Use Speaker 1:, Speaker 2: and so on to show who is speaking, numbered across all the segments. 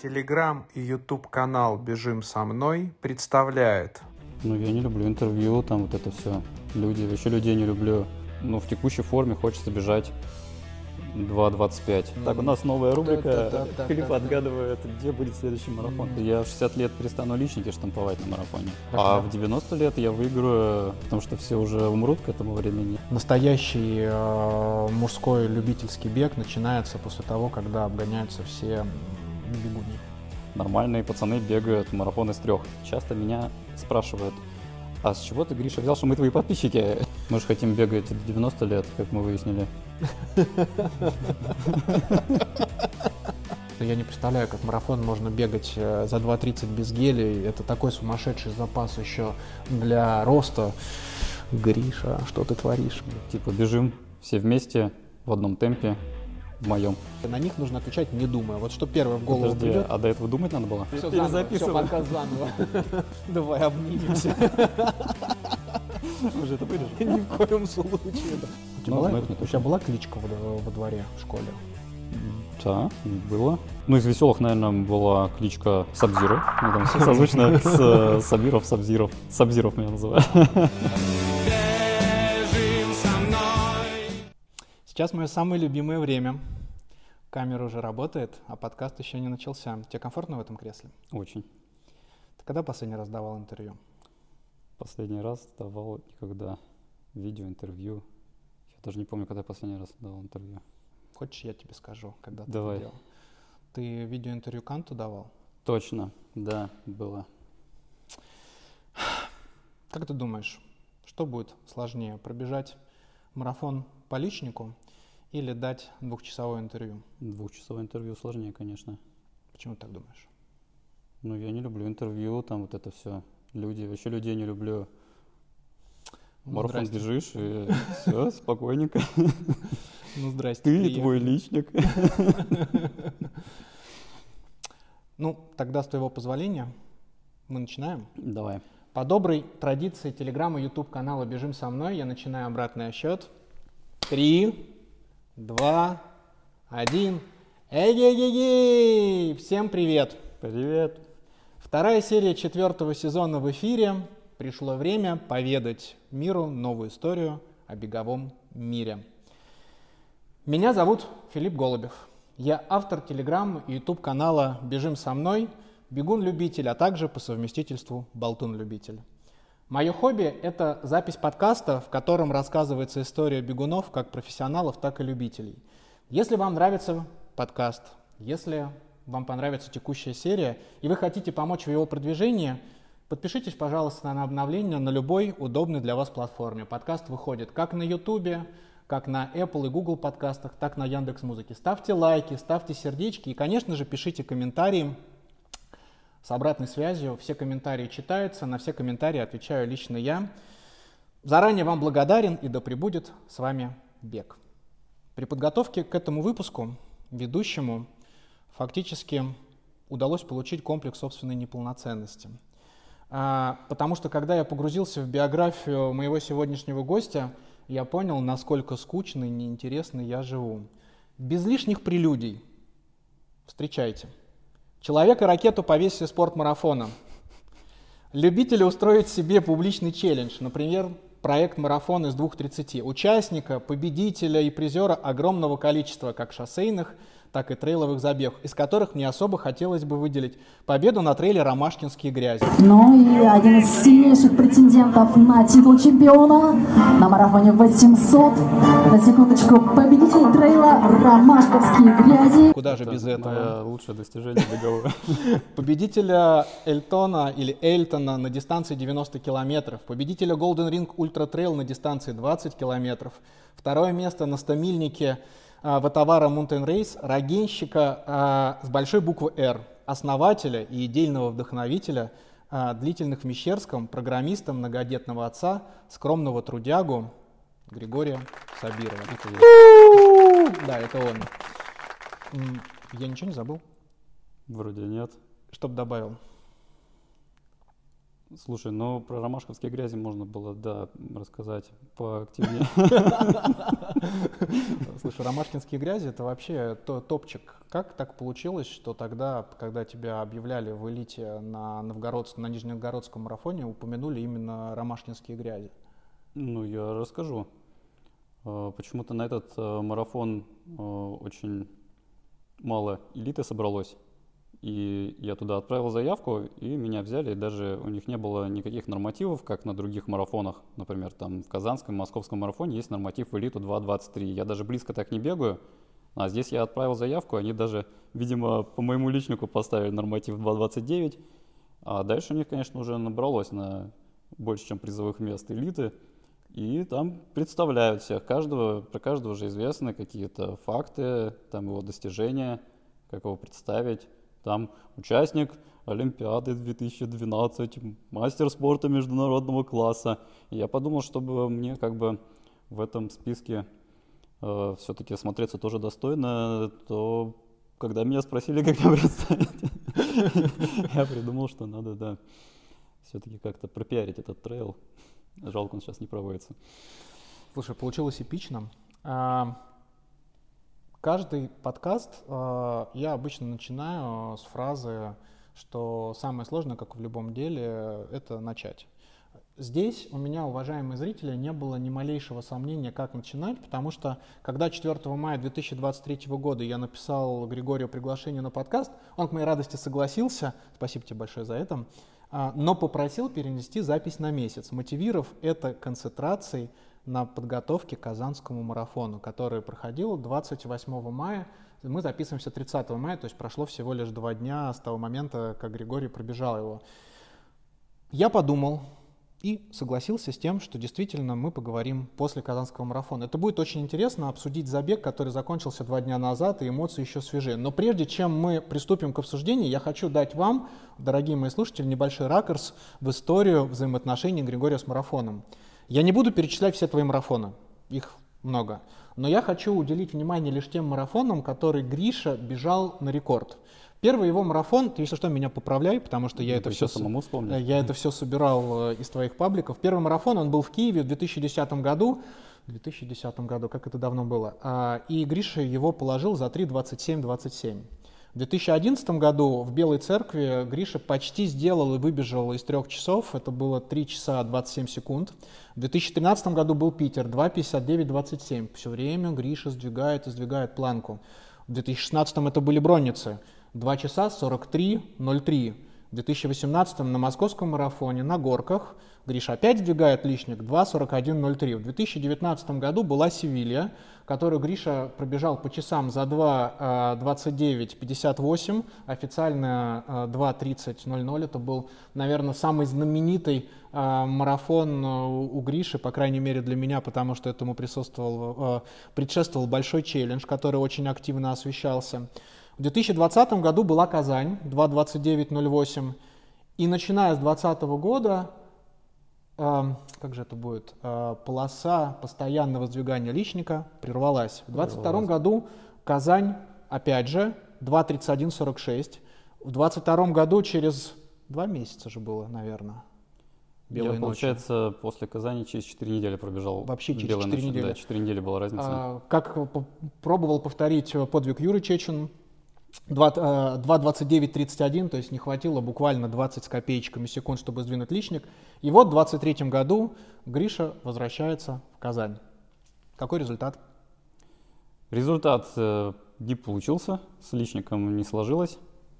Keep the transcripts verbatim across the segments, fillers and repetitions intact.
Speaker 1: Телеграм и YouTube канал «Бежим со мной» представляет.
Speaker 2: Ну, я не люблю интервью, там вот это все. Люди, вообще людей не люблю. Ну, в текущей форме хочется бежать два двадцать пять. Mm. Так, у нас новая рубрика. Филипп отгадывает, где будет следующий марафон. Mm. Я в шестьдесят лет перестану личники штамповать на марафоне. Хорошо. А в девяносто лет я выиграю, потому что все уже умрут к этому времени.
Speaker 3: Настоящий э, мужской любительский бег начинается после того, когда обгоняются все бегуни.
Speaker 2: Нормальные пацаны бегают марафон из трех. Часто меня спрашивают: а с чего ты, Гриша, взял, что мы твои подписчики? Мы же хотим бегать до девяноста лет, как мы выяснили.
Speaker 3: Я не представляю, как марафон можно бегать за два тридцать без гелей. Это такой сумасшедший запас еще для роста. Гриша, что ты творишь?
Speaker 2: Типа бежим все вместе в одном темпе, в моем.
Speaker 3: На них нужно отвечать не думая. Вот что первое в голову
Speaker 2: Подожди, придет. А до этого думать надо было?
Speaker 3: Все заново, все подкаст заново. Давай обнимемся.
Speaker 2: Мы же это вырежем.
Speaker 3: Ни в коем случае. У тебя была кличка во дворе, в школе?
Speaker 2: Да, было. Ну, из веселых, наверное, была кличка Сабзиро. Ну, там созвучно с Сабиров, Сабзиров. Сабзиров меня называют.
Speaker 3: Сейчас мое самое любимое время. Камера уже работает, а подкаст еще не начался. Тебе комфортно в этом кресле?
Speaker 2: Очень.
Speaker 3: Ты когда последний раз давал интервью?
Speaker 2: Последний раз давал никогда. Видеоинтервью. Я даже не помню, когда я последний раз давал интервью.
Speaker 3: Хочешь, я тебе скажу, когда ты
Speaker 2: Давай.
Speaker 3: это делал? Ты видеоинтервью Канту давал?
Speaker 2: Точно, да, было.
Speaker 3: Как ты думаешь, что будет сложнее, пробежать марафон по личнику или дать двухчасовое интервью?
Speaker 2: Двухчасовое интервью сложнее, конечно.
Speaker 3: Почему ты так думаешь?
Speaker 2: Ну, я не люблю интервью, там вот это все. Люди, вообще людей не люблю.
Speaker 3: Ну,
Speaker 2: марафон
Speaker 3: здрасте.
Speaker 2: бежишь, и все, спокойненько.
Speaker 3: Ну, здрасте.
Speaker 2: Ты
Speaker 3: приехали.
Speaker 2: Твой личник.
Speaker 3: Ну, тогда с твоего позволения мы начинаем.
Speaker 2: Давай.
Speaker 3: По доброй традиции Телеграм и YouTube канала «Бежим со мной» я начинаю обратный отсчет. Три, два, один. Эй-ей-ей-ей! Всем привет!
Speaker 2: Привет!
Speaker 3: Вторая серия четвертого сезона в эфире. Пришло время поведать миру новую историю о беговом мире. Меня зовут Филипп Голубев. Я автор Телеграм и YouTube канала «Бежим со мной», бегун-любитель, а также по совместительству болтун-любитель. Мое хобби – это запись подкаста, в котором рассказывается история бегунов как профессионалов, так и любителей. Если вам нравится подкаст, если вам понравится текущая серия, и вы хотите помочь в его продвижении, подпишитесь, пожалуйста, на обновления на любой удобной для вас платформе. Подкаст выходит как на YouTube, как на Apple и Google подкастах, так на Яндекс.Музыке. Ставьте лайки, ставьте сердечки и, конечно же, пишите комментарии с обратной связью. Все комментарии читаются, на все комментарии отвечаю лично я. Заранее вам благодарен, и да пребудет с вами бег. При подготовке к этому выпуску ведущему фактически удалось получить комплекс собственной неполноценности. А, потому что, когда я погрузился в биографию моего сегодняшнего гостя, я понял, насколько скучно и неинтересно я живу. Без лишних прелюдий. Встречайте. Человека-ракету по версии спортмарафона. Любители устроить себе публичный челлендж, например, проект «Марафон из двух тридцати». Участника, победителя и призера огромного количества как шоссейных, так и трейловых забегов, из которых мне особо хотелось бы выделить победу на трейле «Ромашкинские грязи».
Speaker 4: Ну и один из сильнейших претендентов на титул чемпиона на марафоне восемьсот. На секундочку, победитель трейла «Ромашковские грязи».
Speaker 3: Куда же
Speaker 2: Это
Speaker 3: без этого?
Speaker 2: мое лучшее достижение беговое.
Speaker 3: Победителя Эльтона или Эльтона на дистанции девяносто километров. Победителя Golden Ring Ultra Trail на дистанции двадцать километров. Второе место на стомильнике Ватавара Mountain Race, рогенщика а, с большой буквы «Р», основателя и идейного вдохновителя а, длительных в Мещерском, программиста, многодетного отца, скромного трудягу Григория Сабирова.
Speaker 2: Это
Speaker 3: Да, это он. Я ничего не забыл?
Speaker 2: Вроде нет.
Speaker 3: Что бы добавил?
Speaker 2: Слушай, ну про ромашковские грязи можно было, да, рассказать поактивнее.
Speaker 3: Слушай, ромашкинские грязи — это вообще то- топчик. Как так получилось, что тогда, когда тебя объявляли в элите на, Новгородск- на Нижненовгородском марафоне, упомянули именно ромашкинские грязи?
Speaker 2: Ну, я расскажу. Э, Почему-то на этот э, марафон э, очень мало элиты собралось. И я туда отправил заявку, и меня взяли, и даже у них не было никаких нормативов, как на других марафонах. Например, там в Казанском, Московском марафоне есть норматив в элиту два двадцать три. Я даже близко так не бегаю, а здесь я отправил заявку, они даже, видимо, по моему личнику поставили норматив два двадцать девять. А дальше у них, конечно, уже набралось на больше, чем призовых мест элиты. И там представляют всех, каждого, про каждого уже известны какие-то факты, там его достижения, как его представить. Там участник Олимпиады две тысячи двенадцать, мастер спорта международного класса. И я подумал, чтобы мне как бы в этом списке э, все-таки смотреться тоже достойно, то когда меня спросили, как меня представить, я придумал, что надо, да, все-таки как-то пропиарить этот трейл. Жалко, он сейчас не проводится.
Speaker 3: Слушай, получилось эпично. А, Каждый подкаст а, я обычно начинаю с фразы, что самое сложное, как в любом деле, это начать. Здесь у меня, уважаемые зрители, не было ни малейшего сомнения, как начинать, потому что когда четвёртого мая две тысячи двадцать третьего года я написал Григорию приглашение на подкаст, он к моей радости согласился, спасибо тебе большое за это, а, но попросил перенести запись на месяц, мотивировав это концентрацией на подготовке к Казанскому марафону, который проходил двадцать восьмого мая. Мы записываемся тридцатого мая, то есть прошло всего лишь два дня с того момента, как Григорий пробежал его. Я подумал и согласился с тем, что действительно мы поговорим после Казанского марафона. Это будет очень интересно обсудить забег, который закончился два дня назад, и эмоции еще свежие. Но прежде чем мы приступим к обсуждению, я хочу дать вам, дорогие мои слушатели, небольшой ракурс в историю взаимоотношений Григория с марафоном. Я не буду перечислять все твои марафоны, их много, но я хочу уделить внимание лишь тем марафонам, которые Гриша бежал на рекорд. Первый его марафон, ты, если что, меня поправляй, потому что я, это все,
Speaker 2: самому вспомнил.
Speaker 3: я это все собирал из твоих пабликов. Первый марафон, он был в Киеве в две тысячи десятом году, в две тысячи десятом году, как это давно было, и Гриша его положил за три двадцать семь двадцать семь. В две тысячи одиннадцатом году в Белой Церкви Гриша почти сделал и выбежал из трех часов, это было три часа двадцать семь секунд. В две тысячи тринадцатом году был Питер, два пятьдесят девять двадцать семь. Все время Гриша сдвигает и сдвигает планку. В две тысячи шестнадцатом это были бронницы, два часа сорок три ноль три. В две тысячи восемнадцатом на московском марафоне на горках Гриша опять сдвигает личник, два сорок один ноль три. В две тысячи девятнадцатом году была Севилья, которую Гриша пробежал по часам за два двадцать девять пятьдесят восемь, официально два тридцать ноль ноль. Это был, наверное, самый знаменитый марафон у Гриши, по крайней мере для меня, потому что этому присутствовал, предшествовал большой челлендж, который очень активно освещался. В две тысячи двадцатом году была Казань, два двадцать девять ноль восемь, и начиная с две тысячи двадцатого года, э, как же это будет, э, полоса постоянного сдвигания личника прервалась. В две тысячи двадцать втором году Казань, опять же, два тридцать один сорок шесть. В две тысячи двадцать втором году через два месяца же было, наверное, белые
Speaker 2: Я,
Speaker 3: ночи.
Speaker 2: получается, после Казани через четыре недели пробежал.
Speaker 3: Вообще через
Speaker 2: белые
Speaker 3: четыре
Speaker 2: ночи.
Speaker 3: недели.
Speaker 2: Да, четыре недели была разница.
Speaker 3: А, как по- пробовал повторить подвиг Юры Чечин, два двадцать девять тридцать один, то есть не хватило буквально двадцать с копеечками секунд, чтобы сдвинуть личник. И вот в двадцать третьем году Гриша возвращается в Казань. Какой результат?
Speaker 2: Результат э, не получился, с личником не сложилось.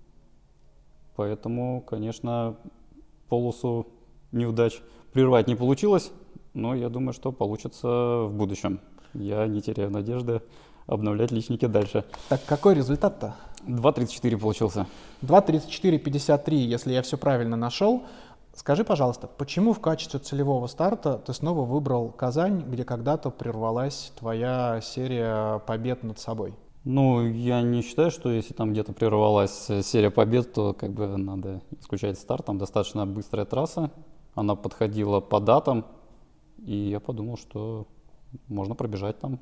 Speaker 2: Поэтому, конечно, полосу неудач прервать не получилось, но я думаю, что получится в будущем. Я не теряю надежды обновлять личники дальше.
Speaker 3: Так какой результат-то?
Speaker 2: два тридцать четыре получился.
Speaker 3: два тридцать четыре пятьдесят три, если я все правильно нашел. Скажи, пожалуйста, почему в качестве целевого старта ты снова выбрал Казань, где когда-то прервалась твоя серия побед над собой?
Speaker 2: Ну, я не считаю, что если там где-то прервалась серия побед, то как бы надо исключать старт. Там достаточно быстрая трасса, она подходила по датам, и я подумал, что можно пробежать там.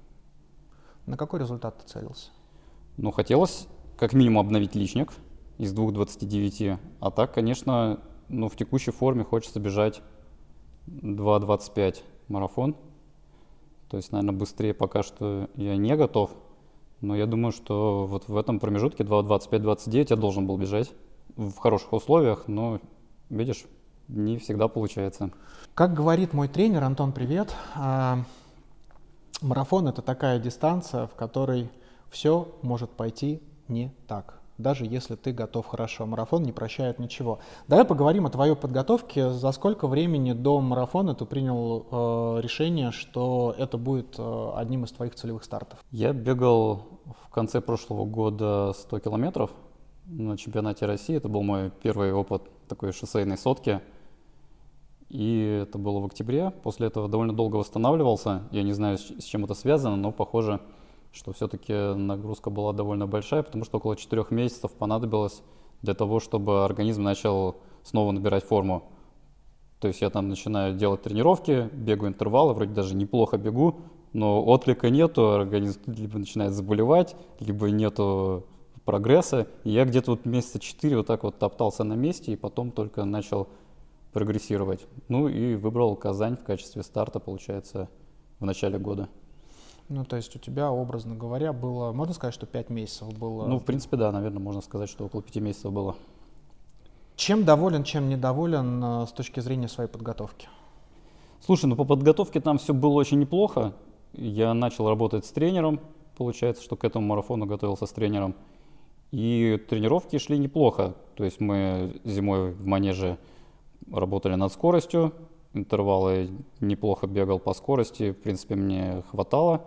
Speaker 3: На какой результат ты целился?
Speaker 2: Ну, хотелось как минимум обновить личник из двух двадцати девяти, а так, конечно, ну, в текущей форме хочется бежать два двадцать пять марафон. То есть, наверное, быстрее пока что я не готов. Но я думаю, что вот в этом промежутке два двадцать пять двадцать девять я должен был бежать в хороших условиях, но, видишь, не всегда получается.
Speaker 3: Как говорит мой тренер, Антон, привет, а, марафон — это такая дистанция, в которой все может пойти не так, даже если ты готов хорошо. Марафон не прощает ничего. Давай поговорим о твоей подготовке. За сколько времени до марафона ты принял э, решение, что это будет э, одним из твоих целевых стартов?
Speaker 2: Я бегал в конце прошлого года сто километров на чемпионате России. Это был мой первый опыт такой шоссейной сотки. И это было в октябре. После этого довольно долго восстанавливался. Я не знаю, с чем это связано, но похоже, что все-таки нагрузка была довольно большая, потому что около четырех месяцев понадобилось для того, чтобы организм начал снова набирать форму. То есть я там начинаю делать тренировки, бегаю интервалы, вроде даже неплохо бегу, но отклика нету, организм либо начинает заболевать, либо нету прогресса. И я где-то вот месяца четыре вот так вот топтался на месте, и потом только начал прогрессировать. Ну и выбрал Казань в качестве старта, получается, в начале года.
Speaker 3: Ну, то есть у тебя, образно говоря, было, можно сказать, что пять месяцев было?
Speaker 2: Ну, в принципе, да, наверное, можно сказать, что около пяти месяцев было.
Speaker 3: Чем доволен, чем недоволен э, с точки зрения своей подготовки?
Speaker 2: Слушай, ну по подготовке там все было очень неплохо. Я начал работать с тренером, получается, что к этому марафону готовился с тренером. И тренировки шли неплохо. То есть мы зимой в манеже работали над скоростью, интервалы неплохо бегал по скорости, в принципе, мне хватало.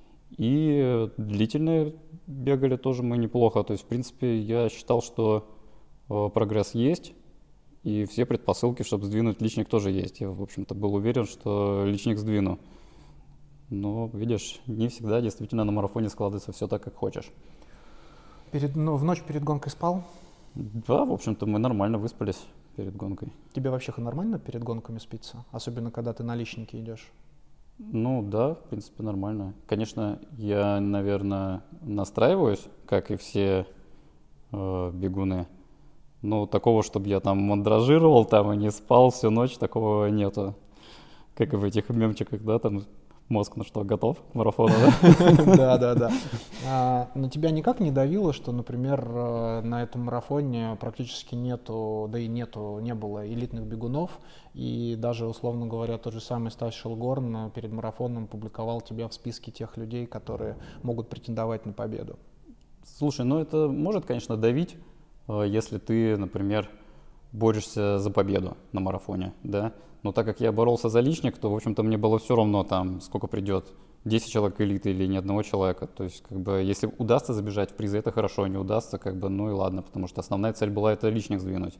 Speaker 2: И длительные бегали тоже мы неплохо. То есть, в принципе, я считал, что э, прогресс есть, и все предпосылки, чтобы сдвинуть личник, тоже есть. Я, в общем-то, был уверен, что личник сдвину. Но, видишь, не всегда действительно на марафоне складывается все так, как хочешь.
Speaker 3: Перед, ну, в ночь перед гонкой спал?
Speaker 2: Да, в общем-то, мы нормально выспались перед гонкой.
Speaker 3: Тебе вообще нормально перед гонками спится? Особенно, когда ты на личнике идешь?
Speaker 2: Ну да, в принципе, нормально. Конечно, я, наверное, настраиваюсь, как и все э, бегуны. Но такого, чтобы я там мандражировал там и не спал всю ночь, такого нету. Как и в этих мемчиках, да, там мозг, ну что, готов к марафону, да?
Speaker 3: Да, да, да. Но тебя никак не давило, что, например, на этом марафоне практически нету, да и нету, не было элитных бегунов, и даже, условно говоря, тот же самый Стас Шелгорн перед марафоном публиковал тебя в списке тех людей, которые могут претендовать на победу?
Speaker 2: Слушай, ну это может, конечно, давить, если ты, например, борешься за победу на марафоне, да? Но так как я боролся за личник, то, в общем-то, мне было все равно, там, сколько придет, десять человек элиты или ни одного человека. То есть, как бы, если удастся забежать в призы, это хорошо, не удастся, как бы, ну и ладно, потому что основная цель была это личник сдвинуть.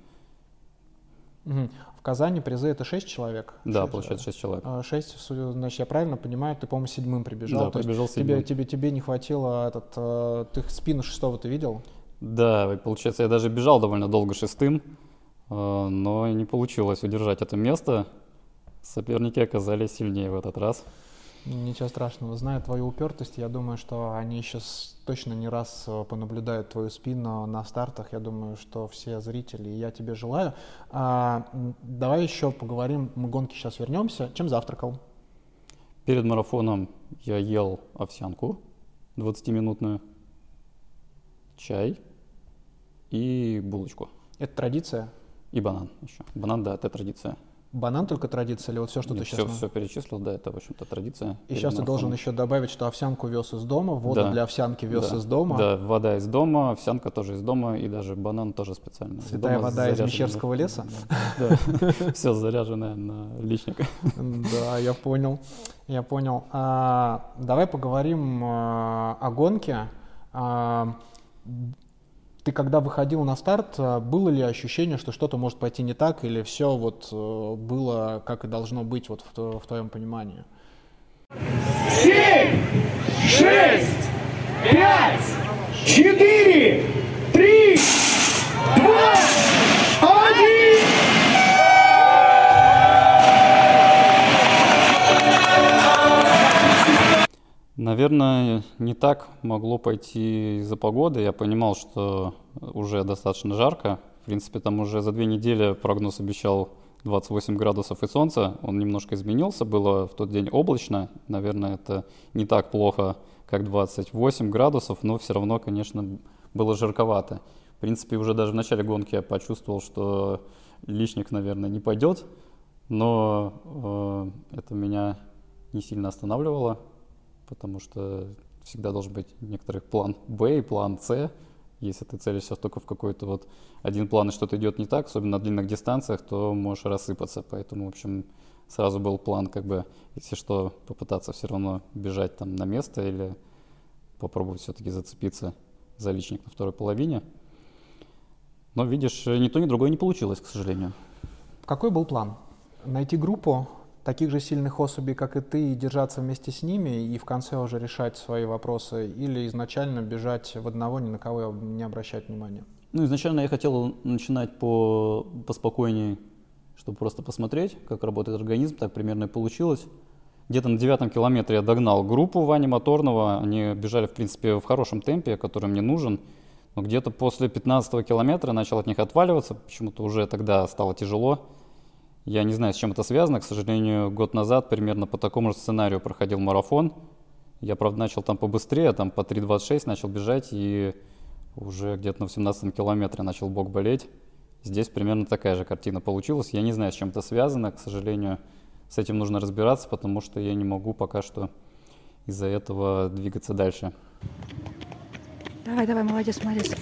Speaker 3: Угу. В Казани призы это шесть человек?
Speaker 2: Да, шесть, получается шесть человек.
Speaker 3: шесть, значит, я правильно понимаю, ты, по-моему, седьмым прибежал?
Speaker 2: Да,
Speaker 3: то
Speaker 2: прибежал
Speaker 3: есть
Speaker 2: седьмым.
Speaker 3: Тебе, тебе, тебе не хватило, этот, ты спину шестого ты видел?
Speaker 2: Да, получается, я даже бежал довольно долго шестым, но не получилось удержать это место. Соперники оказались сильнее в этот раз.
Speaker 3: Ничего страшного. Зная твою упертость, я думаю, что они сейчас точно не раз понаблюдают твою спину на стартах. Я думаю, что все зрители, и я тебе желаю. А, давай еще поговорим, мы к гонке сейчас вернемся. Чем завтракал?
Speaker 2: Перед марафоном я ел овсянку двадцатиминутную, чай и булочку.
Speaker 3: Это традиция?
Speaker 2: И банан еще. Банан, да, это традиция.
Speaker 3: Банан только традиция или вот все, что
Speaker 2: Нет,
Speaker 3: ты сейчас...
Speaker 2: Все, все перечислил, да, это, в общем-то, традиция.
Speaker 3: И сейчас ты должен еще добавить, что овсянку вез из дома, воду
Speaker 2: да.
Speaker 3: для овсянки вез
Speaker 2: да.
Speaker 3: из дома.
Speaker 2: Да, вода из дома, овсянка тоже из дома, и даже банан тоже специально.
Speaker 3: Святая вода из Мещерского леса?
Speaker 2: Да, все заряженное на личник.
Speaker 3: Да, я понял, я понял. Давай поговорим о гонке. Ты когда выходил на старт, было ли ощущение, что что-то может пойти не так, или все вот было как и должно быть вот в, в твоем понимании?
Speaker 5: Семь, шесть, пять, четыре, три, два, один.
Speaker 2: Наверное, не так могло пойти из-за погоды. Я понимал, что уже достаточно жарко, В принципе, там уже за две недели прогноз обещал двадцать восемь градусов и солнце. Он немножко изменился, было в тот день облачно. Наверное, это не так плохо, как двадцать восемь градусов, но все равно, конечно, было жарковато. В принципе, уже даже в начале гонки я почувствовал, что личник, наверное, не пойдет, но э, это меня не сильно останавливало, потому что всегда должен быть некоторый план Б и план С. Если ты целишься только в какой-то вот один план и что-то идет не так, особенно на длинных дистанциях, то можешь рассыпаться. Поэтому, в общем, сразу был план, как бы, если что, попытаться все равно бежать там на место или попробовать все-таки зацепиться за личник на второй половине. Но, видишь, ни то, ни другое не получилось, к сожалению.
Speaker 3: Какой был план? Найти группу таких же сильных особей, как и ты, и держаться вместе с ними, и в конце уже решать свои вопросы, или изначально бежать в одного, ни на кого не обращать внимания?
Speaker 2: Ну, изначально я хотел начинать по, поспокойнее, чтобы просто посмотреть, как работает организм, так примерно и получилось. Где-то на девятом километре я догнал группу Вани Моторного, они бежали, в принципе, в хорошем темпе, который мне нужен, но где-то после пятнадцатого километра начал от них отваливаться, почему-то уже тогда стало тяжело. Я не знаю, с чем это связано. К сожалению, год назад примерно по такому же сценарию проходил марафон. Я, правда, начал там побыстрее, там по три двадцать шесть начал бежать, и уже где-то на восемнадцатом километре начал бок болеть. Здесь примерно такая же картина получилась. Я не знаю, с чем это связано. К сожалению, с этим нужно разбираться, потому что я не могу пока что из-за этого двигаться дальше.
Speaker 6: Давай, давай, молодец, молодец.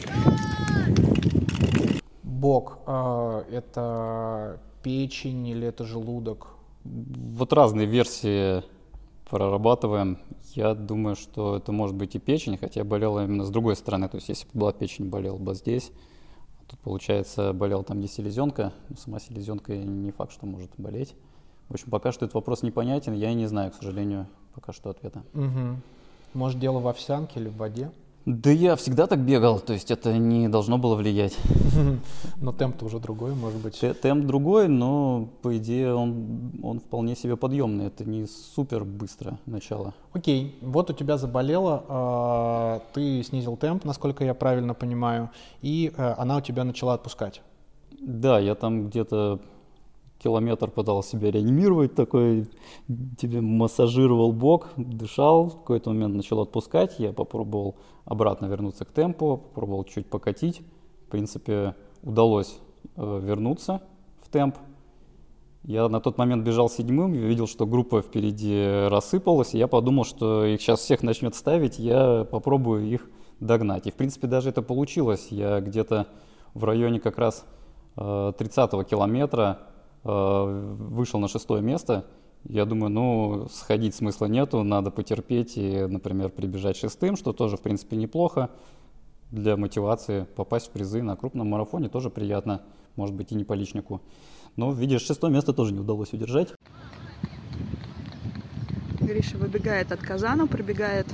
Speaker 3: Бок э, — это печень или это желудок?
Speaker 2: Вот разные версии прорабатываем. Я думаю, что это может быть и печень, хотя я болел именно с другой стороны. То есть если бы была печень, болел бы здесь. Тут, получается, болел там, где селезенка. Но сама селезенка не факт, что может болеть. В общем, пока что этот вопрос непонятен. Я не знаю, к сожалению, пока что ответа.
Speaker 3: Угу. Может, дело в овсянке или в воде?
Speaker 2: Да я всегда так бегал, то есть это не должно было влиять.
Speaker 3: Но темп-то уже другой, может быть.
Speaker 2: Темп другой, но по идее он, он вполне себе подъемный. Это не супер быстро начало.
Speaker 3: Окей, вот у тебя заболело, ты снизил темп, насколько я правильно понимаю, и она у тебя начала отпускать.
Speaker 2: Да, я там где-то километр пытался себя реанимировать, такой тебе массажировал бок, дышал, в какой-то момент начал отпускать, я попробовал обратно вернуться к темпу, попробовал чуть покатить, в принципе удалось э, вернуться в темп. Я на тот момент бежал седьмым, видел, что группа впереди рассыпалась, и я подумал, что их сейчас всех начнет ставить, я попробую их догнать. И в принципе даже это получилось, я где-то в районе как раз э, тридцатого километра вышел на шестое место. Я думаю, ну, сходить смысла нету, надо потерпеть и, например, прибежать шестым, что тоже, в принципе, неплохо для мотивации. Попасть в призы на крупном марафоне тоже приятно, может быть, и не по личнику. Но, видишь, шестое место тоже не удалось удержать.
Speaker 6: Гриша выбегает от Казана, пробегает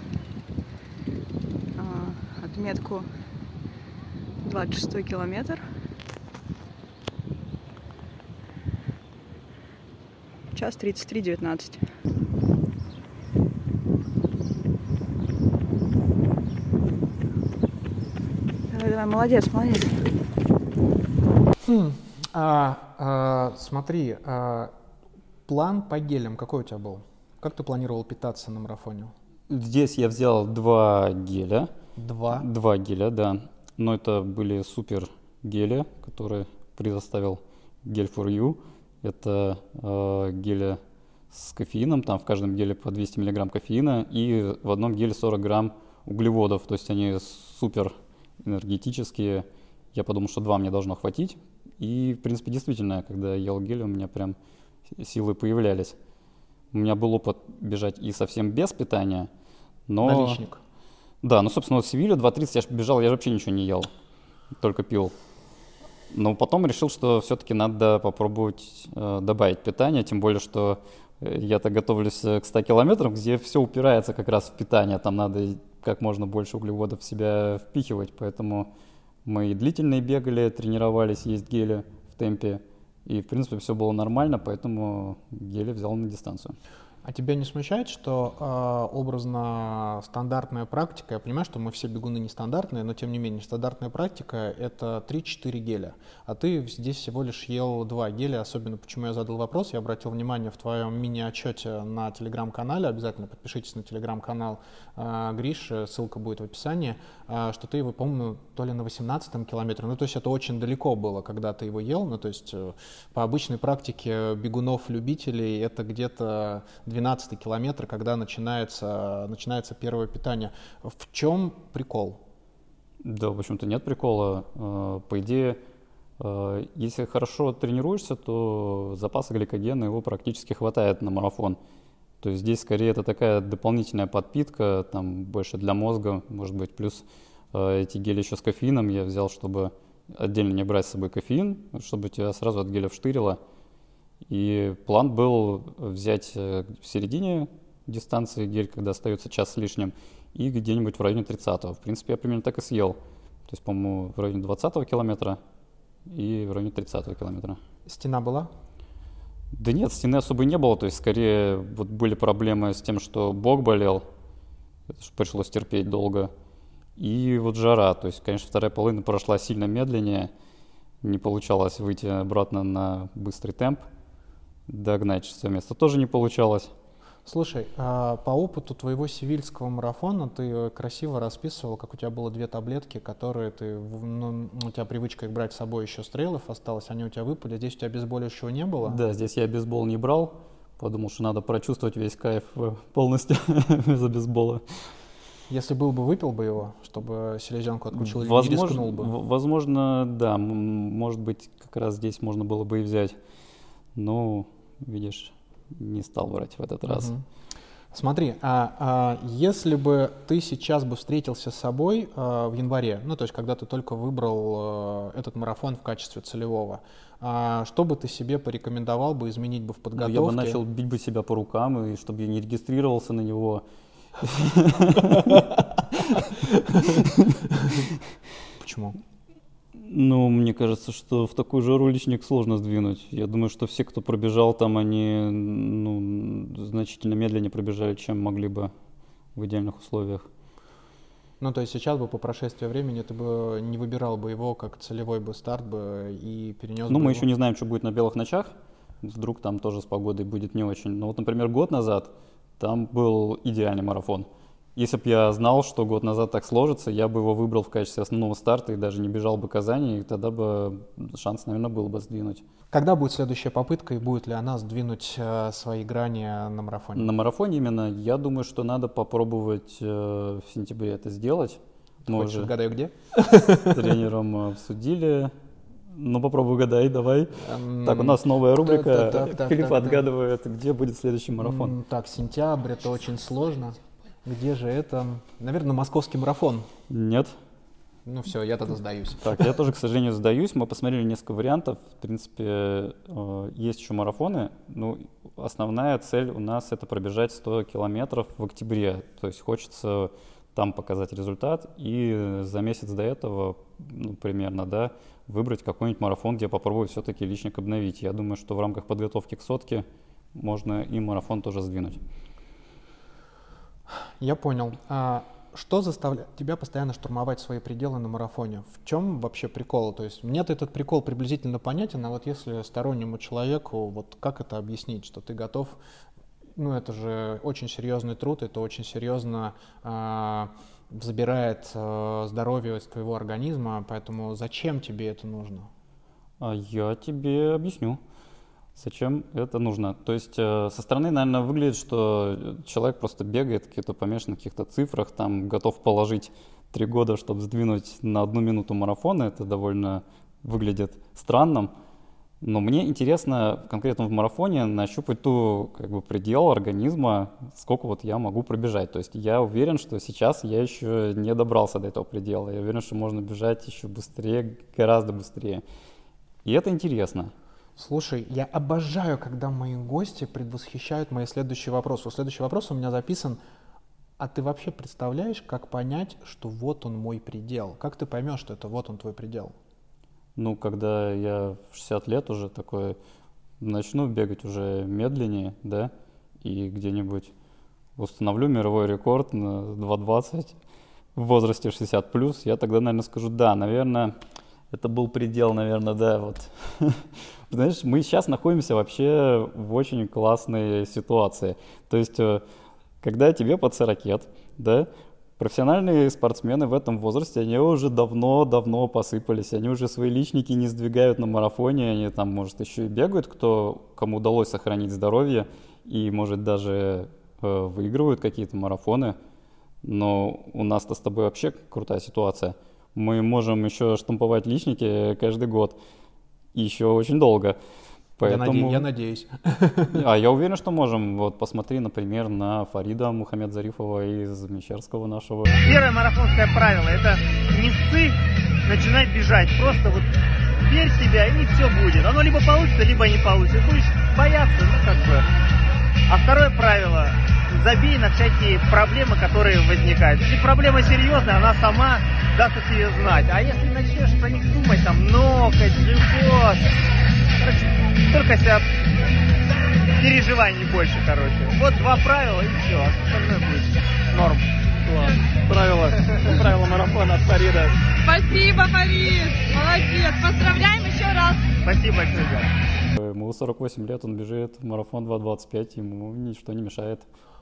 Speaker 6: а, отметку двадцать шестой километр. Час тридцать три девятнадцать. Давай, давай, молодец, молодец.
Speaker 3: Хм, а, а, смотри, а, план по гелям какой у тебя был? Как ты планировал питаться на марафоне?
Speaker 2: Здесь я взял два геля.
Speaker 3: Два?
Speaker 2: Два геля, да. Но это были супер гели, которые предоставил Gel for You. Это э, гели с кофеином, там в каждом геле по двести миллиграмм кофеина и в одном геле сорок грамм углеводов, то есть они супер энергетические. Я подумал, что два мне должно хватить. И, в принципе, действительно, когда я ел гель, у меня прям силы появлялись. У меня был опыт бежать и совсем без питания, но...
Speaker 3: Наличник.
Speaker 2: Да, ну, собственно, вот в Севилью два тридцать я же бежал, я же вообще ничего не ел, только пил. Но потом решил, что все-таки надо попробовать э, добавить питание, тем более, что я-то готовлюсь к ста километрам, где все упирается как раз в питание, там надо как можно больше углеводов в себя впихивать, поэтому мы и длительные бегали, тренировались есть гели в темпе, и, в принципе, все было нормально, поэтому гели взял на дистанцию.
Speaker 3: А тебя не смущает, что э, образно стандартная практика, я понимаю, что мы все бегуны нестандартные, но тем не менее стандартная практика — это три-четыре геля, а ты здесь всего лишь ел два геля. Особенно почему я задал вопрос, я обратил внимание в твоем мини-отчете на телеграм-канале, обязательно подпишитесь на телеграм-канал э, Гриши, ссылка будет в описании, э, что ты его, по-моему, то ли на восемнадцатом километре, ну то есть это очень далеко было, когда ты его ел, ну то есть э, по обычной практике бегунов-любителей это где-то двенадцатый километр, когда начинается, начинается первое питание. В чем прикол?
Speaker 2: Да, в общем-то, нет прикола. Э, По идее, э, если хорошо тренируешься, то запаса гликогена его практически хватает на марафон. То есть здесь скорее это такая дополнительная подпитка, там больше для мозга, может быть, плюс э, эти гели еще с кофеином я взял, чтобы отдельно не брать с собой кофеин, чтобы тебя сразу от геля вштырило. И план был взять в середине дистанции гель, когда остается час с лишним, и где-нибудь в районе тридцатого. В принципе, я примерно так и съел. То есть, по-моему, в районе двадцатого километра и в районе тридцатого километра.
Speaker 3: Стена была?
Speaker 2: Да нет, стены особо не было. То есть, скорее, вот были проблемы с тем, что бок болел, пришлось терпеть долго. И вот жара. То есть, конечно, вторая половина прошла сильно медленнее. Не получалось выйти обратно на быстрый темп. Догнать все место тоже не получалось.
Speaker 3: Слушай, а по опыту твоего севильского марафона ты красиво расписывал, как у тебя было две таблетки, которые ты, ну, у тебя привычка их брать с собой еще с трейлов осталось, они у тебя выпали, здесь у тебя обезболивающего не было?
Speaker 2: Да, здесь я бейсбол не брал, подумал, что надо прочувствовать весь кайф полностью без обезбола.
Speaker 3: Если был бы, выпил бы его, чтобы селезенку открутил, или
Speaker 2: Возможно,
Speaker 3: не рискнул бы?
Speaker 2: Возможно, да, может быть, как раз здесь можно было бы и взять. Но, видишь, не стал брать в этот раз.
Speaker 3: Угу. Смотри, а, а если бы ты сейчас бы встретился с собой а, в январе, ну то есть когда ты только выбрал а, этот марафон в качестве целевого, а, что бы ты себе порекомендовал бы изменить бы в подготовке?
Speaker 2: Я бы начал бить бы себя по рукам, и чтобы я не регистрировался на него.
Speaker 3: Почему?
Speaker 2: Ну, мне кажется, что в такой жару личник сложно сдвинуть. Я думаю, что все, кто пробежал там, они ну, значительно медленнее пробежали, чем могли бы в идеальных условиях.
Speaker 3: Ну, то есть сейчас бы по прошествии времени ты бы не выбирал бы его как целевой бы старт бы и перенес
Speaker 2: Ну,
Speaker 3: бы
Speaker 2: мы
Speaker 3: его?
Speaker 2: еще не знаем, что будет на белых ночах. Вдруг там тоже с погодой будет не очень. Но вот, например, год назад там был идеальный марафон. Если бы я знал, что год назад так сложится, я бы его выбрал в качестве основного старта и даже не бежал бы Казани, и тогда бы шанс, наверное, был бы сдвинуть.
Speaker 3: Когда будет следующая попытка и будет ли она сдвинуть э, свои грани на марафоне?
Speaker 2: На марафоне именно, я думаю, что надо попробовать э, в сентябре это сделать.
Speaker 3: Ты
Speaker 2: Мы
Speaker 3: хочешь
Speaker 2: уже
Speaker 3: угадаю где?
Speaker 2: с тренером обсудили. Ну, попробуй угадай, давай.
Speaker 3: Эм,
Speaker 2: Так, у нас новая рубрика.
Speaker 3: так, так, так,
Speaker 2: Филипп
Speaker 3: так, так.
Speaker 2: отгадывает, где будет следующий марафон.
Speaker 3: М, Так, сентябрь, это очень сложно. Где же это? Наверное, московский марафон.
Speaker 2: Нет.
Speaker 3: Ну все, я тогда сдаюсь.
Speaker 2: Так, я тоже, к сожалению, сдаюсь. Мы посмотрели несколько вариантов. В принципе, э, есть еще марафоны. Ну, основная цель у нас — это пробежать сто километров в октябре. То есть хочется там показать результат и за месяц до этого, ну, примерно, да, выбрать какой-нибудь марафон, где попробую все-таки личник обновить. Я думаю, что в рамках подготовки к сотке можно и марафон тоже сдвинуть.
Speaker 3: Я понял. А что заставляет тебя постоянно штурмовать свои пределы на марафоне? В чем вообще прикол? То есть мне-то этот прикол приблизительно понятен, а вот если стороннему человеку, вот как это объяснить, что ты готов? Ну, это же очень серьезный труд, это очень серьезно э, забирает э, здоровье из твоего организма, поэтому зачем тебе это нужно?
Speaker 2: А я тебе объясню. Зачем это нужно? То есть э, со стороны, наверное, выглядит, что человек просто бегает, какие-то помешан на каких-то цифрах, там готов положить три года, чтобы сдвинуть на одну минуту марафона. Это довольно выглядит странным. Но мне интересно конкретно в марафоне нащупать ту как бы предел организма, сколько вот я могу пробежать. То есть я уверен, что сейчас я еще не добрался до этого предела. Я уверен, что можно бежать еще быстрее, гораздо быстрее. И это интересно.
Speaker 3: Слушай, я обожаю, когда мои гости предвосхищают мои следующие вопросы. Следующий вопрос у меня записан. А ты вообще представляешь, как понять, что вот он мой предел? Как ты поймешь, что это вот он твой предел?
Speaker 2: Ну, когда я в шестьдесят лет уже такой начну бегать уже медленнее, да, и где-нибудь установлю мировой рекорд на два двадцать в возрасте шестьдесят плюс, я тогда, наверное, скажу, да, наверное, это был предел, наверное, да, вот. Знаешь, мы сейчас находимся вообще в очень классной ситуации. То есть, когда тебе под сорок лет, да, профессиональные спортсмены в этом возрасте, они уже давно-давно посыпались, они уже свои личники не сдвигают на марафоне, они там, может, еще и бегают, кто, кому удалось сохранить здоровье, и, может, даже э, выигрывают какие-то марафоны. Но у нас-то с тобой вообще крутая ситуация. Мы можем еще штамповать личники каждый год, и еще очень долго. Поэтому...
Speaker 3: Я, наде... я надеюсь.
Speaker 2: А я уверен, что можем. Вот посмотри, например, на Фарида Мухаммедзарифова из Мещерского нашего.
Speaker 7: Первое марафонское правило – это не ссы, начинай бежать. Просто вот верь в себя, и все будет. Оно либо получится, либо не получится. Будешь бояться, ну как бы. А второе правило – забей на всякие проблемы, которые возникают. Если проблема серьезная, она сама даст о себе знать. А если начнешь про них думать, там, нокоть, живот, короче, только себя переживай не больше, короче. Вот два правила и все, остальное будет норм.
Speaker 8: Класс. Правила, правила марафона от Фарида.
Speaker 9: Спасибо, Фарид, молодец, поздравляем еще раз.
Speaker 7: Спасибо большое.
Speaker 2: Ему сорок восемь лет, он бежит марафон два двадцать пять, ему ничто не мешает.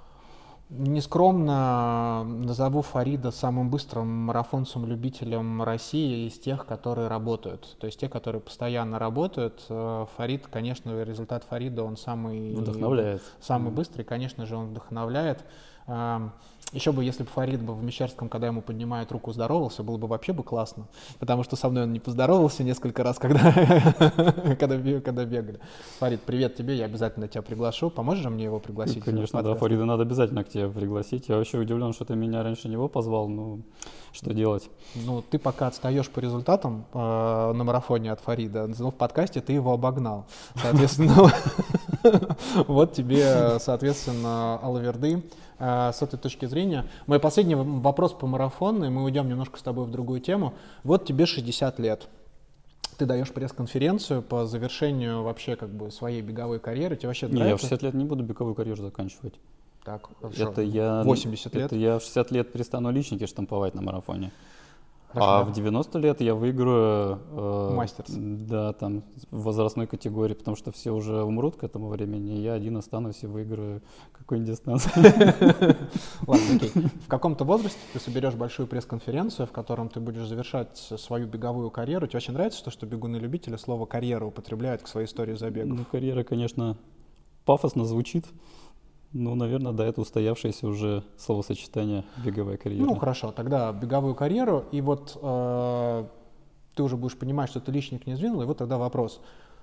Speaker 3: Нескромно назову Фарида самым быстрым марафонцем-любителем России из тех, которые работают. То есть те, которые постоянно работают. Фарид, конечно, результат Фарида, он самый,
Speaker 2: вдохновляет.
Speaker 3: Самый быстрый, конечно же, он вдохновляет. Еще бы, если бы Фарид бы в Мещерском, когда ему поднимают руку, здоровался, было бы вообще бы классно. Потому что со мной он не поздоровался несколько раз, когда, когда, когда бегали. Фарид, привет тебе, я обязательно тебя приглашу. Поможешь мне его пригласить?
Speaker 2: Конечно, да, Фарида надо обязательно к тебе пригласить. Я вообще удивлен, что ты меня раньше него позвал. Ну, что делать?
Speaker 3: Ну, ты пока отстаешь по результатам э, на марафоне от Фарида, но в подкасте ты его обогнал. Соответственно, вот тебе, соответственно, алаверды. С этой точки зрения. Мой последний вопрос по марафону, и мы уйдем немножко с тобой в другую тему. Вот тебе шестьдесят лет. Ты даешь пресс-конференцию по завершению вообще как бы своей беговой карьеры. Тебе вообще
Speaker 2: не,
Speaker 3: нравится?
Speaker 2: Я в шестьдесят лет не буду беговую карьеру заканчивать.
Speaker 3: Так,
Speaker 2: это я,
Speaker 3: восемьдесят лет?
Speaker 2: Это я в шестьдесят лет перестану личники штамповать на марафоне.
Speaker 3: Хорошо,
Speaker 2: а
Speaker 3: да.
Speaker 2: в девяносто лет я выиграю э,
Speaker 3: мастерс.
Speaker 2: Да, там в возрастной категории, потому что все уже умрут к этому времени, и я один останусь и выиграю какую-нибудь дистанцию.
Speaker 3: Ладно, окей. В каком-то возрасте ты соберешь большую пресс-конференцию, в котором ты будешь завершать свою беговую карьеру. Тебе очень нравится то, что бегуны-любители слово «карьера» употребляют к своей истории забегов?
Speaker 2: Ну, карьера, конечно, пафосно звучит. Ну, наверное, да, это устоявшееся уже словосочетание беговая карьера.
Speaker 3: Ну, хорошо, тогда беговую карьеру, и вот э, ты уже будешь понимать, что ты личник не сдвинул, и вот тогда вопрос.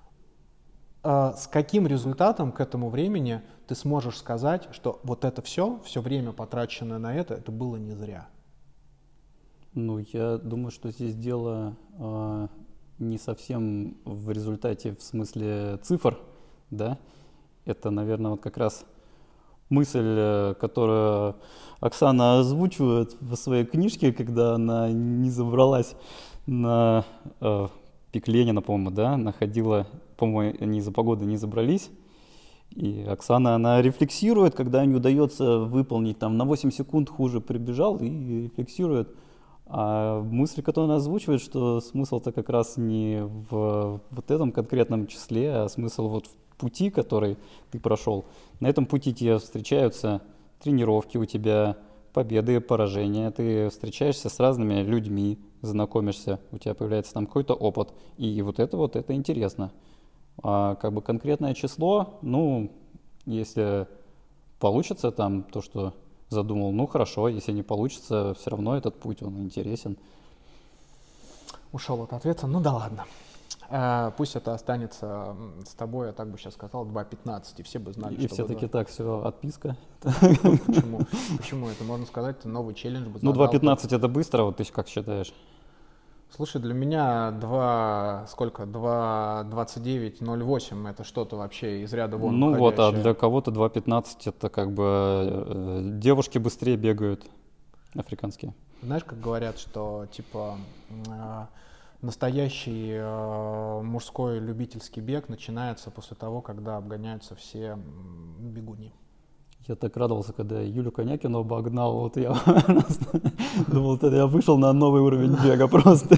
Speaker 3: Э, с каким результатом к этому времени ты сможешь сказать, что вот это все, все время потраченное на это, это было не зря?
Speaker 2: Ну, я думаю, что здесь дело э, не совсем в результате, в смысле цифр, да, это, наверное, вот как раз мысль, которую Оксана озвучивает в своей книжке, когда она не забралась на э, пик Ленина, по-моему, да, находила, по-моему, они из-за погоды не забрались. И Оксана, она рефлексирует, когда не удается выполнить, там, на восемь секунд хуже прибежал и рефлексирует. А мысль, которую она озвучивает, что смысл-то как раз не в вот этом конкретном числе, а смысл вот в пути, который ты прошел. На этом пути тебе встречаются тренировки у тебя, победы, поражения. Ты встречаешься с разными людьми, знакомишься, у тебя появляется там какой-то опыт. И вот это вот, это интересно. А как бы конкретное число, ну, если получится там то, что задумал, ну хорошо, если не получится, все равно этот путь, он интересен.
Speaker 3: Ушел от ответа, ну да ладно. А, пусть это останется с тобой, я так бы сейчас сказал, два пятнадцать, и все бы знали,
Speaker 2: и
Speaker 3: что
Speaker 2: все-таки
Speaker 3: вы...
Speaker 2: так, все, отписка.
Speaker 3: Почему? Почему? Это, можно сказать, это новый челлендж бы
Speaker 2: Ну, два пятнадцать это быстро, вот ты как считаешь?
Speaker 3: Слушай, для меня два, сколько, два двадцать девять ноль восемь это что-то вообще из ряда вон
Speaker 2: Ну
Speaker 3: уходящее.
Speaker 2: вот, а для кого-то два пятнадцать это как бы э, девушки быстрее бегают, африканские.
Speaker 3: Знаешь, как говорят, что типа э, настоящий э, мужской любительский бег начинается после того, когда обгоняются все бегуни.
Speaker 2: Я так радовался, когда Юлю Конякину обогнал. Вот я думал, это я вышел на новый уровень бега просто.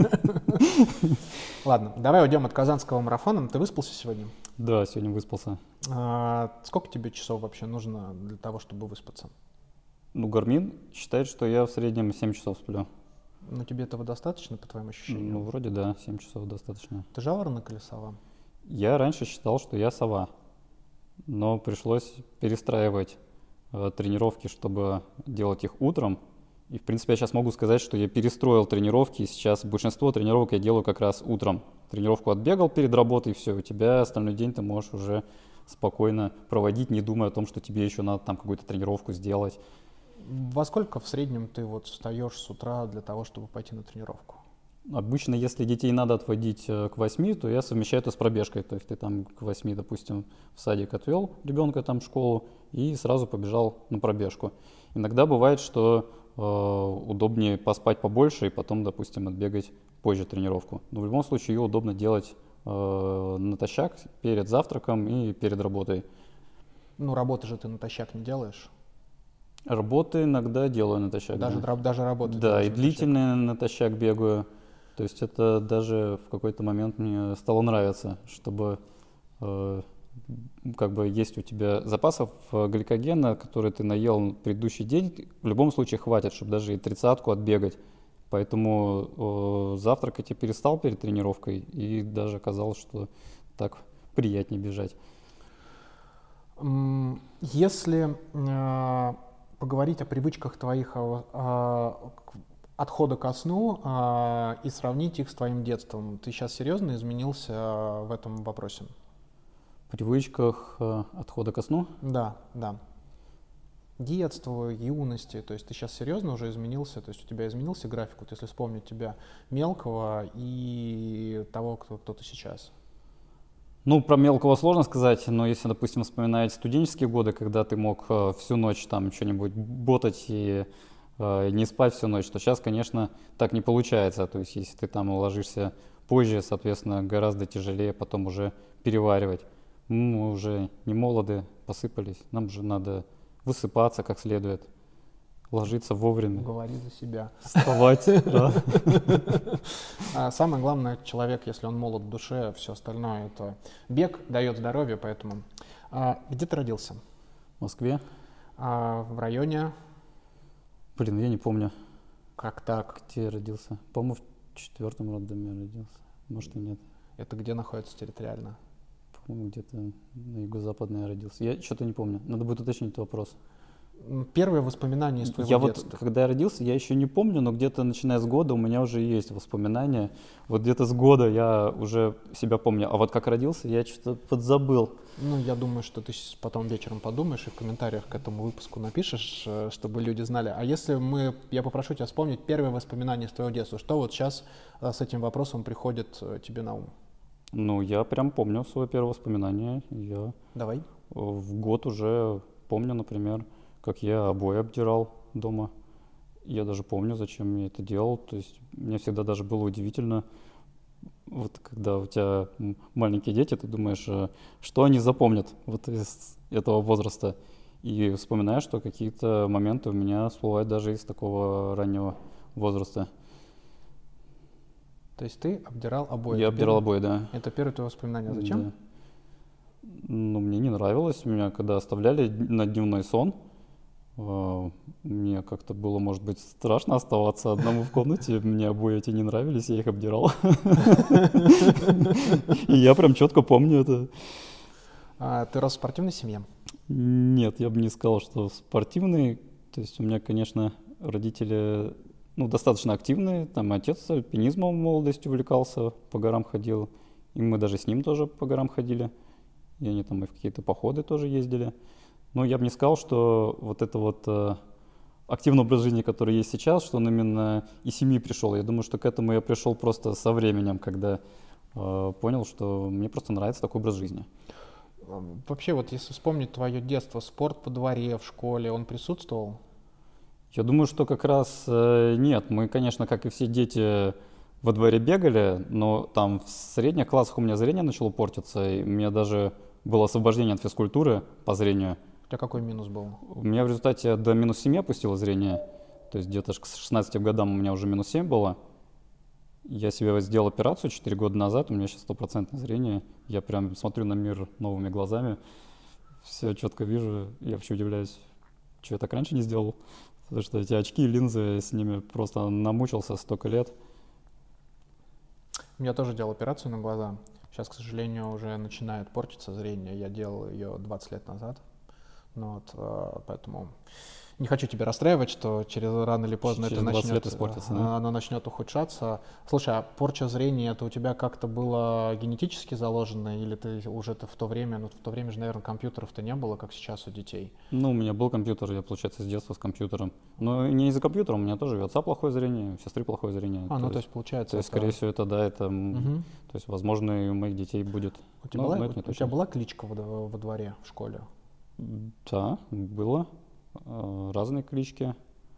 Speaker 3: Ладно, давай уйдем от казанского марафона. Ты выспался сегодня?
Speaker 2: Да, сегодня выспался.
Speaker 3: А, сколько тебе часов вообще нужно для того, чтобы выспаться?
Speaker 2: Ну, Гармин считает, что я в среднем семь часов сплю.
Speaker 3: Ну, тебе этого достаточно, по твоим ощущениям?
Speaker 2: Ну, вроде да, семь часов достаточно.
Speaker 3: Ты жаворонок или сова?
Speaker 2: Я раньше считал, что я сова, но пришлось перестраивать э, тренировки, чтобы делать их утром. И, в принципе, я сейчас могу сказать, что я перестроил тренировки, и сейчас большинство тренировок я делаю как раз утром. Тренировку отбегал перед работой, и все, у тебя остальной день ты можешь уже спокойно проводить, не думая о том, что тебе еще надо там какую-то тренировку сделать.
Speaker 3: Во сколько в среднем ты вот встаешь с утра для того, чтобы пойти на тренировку?
Speaker 2: Обычно, если детей надо отводить к восьми, то я совмещаю это с пробежкой. То есть ты там к восьми, допустим, в садик отвел ребенка там в школу и сразу побежал на пробежку. Иногда бывает, что э, удобнее поспать побольше и потом, допустим, отбегать позже тренировку. Но в любом случае ее удобно делать э, натощак перед завтраком и перед работой.
Speaker 3: Ну, работы же ты натощак не делаешь?
Speaker 2: Работы иногда делаю натощак.
Speaker 3: Даже,
Speaker 2: да.
Speaker 3: даже работы?
Speaker 2: Да, и
Speaker 3: натощак.
Speaker 2: длительные натощак бегаю. То есть это даже в какой-то момент мне стало нравиться, чтобы э, как бы есть у тебя запасов гликогена, который ты наел на предыдущий день, в любом случае хватит, чтобы даже и тридцатку отбегать. Поэтому э, завтракать я перестал перед тренировкой, и даже оказалось, что так приятнее бежать.
Speaker 3: Если э, поговорить о привычках твоих э, отхода ко сну э, и сравнить их с твоим детством, ты сейчас серьезно изменился э, в этом вопросе?
Speaker 2: В привычках э, отхода ко сну?
Speaker 3: Да, да. Детство, юности, то есть ты сейчас серьезно уже изменился, то есть у тебя изменился график, вот если вспомнить тебя мелкого и того, кто, кто ты сейчас?
Speaker 2: Ну, про мелкого сложно сказать, но если, допустим, вспоминать студенческие годы, когда ты мог э, всю ночь там что-нибудь ботать и э, не спать всю ночь, то сейчас, конечно, так не получается. То есть если ты там ложишься позже, соответственно, гораздо тяжелее потом уже переваривать. Мы уже не молоды, посыпались, нам же надо высыпаться как следует, ложиться вовремя.
Speaker 3: Говори за себя.
Speaker 2: Вставать, да.
Speaker 3: Самое главное, человек, если он молод в душе, все остальное это бег дает здоровье, поэтому. Где ты родился?
Speaker 2: В Москве.
Speaker 3: А в районе?
Speaker 2: Блин, я не помню.
Speaker 3: Как так?
Speaker 2: Где я родился? По-моему, в четвертом роддоме я родился. Может и нет.
Speaker 3: Это где находится территориально?
Speaker 2: По-моему, где-то на юго-западной я родился. Я что-то не помню. Надо будет уточнить этот вопрос.
Speaker 3: Первые воспоминания из твоего
Speaker 2: я
Speaker 3: детства?
Speaker 2: Вот, когда я родился, я еще не помню, но где-то начиная с года у меня уже есть воспоминания. Вот где-то с года я уже себя помню. А вот как родился, я что-то подзабыл.
Speaker 3: Ну, я думаю, что ты потом вечером подумаешь и в комментариях к этому выпуску напишешь, чтобы люди знали. А если мы, я попрошу тебя вспомнить первые воспоминания из твоего детства, что вот сейчас с этим вопросом приходит тебе на ум?
Speaker 2: Ну, я прям помню свое первое воспоминание. Я
Speaker 3: Давай.
Speaker 2: В год уже помню, например, как я обои обдирал дома. Я даже помню, зачем я это делал. То есть мне всегда даже было удивительно, вот когда у тебя маленькие дети, ты думаешь, что они запомнят вот из этого возраста. И вспоминаешь, что какие-то моменты у меня всплывают даже из такого раннего возраста.
Speaker 3: То есть ты обдирал обои?
Speaker 2: Я
Speaker 3: это
Speaker 2: обдирал
Speaker 3: первое,
Speaker 2: обои, да.
Speaker 3: Это первое твое воспоминание. Зачем?
Speaker 2: Да. Ну, мне не нравилось. Меня когда оставляли на дневной сон, мне как-то было, может быть, страшно оставаться одному в комнате. Мне обои эти не нравились, я их обдирал. И я прям четко помню это.
Speaker 3: А ты рос в спортивной семье?
Speaker 2: Нет, я бы не сказал, что спортивный. То есть у меня, конечно, родители ну, достаточно активные. Там отец альпинизмом в молодости увлекался, по горам ходил. И мы даже с ним тоже по горам ходили. И они там и в какие-то походы тоже ездили. Но я бы не сказал, что вот это вот э, активный образ жизни, который есть сейчас, что он именно из семьи пришел. Я думаю, что к этому я пришел просто со временем, когда э, понял, что мне просто нравится такой образ жизни.
Speaker 3: Вообще, вот если вспомнить твое детство, спорт по дворе, в школе, он присутствовал?
Speaker 2: Я думаю, что как раз э, нет. Мы, конечно, как и все дети, во дворе бегали, но там в средних классах у меня зрение начало портиться, и у меня даже было освобождение от физкультуры по зрению.
Speaker 3: тебя какой минус был?
Speaker 2: У меня в результате до минус семи опустило зрение. То есть где-то к шестнадцати годам у меня уже минус семь было. Я себе сделал операцию четыре года назад, у меня сейчас стопроцентное зрение. Я прям смотрю на мир новыми глазами, все четко вижу. Я вообще удивляюсь, что я так раньше не сделал. Потому что эти очки и линзы, с ними просто намучился столько лет.
Speaker 3: Я тоже делал операцию на глаза. Сейчас, к сожалению, уже начинает портиться зрение. Я делал ее двадцать лет назад. Ну вот, поэтому не хочу тебя расстраивать, что через рано или поздно
Speaker 2: через
Speaker 3: это начнет,
Speaker 2: испортится, да?
Speaker 3: оно начнет ухудшаться. Слушай, а порча зрения, это у тебя как-то было генетически заложено, или ты уже ты в то время, ну в то время же, наверное, компьютеров-то не было, как сейчас у детей?
Speaker 2: Ну, у меня был компьютер, я, получается, с детства с компьютером. Но не из-за компьютера, у меня тоже у отца плохое зрение, у сестры плохое зрение.
Speaker 3: А,
Speaker 2: то
Speaker 3: ну
Speaker 2: есть,
Speaker 3: то есть получается...
Speaker 2: То есть,
Speaker 3: это...
Speaker 2: скорее всего, это, да, это...
Speaker 3: Угу.
Speaker 2: То есть, возможно, и у моих детей будет...
Speaker 3: У тебя,
Speaker 2: ну,
Speaker 3: была,
Speaker 2: но это не
Speaker 3: у
Speaker 2: точно.
Speaker 3: тебя была кличка во, во дворе, в школе?
Speaker 2: Да, было. Разные клички.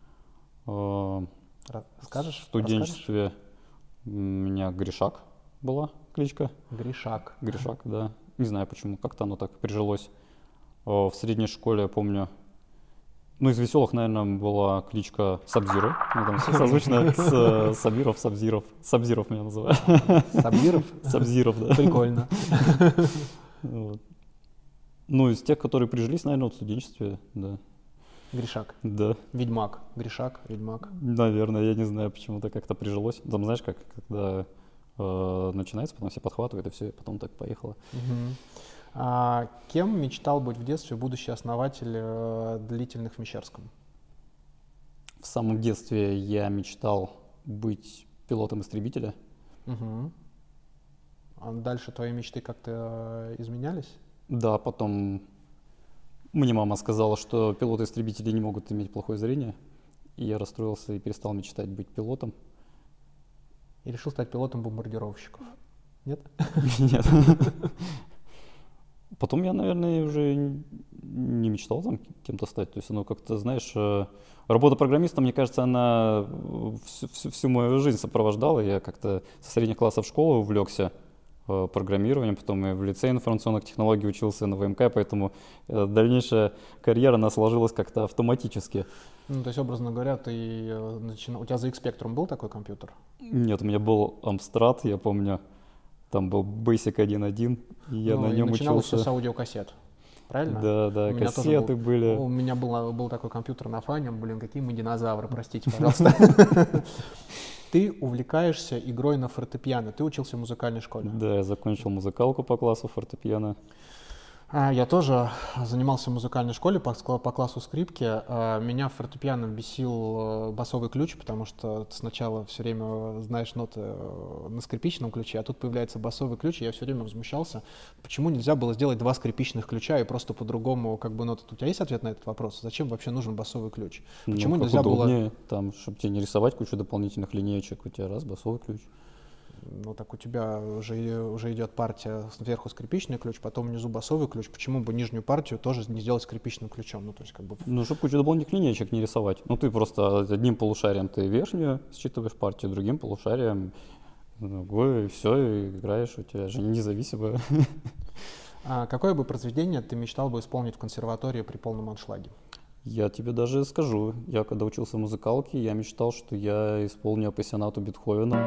Speaker 3: Скажешь?
Speaker 2: В студенчестве у меня Гришак была кличка.
Speaker 3: Гришак.
Speaker 2: Гришак, да. Не знаю почему, как-то оно так прижилось. В средней школе, я помню, ну, из веселых, наверное, была кличка Сабзиро. Ну, там созвучно с Сабиров, Сабзиров. Сабзиров меня называют.
Speaker 3: Сабзиров?
Speaker 2: Сабзиров, да.
Speaker 3: Прикольно.
Speaker 2: Вот. Ну, из тех, которые прижились, наверное, в студенчестве, да.
Speaker 3: Гришак?
Speaker 2: Да.
Speaker 3: Ведьмак? Гришак? Ведьмак?
Speaker 2: Наверное, я не знаю, почему-то как-то прижилось. Там, знаешь, как когда э, начинается, потом все подхватывают, и все, и потом так поехало.
Speaker 3: Угу. А кем мечтал быть в детстве будущий основатель э, длительных в Мещерском?
Speaker 2: В самом детстве я мечтал быть пилотом истребителя.
Speaker 3: Угу. А дальше твои мечты как-то э, изменялись?
Speaker 2: Да, потом мне мама сказала, что пилоты-истребители не могут иметь плохое зрение. И я расстроился и перестал мечтать быть пилотом.
Speaker 3: И решил стать пилотом бомбардировщиков. Нет?
Speaker 2: Нет. Потом я, наверное, уже не мечтал там кем-то стать. То есть, оно как-то, знаешь, работа программиста, мне кажется, она всю, всю, всю мою жизнь сопровождала. Я как-то со средних классов школы увлекся программированием, потом и в лицее информационных технологий учился на ВМК, поэтому дальнейшая карьера, она сложилась как-то автоматически.
Speaker 3: Ну, то есть, образно говоря, ты начинал... У тебя за X-Spectrum был такой компьютер?
Speaker 2: Нет, у меня был Amstrad, я помню, там был Basic один точка один, и я
Speaker 3: ну,
Speaker 2: на нем
Speaker 3: и начиналось
Speaker 2: учился.
Speaker 3: все с аудиокассет, правильно?
Speaker 2: Да, да,
Speaker 3: у
Speaker 2: кассеты
Speaker 3: был,
Speaker 2: были.
Speaker 3: У меня был, был такой компьютер на фане, блин, какие мы динозавры, простите, пожалуйста. Ты увлекаешься игрой на фортепиано, ты учился в музыкальной школе?
Speaker 2: Да, я закончил музыкалку по классу фортепиано.
Speaker 3: А, я тоже занимался в музыкальной школе по, по классу скрипки. А, меня в фортепиано бесил басовый ключ, потому что ты сначала все время знаешь ноты на скрипичном ключе, а тут появляется басовый ключ, и я все время возмущался, почему нельзя было сделать два скрипичных ключа и просто по-другому как бы ноты. У тебя есть ответ на этот вопрос? Зачем вообще нужен басовый ключ? Почему
Speaker 2: ну,
Speaker 3: нельзя
Speaker 2: удобнее,
Speaker 3: было...
Speaker 2: там, чтобы тебе не рисовать кучу дополнительных линеечек, у тебя раз, басовый ключ.
Speaker 3: Ну так у тебя уже, уже идет партия сверху скрипичный ключ, потом внизу басовый ключ. Почему бы нижнюю партию тоже не сделать скрипичным ключом? Ну, то есть, как бы...
Speaker 2: ну чтобы кучу дополнительных линеечек не рисовать. Ну ты просто одним полушарием ты верхнюю считываешь партию, другим полушарием другой, и все, и играешь, у тебя же независимо.
Speaker 3: А какое бы произведение ты мечтал бы исполнить в консерватории при полном аншлаге?
Speaker 2: Я тебе даже скажу. Я когда учился в музыкалке, я мечтал, что я исполню апассионату Бетховена.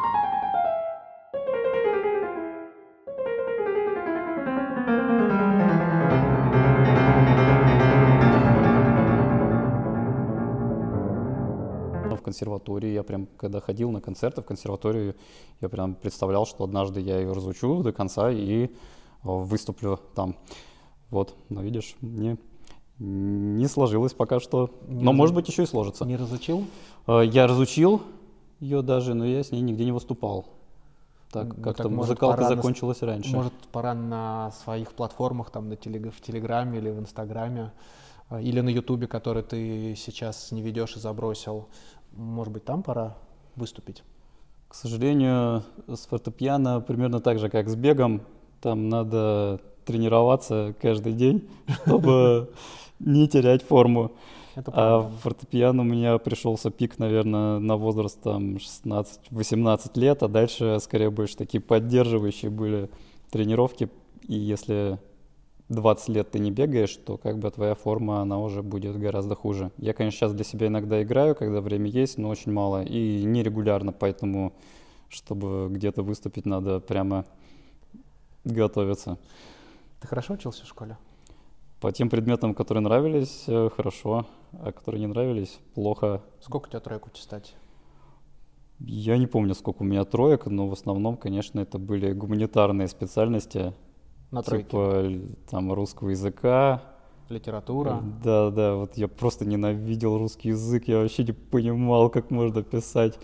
Speaker 2: В консерватории я прям, когда ходил на концерты в консерваторию, я прям представлял, что однажды я ее разучу до конца и выступлю там. Вот, но видишь, не, не сложилось пока что,
Speaker 3: не
Speaker 2: но
Speaker 3: раз...
Speaker 2: может быть еще и сложится.
Speaker 3: Не разучил?
Speaker 2: Я разучил ее даже, но я с ней нигде не выступал. Так
Speaker 3: ну,
Speaker 2: как-то
Speaker 3: так,
Speaker 2: музыкалка
Speaker 3: может,
Speaker 2: закончилась
Speaker 3: на...
Speaker 2: раньше.
Speaker 3: Может, пора на своих платформах, там, на телег... в Телеграме или в Инстаграме, или на Ютубе, который ты сейчас не ведешь и забросил. Может быть, там пора выступить?
Speaker 2: К сожалению, с фортепиано примерно так же, как с бегом. Там надо тренироваться каждый день, чтобы не терять форму. А в фортепиано у меня пришелся пик, наверное, на возраст там шестнадцать-восемнадцать лет, а дальше скорее больше такие поддерживающие были тренировки. И если двадцать лет ты не бегаешь, то как бы твоя форма, она уже будет гораздо хуже. Я, конечно, сейчас для себя иногда играю, когда время есть, но очень мало и нерегулярно, поэтому, чтобы где-то выступить, надо прямо готовиться.
Speaker 3: Ты хорошо учился в школе?
Speaker 2: По тем предметам, которые нравились, хорошо, а которые не нравились, плохо.
Speaker 3: Сколько у тебя троек в аттестате?
Speaker 2: Я не помню, сколько у меня троек, но в основном, конечно, это были гуманитарные специальности.
Speaker 3: На тройке?
Speaker 2: Типа там русского языка.
Speaker 3: Литература?
Speaker 2: Да, да, вот я просто ненавидел русский язык, я вообще не понимал, как можно писать.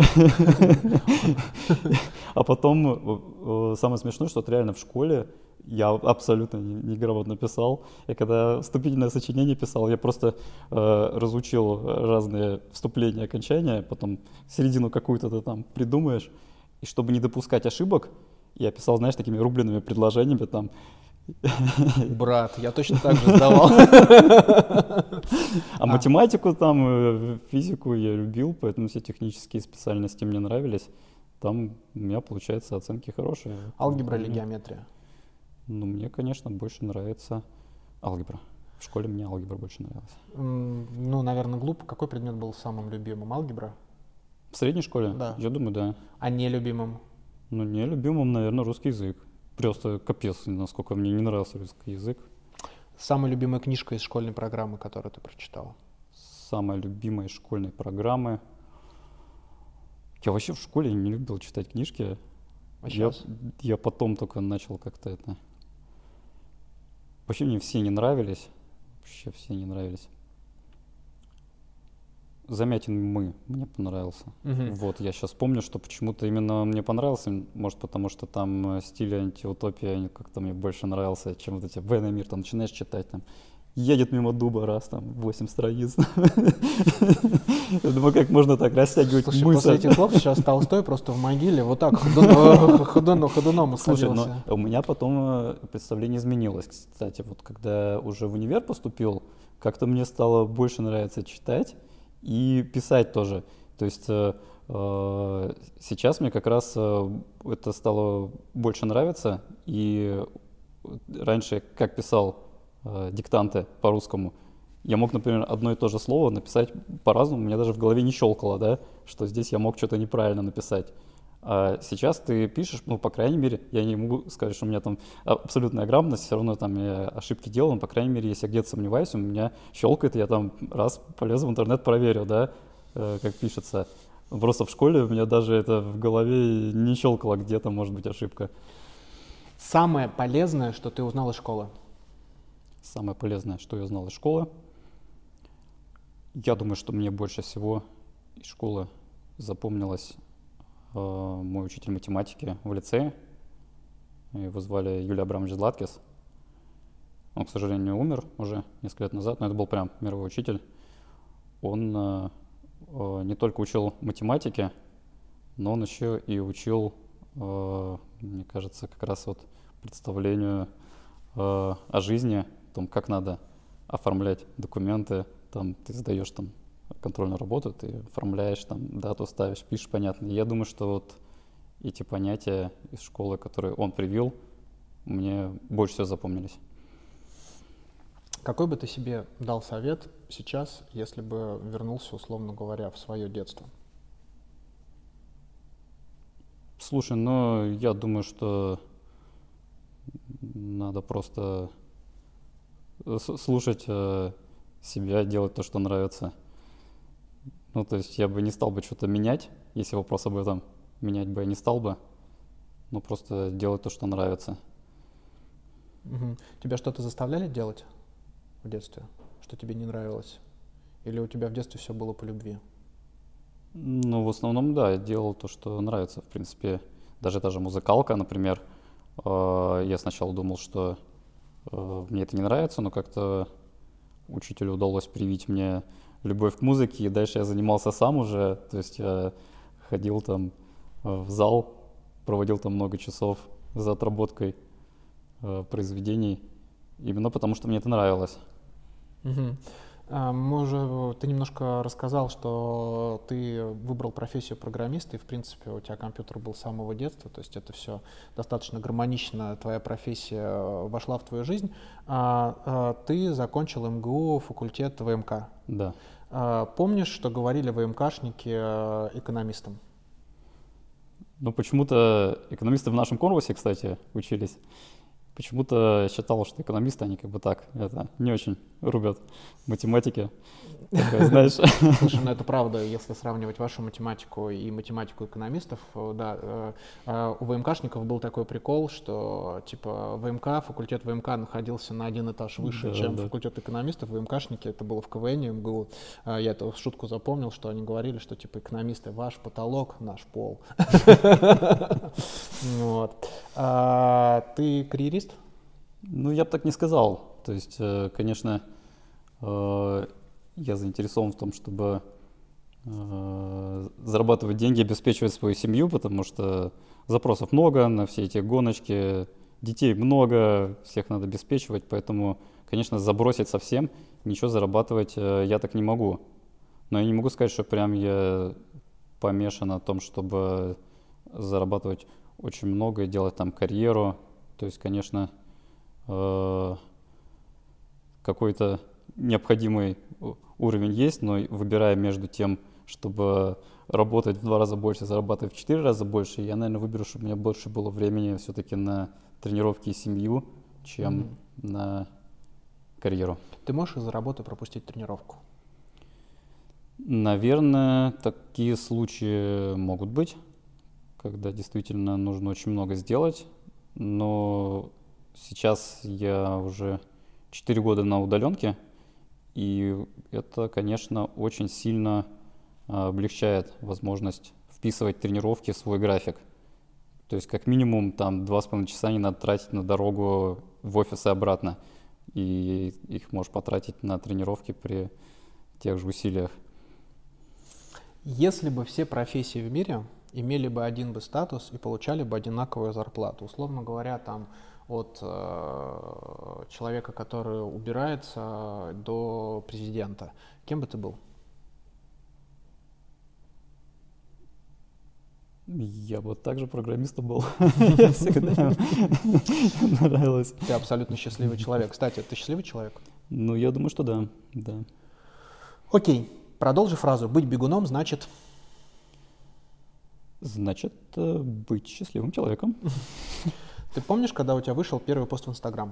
Speaker 2: А потом, самое смешное, что реально в школе я абсолютно неграмотно писал. Я когда вступительное сочинение писал, я просто э, разучил разные вступления, окончания, потом середину какую-то ты там придумаешь. И чтобы не допускать ошибок, я писал, знаешь, такими рубленными предложениями там.
Speaker 3: Брат, я точно так же сдавал.
Speaker 2: А математику там, физику я любил, поэтому все технические специальности мне нравились. Там у меня, получается, оценки хорошие.
Speaker 3: Алгебра или геометрия?
Speaker 2: Ну, мне, конечно, больше нравится алгебра. В школе мне алгебра больше нравилась.
Speaker 3: Ну, наверное, глупо. Какой предмет был самым любимым? Алгебра?
Speaker 2: В средней школе?
Speaker 3: Да.
Speaker 2: Я думаю, да.
Speaker 3: А нелюбимым?
Speaker 2: Ну, нелюбимым, наверное, русский язык. Просто капец, насколько мне не нравился русский язык.
Speaker 3: Самая любимая книжка из школьной программы, которую ты прочитал?
Speaker 2: Самая любимая из школьной программы? Я вообще в школе не любил читать книжки.
Speaker 3: А
Speaker 2: я,
Speaker 3: сейчас?
Speaker 2: я потом только начал как-то это... Вообще мне все не нравились. Вообще все не нравились. Замятин «Мы» мне понравился.
Speaker 3: Угу.
Speaker 2: Вот, я сейчас помню, что почему-то именно он мне понравился. Может, потому что там стиль антиутопия как-то мне больше нравился, чем вот эти «Война и мир». Там начинаешь читать, там едет мимо дуба раз, там восемь страниц. Я думаю, как можно так растягивать мысль.
Speaker 3: После этих слов сейчас Толстой просто в могиле вот так ходуном
Speaker 2: Слушай, но у меня потом представление изменилось. Кстати, вот когда уже в универ поступил, как-то мне стало больше нравиться читать и писать тоже. То есть э, э, сейчас мне как раз э, это стало больше нравиться. И раньше я как писал э, диктанты по-русскому, я мог, например, одно и то же слово написать по-разному, у меня даже в голове не щелкало, да, что здесь я мог что-то неправильно написать. А сейчас ты пишешь, ну, по крайней мере, я не могу сказать, что у меня там абсолютная грамотность, все равно там я ошибки делал, но, по крайней мере, если я где-то сомневаюсь, у меня щелкает, я там раз полез в интернет, проверил, да, э, как пишется. Просто в школе у меня даже это в голове не щелкало, где-то может быть ошибка.
Speaker 3: Самое полезное, что ты узнал из школы?
Speaker 2: Самое полезное, что я узнал из школы? Я думаю, что мне больше всего из школы запомнилось мой учитель математики в лицее. Его звали Юлий Абрамович Златкис. Он, к сожалению, умер уже несколько лет назад, но это был прям мировой учитель. Он э, э, не только учил математике, но он еще и учил, э, мне кажется, как раз вот представлению э, о жизни, о том, как надо оформлять документы. Там ты сдаешь там контрольную работу, ты оформляешь, там, дату ставишь, пишешь, понятно. И я думаю, что вот эти понятия из школы, которые он привил, мне больше всего запомнились.
Speaker 3: Какой бы ты себе дал совет сейчас, если бы вернулся, условно говоря, в свое детство?
Speaker 2: Слушай, ну, я думаю, что надо просто слушать себя, делать то, что нравится. Ну, то есть я бы не стал бы что-то менять, если вопрос об этом, менять бы я не стал бы, но просто делать то, что нравится.
Speaker 3: Угу. Тебя что-то заставляли делать в детстве, что тебе не нравилось? Или у тебя в детстве все было по любви?
Speaker 2: Ну, в основном, да, я делал то, что нравится, в принципе. Даже та же музыкалка, например, э, я сначала думал, что э, мне это не нравится, но как-то учителю удалось привить мне любовь к музыке, и дальше я занимался сам уже, то есть я ходил там в зал, проводил там много часов за отработкой э, произведений, именно потому что мне это нравилось.
Speaker 3: Угу. Мы уже, ты немножко рассказал, что ты выбрал профессию программиста, и, в принципе, у тебя компьютер был с самого детства, то есть это все достаточно гармонично, твоя профессия вошла в твою жизнь. Ты закончил эм гэ у, факультет вэ эм ка.
Speaker 2: Да.
Speaker 3: Помнишь, что говорили вэ эм кашники экономистам?
Speaker 2: Ну, почему-то экономисты в нашем конкурсе, кстати, учились. Почему-то считал, что экономисты, они как бы так, это, не очень рубят математики. Такое, знаешь.
Speaker 3: Слушай, ну это правда, если сравнивать вашу математику и математику экономистов, да, у вэ эм кашников был такой прикол, что типа вэ эм ка, факультет вэ эм ка находился на один этаж выше, да, чем да. факультет экономистов. вэ эм кашники, это было в ка вэ эн, эм гэ у. Я эту шутку запомнил, что они говорили, что типа экономисты, ваш потолок, наш пол. Ты карьерист?
Speaker 2: Ну, я бы так не сказал. То есть, конечно, я заинтересован в том, чтобы зарабатывать деньги, обеспечивать свою семью, потому что запросов много на все эти гоночки, детей много, всех надо обеспечивать, поэтому, конечно, забросить совсем, ничего зарабатывать я так не могу. Но я не могу сказать, что прям я помешан на том, чтобы зарабатывать очень много и делать там карьеру. То есть, конечно, какой-то необходимый уровень есть, но выбирая между тем, чтобы работать в два раза больше, зарабатывать в четыре раза больше, я, наверное, выберу, чтобы у меня больше было времени все-таки на тренировки и семью, чем mm-hmm. на карьеру.
Speaker 3: Ты можешь из-за работы пропустить тренировку?
Speaker 2: Наверное, такие случаи могут быть, когда действительно нужно очень много сделать, но сейчас я уже четыре года на удаленке, и это, конечно, очень сильно облегчает возможность вписывать тренировки в свой график. То есть как минимум там два с половиной часа не надо тратить на дорогу в офис и обратно, и их можешь потратить на тренировки при тех же усилиях.
Speaker 3: Если бы все профессии в мире имели бы один бы статус и получали бы одинаковую зарплату, условно говоря, там от э, человека, который убирается, до президента, кем бы ты был?
Speaker 2: Я бы также программистом был. Я всегда нравилось.
Speaker 3: Ты абсолютно счастливый человек. Кстати, ты счастливый человек?
Speaker 2: Ну, я думаю, что да. да.
Speaker 3: Окей. Продолжи фразу. Быть бегуном значит...
Speaker 2: Значит, быть счастливым человеком.
Speaker 3: Ты помнишь, когда у тебя вышел первый пост в Инстаграм?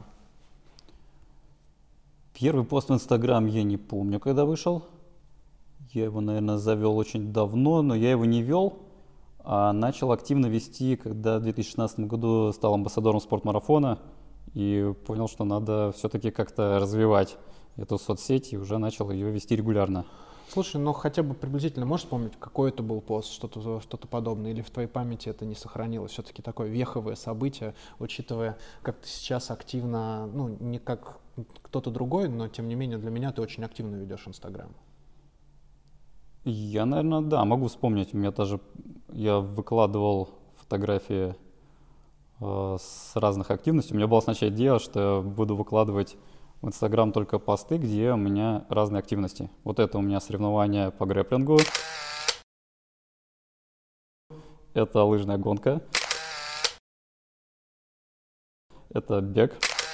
Speaker 2: Первый пост в Инстаграм я не помню, когда вышел. Я его, наверное, завел очень давно, но я его не вел, а начал активно вести, когда в две тысячи шестнадцатом году стал амбассадором спортмарафона и понял, что надо все-таки как-то развивать эту соцсеть, и уже начал ее вести регулярно.
Speaker 3: Слушай, ну хотя бы приблизительно можешь вспомнить, какой это был пост, что-то, что-то подобное, или в твоей памяти это не сохранилось? Все-таки такое веховое событие, учитывая, как ты сейчас активно, ну не как кто-то другой, но тем не менее для меня ты очень активно ведешь Инстаграм.
Speaker 2: Я, наверное, да, могу вспомнить. У меня даже, я выкладывал фотографии э, с разных активностей. У меня была сначала идея, что я буду выкладывать в Инстаграм только посты, где у меня разные активности. Вот это у меня соревнования по грэпплингу. Это лыжная гонка. Это бег.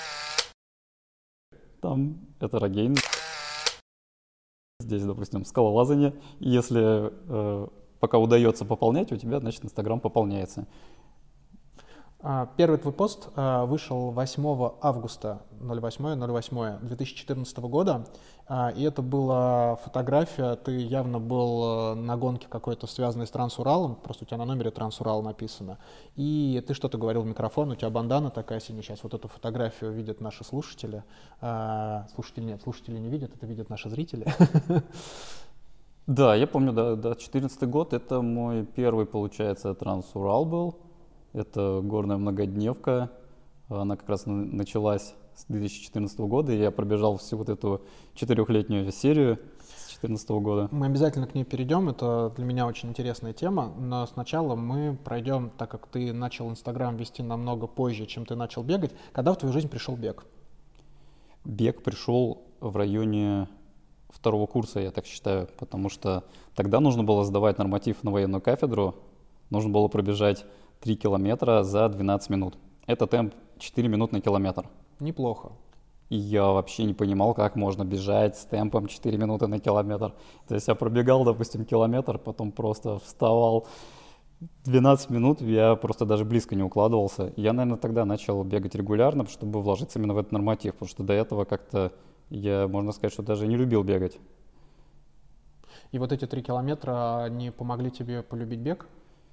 Speaker 2: Там это рогейн. Здесь, допустим, скалолазание. Если э, пока удается пополнять, у тебя, значит, Инстаграм пополняется.
Speaker 3: Первый твой пост вышел восьмого августа ноль восьмое ноль восьмое две тысячи четырнадцатого года, и это была фотография, ты явно был на гонке какой-то, связанной с Трансуралом, просто у тебя на номере Трансурал написано, и ты что-то говорил в микрофон, у тебя бандана такая синяя, сейчас вот эту фотографию видят наши слушатели, слушатели нет, слушатели не видят, это видят наши зрители.
Speaker 2: Да, я помню, да, да, четырнадцатый год, это мой первый, получается, Трансурал был. Это горная многодневка, она как раз началась с две тысячи четырнадцатого года, и я пробежал всю вот эту четырехлетнюю серию с две тысячи четырнадцатого года.
Speaker 3: Мы обязательно к ней перейдем, это для меня очень интересная тема, но сначала мы пройдем, так как ты начал Инстаграм вести намного позже, чем ты начал бегать, когда в твою жизнь пришел бег?
Speaker 2: Бег пришел в районе второго курса, я так считаю, потому что тогда нужно было сдавать норматив на военную кафедру, нужно было пробежать три километра за двенадцать минут. Это темп четыре минуты на километр.
Speaker 3: Неплохо.
Speaker 2: И я вообще не понимал, как можно бежать с темпом четыре минуты на километр. То есть я пробегал, допустим, километр, потом просто вставал двенадцать минут, я просто даже близко не укладывался. Я, наверное, тогда начал бегать регулярно, чтобы вложиться именно в этот норматив, потому что до этого как-то я, можно сказать, что даже не любил бегать.
Speaker 3: И вот эти три километра, они помогли тебе полюбить бег?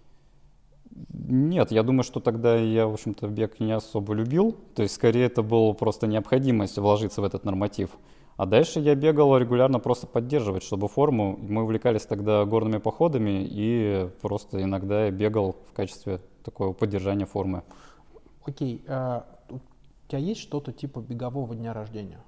Speaker 2: Нет, я думаю, что тогда я, в общем-то, бег не особо любил. То есть, скорее, это была просто необходимость вложиться в этот норматив. А дальше я бегал регулярно просто поддерживать, чтобы форму. Мы увлекались тогда горными походами, и просто иногда я бегал в качестве такого поддержания формы.
Speaker 3: Окей, а у тебя есть что-то типа бегового дня рождения?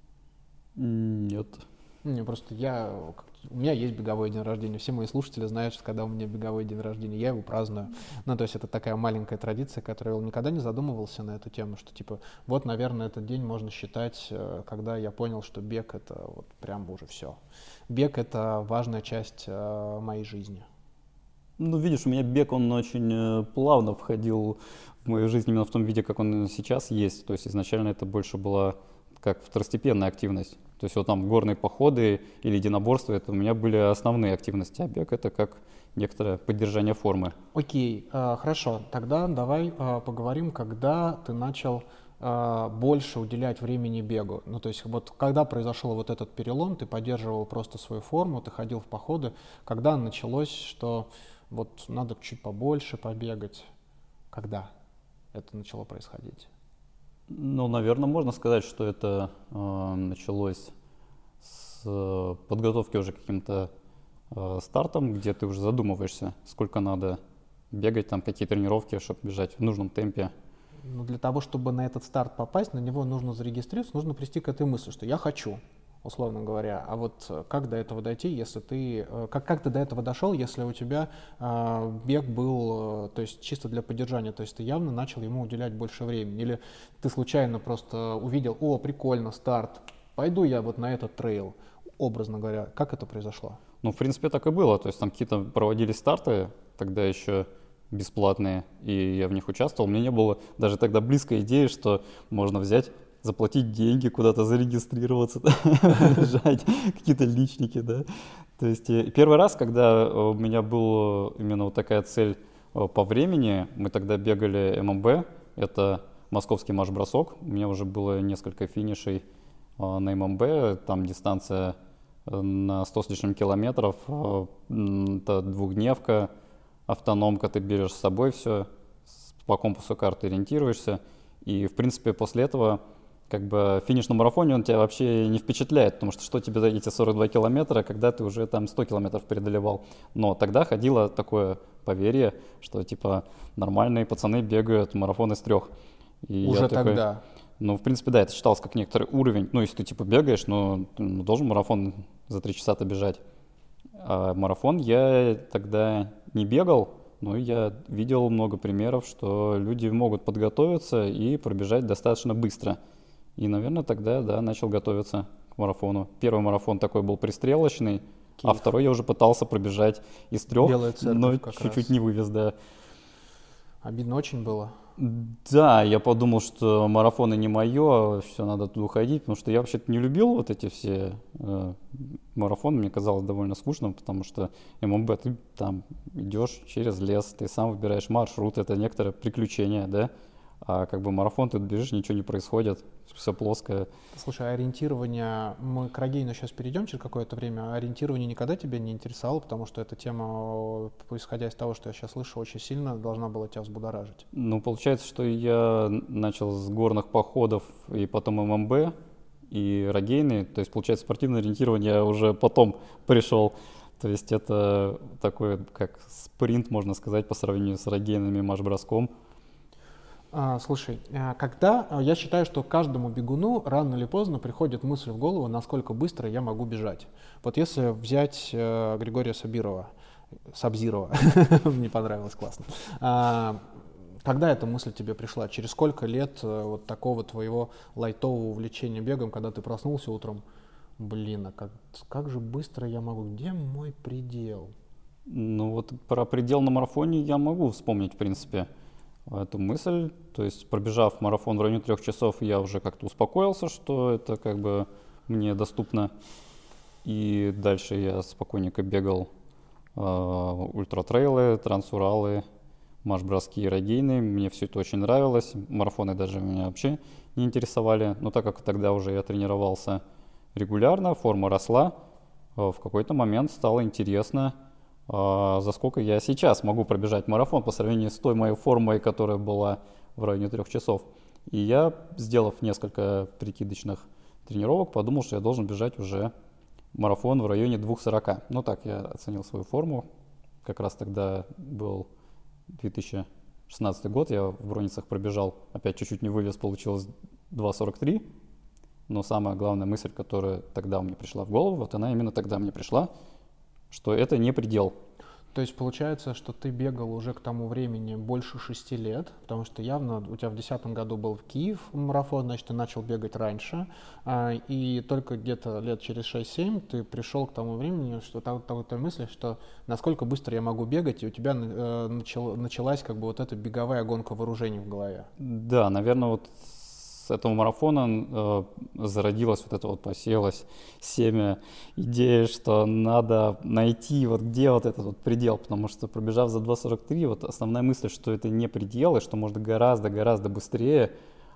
Speaker 2: Нет.
Speaker 3: Не, просто я, у меня есть беговой день рождения. Все мои слушатели знают, что когда у меня беговой день рождения, я его праздную. Ну, то есть это такая маленькая традиция, которую я никогда не задумывался на эту тему, что типа вот, наверное, этот день можно считать, когда я понял, что бег — это вот прям уже все. Бег — это важная часть э, моей жизни.
Speaker 2: Ну, видишь, у меня бег, он очень плавно входил в мою жизнь именно в том виде, как он сейчас есть. То есть изначально это больше была как второстепенная активность. То есть вот там горные походы или единоборства, это у меня были основные активности, а бег — это как некоторое поддержание формы.
Speaker 3: Окей, э, хорошо, тогда давай э, поговорим, когда ты начал э, больше уделять времени бегу. Ну, то есть вот когда произошел вот этот перелом, ты поддерживал просто свою форму, ты ходил в походы, когда началось, что вот надо чуть побольше побегать, когда это начало происходить?
Speaker 2: Ну, наверное, можно сказать, что это э, началось с э, подготовки уже к каким-то э, стартам, где ты уже задумываешься, сколько надо бегать, там, какие тренировки, чтобы бежать в нужном темпе.
Speaker 3: Ну, для того, чтобы на этот старт попасть, на него нужно зарегистрироваться, нужно прийти к этой мысли, что я хочу, условно говоря. А вот как до этого дойти, если ты, как, как ты до этого дошел, если у тебя э, бег был, э, то есть чисто для поддержания, то есть ты явно начал ему уделять больше времени, или ты случайно просто увидел, о, прикольно, старт, пойду я вот на этот трейл, образно говоря, как это произошло?
Speaker 2: Ну, в принципе, так и было, то есть там какие-то проводились старты, тогда еще бесплатные, и я в них участвовал. У меня не было даже тогда близкой идеи, что можно взять, заплатить деньги, куда-то зарегистрироваться, бежать, какие-то личники, да. То есть первый раз, когда у меня была именно вот такая цель по времени, мы тогда бегали эм эм бэ, это московский марш-бросок, у меня уже было несколько финишей на эм эм бэ, там дистанция на сто с лишним километров, это двухдневка, автономка, ты берешь с собой все, по компасу карты ориентируешься, и в принципе после этого как бы финиш на марафоне, он тебя вообще не впечатляет, потому что что тебе эти сорок два километра, когда ты уже там сто километров преодолевал. Но тогда ходило такое поверье, что типа нормальные пацаны бегают марафон из трех. И
Speaker 3: уже
Speaker 2: я такой,
Speaker 3: тогда?
Speaker 2: Ну, в принципе, да, это считалось как некоторый уровень. Ну, если ты типа бегаешь, ну, ну должен марафон за три часа-то бежать. А марафон я тогда не бегал, но я видел много примеров, что люди могут подготовиться и пробежать достаточно быстро. И, наверное, тогда, да, начал готовиться к марафону. Первый марафон такой был пристрелочный, Киев. А второй я уже пытался пробежать из трех, но чуть-чуть не вывез, да.
Speaker 3: Обидно очень было?
Speaker 2: Да, я подумал, что марафоны не мое, все, надо оттуда уходить, потому что я вообще-то не любил вот эти все э, марафоны, мне казалось довольно скучным, потому что эм эм бэ, ты там идешь через лес, ты сам выбираешь маршрут, это некоторое приключение, да. А как бы марафон, ты бежишь, ничего не происходит, все плоское.
Speaker 3: Слушай, а ориентирование, мы к Рогейну сейчас перейдем через какое-то время, а ориентирование никогда тебя не интересовало, потому что эта тема, исходя из того, что я сейчас слышу, очень сильно должна была тебя взбудоражить?
Speaker 2: Ну, получается, что я начал с горных походов и потом эм эм бэ и Рогейны, то есть, получается, спортивное ориентирование уже потом пришел. То есть это такой, как спринт, можно сказать, по сравнению с Рогейнами и марш-броском.
Speaker 3: А, слушай, когда я считаю, что каждому бегуну рано или поздно приходит мысль в голову, насколько быстро я могу бежать. Вот если взять э, Григория Сабирова, Сабзирова, мне понравилось, классно. А, когда эта мысль тебе пришла? Через сколько лет вот такого твоего лайтового увлечения бегом, когда ты проснулся утром, Блин, а как, как же быстро я могу? Где мой предел?
Speaker 2: Ну вот про предел на марафоне я могу вспомнить, в принципе, эту мысль. То есть пробежав марафон в районе трех часов, я уже как-то успокоился, что это как бы мне доступно. И дальше я спокойненько бегал э, ультратрейлы, трансуралы, марш-броски и рогейны. Мне все это очень нравилось. Марафоны даже меня вообще не интересовали. Но так как тогда уже я тренировался регулярно, форма росла, э, в какой-то момент стало интересно, э, за сколько я сейчас могу пробежать марафон по сравнению с той моей формой, которая была в районе трех часов. И я, сделав несколько прикидочных тренировок, подумал, что я должен бежать уже марафон в районе двух сорока. Ну так я оценил свою форму. Как раз тогда был две тысячи шестнадцатый год, я в Броницах пробежал, опять чуть-чуть не вылез, получилось два сорок три. Но самая главная мысль, которая тогда мне пришла в голову, вот она именно тогда мне пришла, что это не предел.
Speaker 3: То есть получается, что ты бегал уже к тому времени больше шести лет, потому что явно у тебя в десятом году был в Киев марафон, значит, ты начал бегать раньше, и только где-то лет через шесть-семь ты пришел к тому времени, что той, той мысли, что насколько быстро я могу бегать, и у тебя начал, началась как бы вот эта беговая гонка вооружений в голове.
Speaker 2: Да, наверное, вот с этого марафона э, зародилась вот это вот, посеялось семя идеи, что надо найти вот где вот этот вот предел, потому что пробежав за два сорок три, вот основная мысль, что это не предел, и что можно гораздо-гораздо быстрее,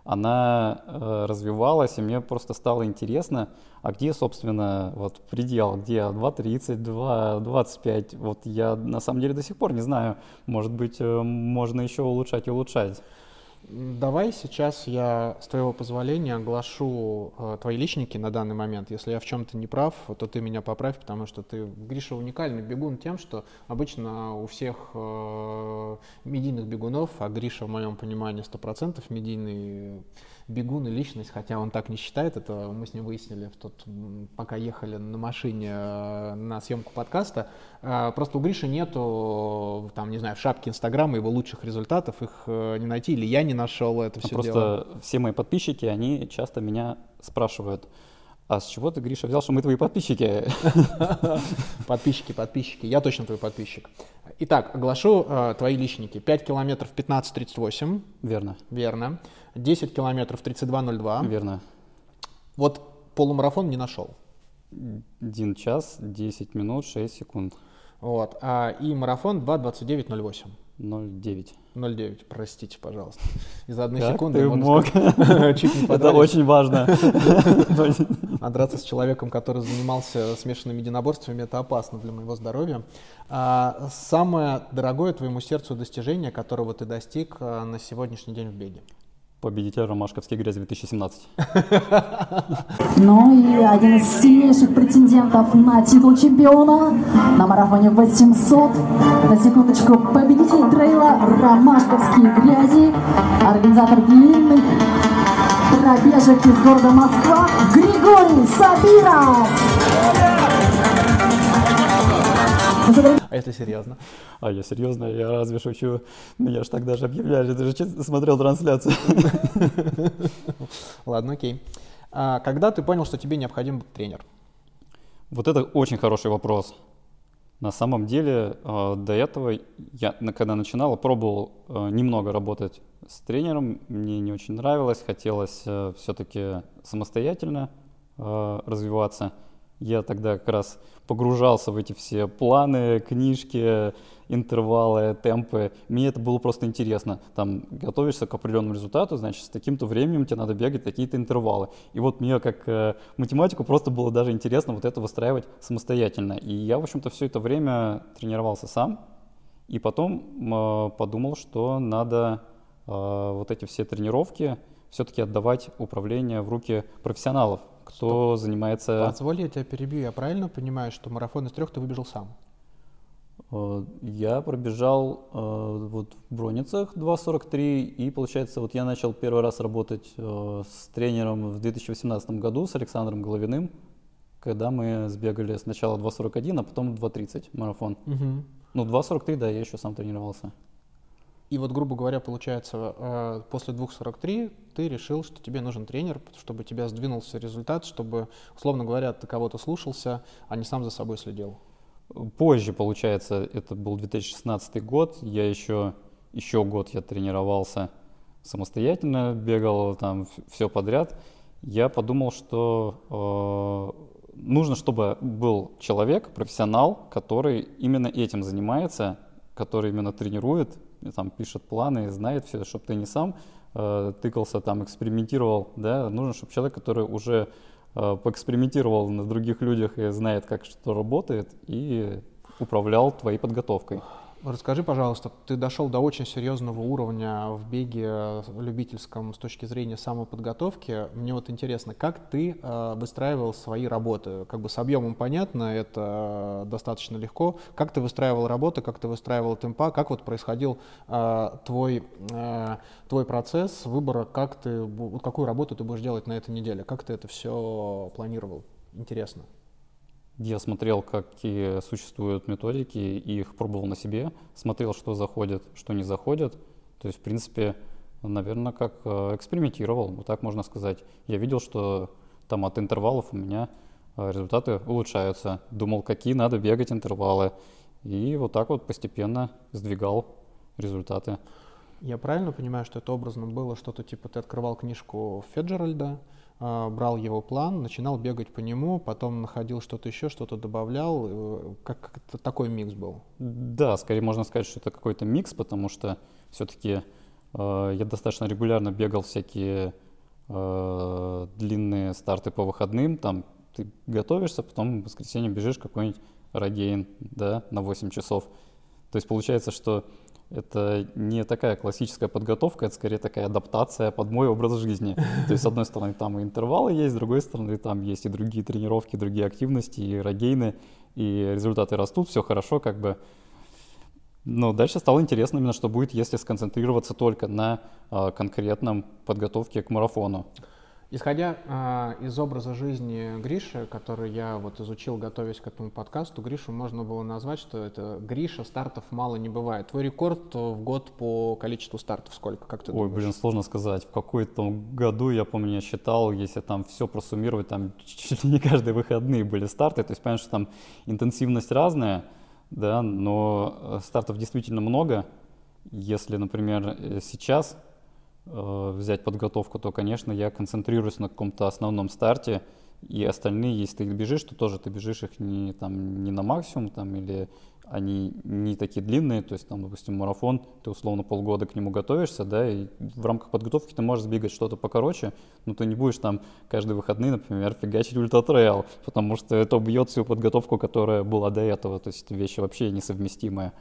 Speaker 2: она э, развивалась, и мне просто стало интересно, а где, собственно, вот предел, где два тридцать, два двадцать пять, вот я на самом деле до сих пор не знаю, может быть, э, можно еще улучшать и улучшать.
Speaker 3: Давай сейчас я, с твоего позволения, оглашу э, твои личники на данный момент. Если я в чем-то не прав, то ты меня поправь, потому что ты, Гриша, уникальный бегун тем, что обычно у всех э, медийных бегунов, а Гриша, в моем понимании, сто процентов медийный бегун и личность, хотя он так не считает, это мы с ним выяснили, в тот, пока ехали на машине э, на съемку подкаста. Э, просто у Гриши нету, там, не знаю, в шапке Инстаграма его лучших результатов, их э, не найти, или я не нашел это все
Speaker 2: Просто
Speaker 3: дело.
Speaker 2: Все мои подписчики, они часто меня спрашивают, а с чего ты, Гриша, взял, что мы твои подписчики?
Speaker 3: Подписчики, подписчики, я точно твой подписчик. Итак, оглашу э, твои личники. пять километров пятнадцать тридцать восемь.
Speaker 2: Верно.
Speaker 3: Верно. десять километров тридцать два ноль два.
Speaker 2: Верно.
Speaker 3: Вот полумарафон не нашел.
Speaker 2: один час десять минут шесть секунд.
Speaker 3: Вот. А, и марафон два двадцать девять ноль восемь.
Speaker 2: ноль девять.
Speaker 3: ноль девять, простите, пожалуйста. Из-за одной
Speaker 2: Как
Speaker 3: секунды
Speaker 2: ты
Speaker 3: можно
Speaker 2: мог?
Speaker 3: сказать, чуть не
Speaker 2: Это
Speaker 3: подрались.
Speaker 2: очень важно.
Speaker 3: А драться с человеком, который занимался смешанными единоборствами, это опасно для моего здоровья. А самое дорогое твоему сердцу достижение, которого ты достиг а, на сегодняшний день в беге?
Speaker 2: Победитель ромашковской грязи две тысячи семнадцать.
Speaker 4: Ну и один из сильнейших претендентов на титул чемпиона на марафоне восемьсот. На секундочку, победитель трейла «Ромашковские грязи», организатор длинных пробежек из города Москва Григорий Сабиров.
Speaker 3: А если серьезно?
Speaker 2: А я серьезно, я разве шучу. Меня ж так даже объявляли, ты же честно смотрел трансляцию.
Speaker 3: Ладно, окей. А когда ты понял, что тебе необходим тренер?
Speaker 2: Вот это очень хороший вопрос. На самом деле, э, до этого, я, когда начинал, пробовал э, немного работать с тренером. Мне не очень нравилось, хотелось э, все-таки самостоятельно э, развиваться. Я тогда как раз погружался в эти все планы, книжки, интервалы, темпы. Мне это было просто интересно. Там готовишься к определенному результату, значит, с таким-то временем тебе надо бегать такие-то интервалы. И вот мне как э, математику просто было даже интересно вот это выстраивать самостоятельно. И я, в общем-то, все это время тренировался сам. И потом э, подумал, что надо э, вот эти все тренировки все-таки отдавать управление в руки профессионалов, кто Стоп. занимается...
Speaker 3: Позволь, я тебя перебью. Я правильно понимаю, что марафон из трех ты выбежал сам?
Speaker 2: Я пробежал э, вот в Броницах два сорок три, и получается, вот я начал первый раз работать э, с тренером в две тысячи восемнадцатом году, с Александром Головиным, когда мы сбегали сначала два сорок один, а потом два тридцать марафон.
Speaker 3: Угу.
Speaker 2: Ну, два сорок три, да, я еще сам тренировался.
Speaker 3: И вот, грубо говоря, получается, э, после двух сорок три ты решил, что тебе нужен тренер, чтобы тебя сдвинулся результат, чтобы, условно говоря, ты кого-то слушался, а не сам за собой следил.
Speaker 2: Позже, получается, это был две тысячи шестнадцатый год, я еще, еще год я тренировался самостоятельно, бегал там все подряд. Я подумал, что э, нужно, чтобы был человек, профессионал, который именно этим занимается, который именно тренирует, там, пишет планы, знает все, чтобы ты не сам э, тыкался, там, экспериментировал, да, нужно, чтобы человек, который уже э, поэкспериментировал на других людях и знает, как что работает, и управлял твоей подготовкой.
Speaker 3: Расскажи, пожалуйста, ты дошел до очень серьезного уровня в беге любительском с точки зрения самоподготовки. Мне вот интересно, как ты э, выстраивал свои работы? Как бы с объемом понятно, это достаточно легко. Как ты выстраивал работу, как ты выстраивал темпа, как вот происходил э, твой, э, твой процесс выбора, как ты, вот какую работу ты будешь делать на этой неделе? Как ты это все планировал? Интересно.
Speaker 2: Я смотрел, какие существуют методики, и их пробовал на себе, смотрел, что заходит, что не заходит. То есть, в принципе, наверное, как экспериментировал, вот так можно сказать. Я видел, что там от интервалов у меня результаты улучшаются. Думал, какие надо бегать интервалы. И вот так вот постепенно сдвигал результаты.
Speaker 3: Я правильно понимаю, что это образно было что-то типа ты открывал книжку Фиджеральда, брал его план, начинал бегать по нему, потом находил что-то еще, что-то добавлял. Как это такой микс был?
Speaker 2: Да, скорее можно сказать, что это какой-то микс, потому что все-таки э, я достаточно регулярно бегал всякие э, длинные старты по выходным. Там ты готовишься, потом в воскресенье бежишь какой-нибудь рогейн, да, на восемь часов. То есть получается, что это не такая классическая подготовка, это скорее такая адаптация под мой образ жизни. То есть, с одной стороны, там и интервалы есть, с другой стороны, там есть и другие тренировки, другие активности, и рогейны, и результаты растут, все хорошо, как бы. Но дальше стало интересно именно, что будет, если сконцентрироваться только на а, конкретном подготовке к марафону.
Speaker 3: Исходя э, из образа жизни Гриши, который я вот изучил, готовясь к этому подкасту, Гришу можно было назвать, что это Гриша, стартов мало не бывает. Твой рекорд в год по количеству стартов сколько, как ты
Speaker 2: Ой,
Speaker 3: думаешь?
Speaker 2: блин, сложно сказать. В какой-то году, я помню, я считал, если там все просуммировать, там чуть ли не каждые выходные были старты. То есть, понятно, что там интенсивность разная, да, но стартов действительно много. Если, например, сейчас взять подготовку, то, конечно, я концентрируюсь на каком-то основном старте, и остальные, если ты их бежишь, то тоже ты бежишь их не, там, не на максимум, там, или они не такие длинные, то есть, там, допустим, марафон, ты условно полгода к нему готовишься, да, и в рамках подготовки ты можешь сбегать что-то покороче, но ты не будешь там каждые выходные, например, фигачить ультратрейл, потому что это убьет всю подготовку, которая была до этого, то есть, это вещи вообще несовместимые.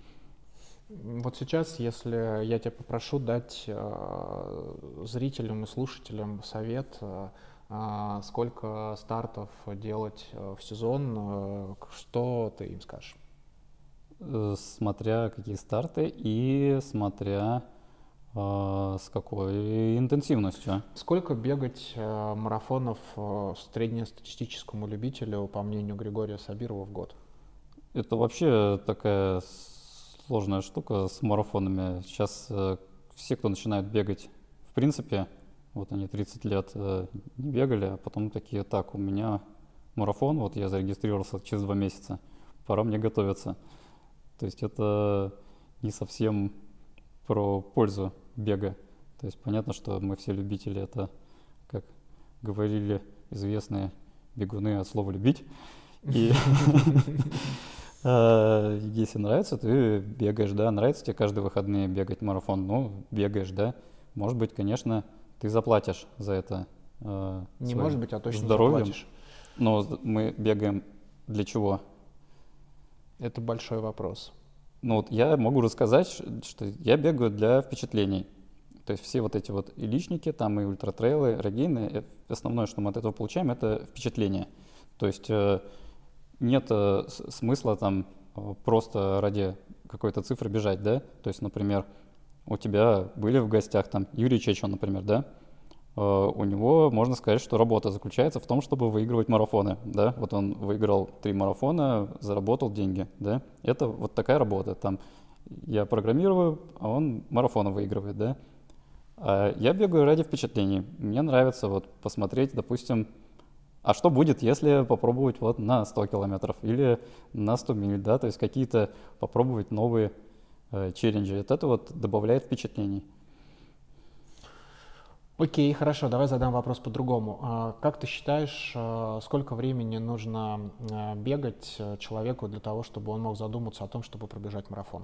Speaker 3: Вот сейчас, если я тебя попрошу дать э, зрителям и слушателям совет, э, сколько стартов делать э, в сезон, э, что ты им скажешь?
Speaker 2: Смотря какие старты и смотря э, с какой интенсивностью.
Speaker 3: Сколько бегать э, марафонов э, среднестатистическому любителю, по мнению Григория Сабирова, в год?
Speaker 2: Это вообще такая сложная штука с марафонами. Сейчас э, все, кто начинает бегать, в принципе, вот они тридцать лет э, не бегали, а потом такие, так, у меня марафон, вот я зарегистрировался через два месяца, пора мне готовиться. То есть это не совсем про пользу бега. То есть понятно, что мы все любители, это, как говорили известные бегуны от слова «любить». И если нравится, ты бегаешь, да, нравится тебе каждые выходные бегать марафон, ну, бегаешь, да. Может быть, конечно, ты заплатишь за это э,
Speaker 3: не может быть, а точно
Speaker 2: здоровьем.
Speaker 3: Заплатишь.
Speaker 2: Но мы бегаем для чего?
Speaker 3: Это большой вопрос.
Speaker 2: Ну вот я могу рассказать, что я бегаю для впечатлений. То есть все вот эти вот и личники, там и ультратрейлы, рогейны, основное, что мы от этого получаем, это впечатление. То есть э, нет э, смысла там э, просто ради какой-то цифры бежать, да? То есть, например, у тебя были в гостях там Юрий Чечен, например, да? Э, у него, можно сказать, что работа заключается в том, чтобы выигрывать марафоны, да? Вот он выиграл три марафона, заработал деньги, да? Это вот такая работа. Там я программирую, а он марафоны выигрывает, да. А я бегаю ради впечатлений. Мне нравится вот посмотреть, допустим, а что будет, если попробовать вот на сто километров или на сто миль, да, то есть какие-то попробовать новые э, челленджи. Вот это вот добавляет впечатлений.
Speaker 3: Окей, хорошо, давай задам вопрос по-другому. А как ты считаешь, сколько времени нужно бегать человеку для того, чтобы он мог задуматься о том, чтобы пробежать марафон?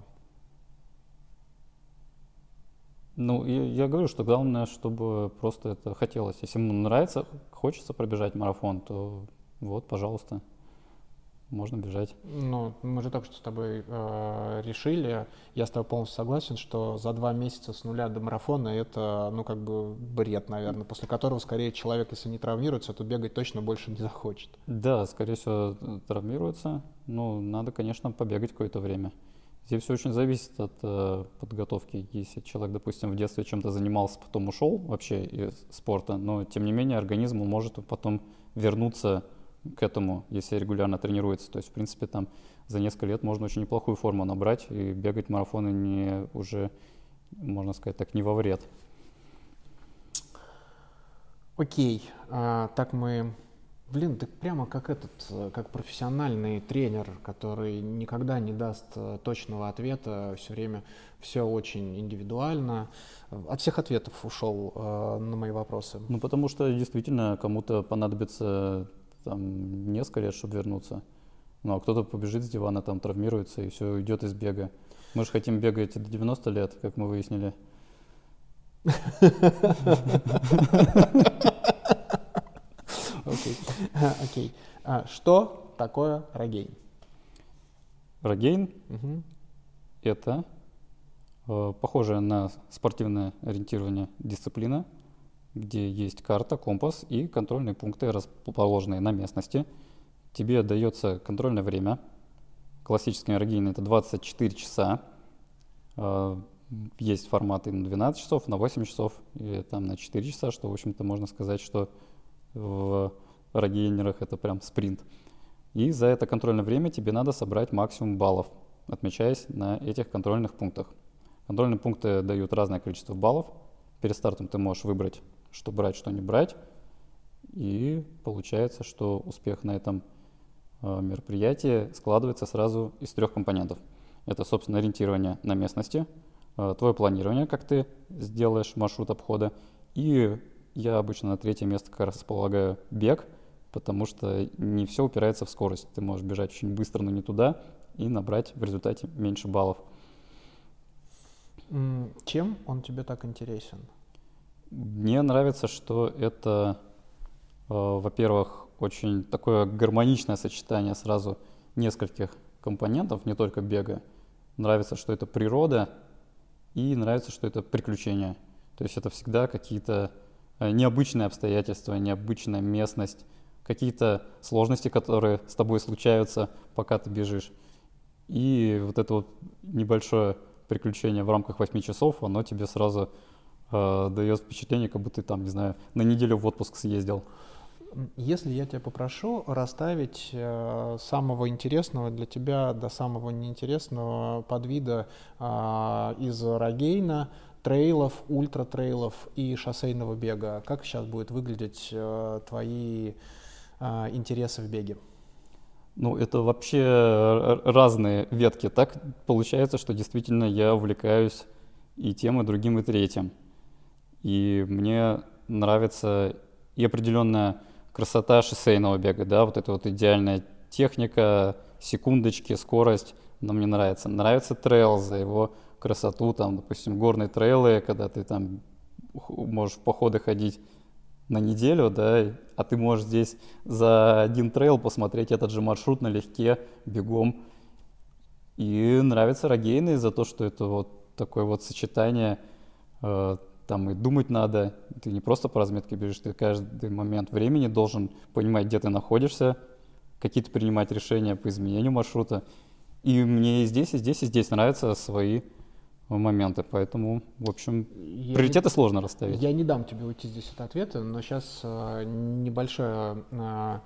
Speaker 2: Ну, я, я говорю, что главное, чтобы просто это хотелось. Если ему нравится, хочется пробежать марафон, то вот, пожалуйста, можно бежать.
Speaker 3: Ну, мы же только что с тобой э, решили, я с тобой полностью согласен, что за два месяца с нуля до марафона это, ну, как бы бред, наверное, после которого, скорее, человек, если не травмируется, то бегать точно больше не захочет.
Speaker 2: Да, скорее всего, травмируется. Ну, надо, конечно, побегать какое-то время. Здесь все очень зависит от э, подготовки. Если человек, допустим, в детстве чем-то занимался, потом ушел вообще из спорта, но, тем не менее, организм может потом вернуться к этому, если регулярно тренируется. То есть, в принципе, там за несколько лет можно очень неплохую форму набрать и бегать марафоны не уже, можно сказать так, не во вред.
Speaker 3: Окей, а, так мы... Блин, ты прямо как этот, как профессиональный тренер, который никогда не даст точного ответа, все время все очень индивидуально. От всех ответов ушел э, на мои вопросы.
Speaker 2: Ну, потому что действительно кому-то понадобится там несколько лет, чтобы вернуться. Ну, а кто-то побежит с дивана, там травмируется и все, уйдет из бега. Мы же хотим бегать до девяноста лет, как мы выяснили.
Speaker 3: Окей. Окей. А что такое рогейн?
Speaker 2: Рогейн
Speaker 3: Угу.
Speaker 2: — это э, похожая на спортивное ориентирование дисциплина, где есть карта, компас и контрольные пункты, расположенные на местности. Тебе дается контрольное время. Классический рогейн — это двадцать четыре часа. Э, есть форматы на двенадцать часов, на восемь часов и там на четыре часа, что, в общем-то, можно сказать, что в рогейнерах это прям спринт. И за это контрольное время тебе надо собрать максимум баллов, отмечаясь на этих контрольных пунктах. Контрольные пункты дают разное количество баллов. Перед стартом ты можешь выбрать, что брать, что не брать. И получается, что успех на этом э, мероприятии складывается сразу из трех компонентов. Это, собственно, ориентирование на местности, э, твое планирование, как ты сделаешь маршрут обхода, и я обычно на третье место как раз располагаю бег, потому что не все упирается в скорость. Ты можешь бежать очень быстро, но не туда, и набрать в результате меньше баллов.
Speaker 3: Чем он тебе так интересен?
Speaker 2: Мне нравится, что это, э, во-первых, очень такое гармоничное сочетание сразу нескольких компонентов, не только бега. Нравится, что это природа, и нравится, что это приключения. То есть это всегда какие-то необычные обстоятельства, необычная местность, какие-то сложности, которые с тобой случаются, пока ты бежишь. И вот это вот небольшое приключение в рамках восьми часов, оно тебе сразу э, дает впечатление, как будто ты там, не знаю, на неделю в отпуск съездил.
Speaker 3: Если я тебя попрошу расставить э, самого интересного для тебя до самого неинтересного подвида э, из рогейна, трейлов, ультратрейлов и шоссейного бега, как сейчас будет выглядеть э, твои э, интересы в беге?
Speaker 2: Ну, это вообще разные ветки. Так получается, что действительно я увлекаюсь и тем, и другим, и третьим. И мне нравится и определенная красота шоссейного бега, да, вот эта вот идеальная техника, секундочки, скорость, но мне нравится. Нравится трейл за его красоту, там, допустим, горные трейлы, когда ты там можешь в походы ходить на неделю, да, а ты можешь здесь за один трейл посмотреть этот же маршрут налегке, бегом. И нравятся рогейны за то, что это вот такое вот сочетание, э, там и думать надо, ты не просто по разметке бежишь, ты каждый момент времени должен понимать, где ты находишься, какие-то принимать решения по изменению маршрута. И мне и здесь, и здесь, и здесь нравятся свои моменты, поэтому, в общем, я приоритеты не, сложно расставить.
Speaker 3: Я не дам тебе уйти здесь от ответа, но сейчас э, небольшое э,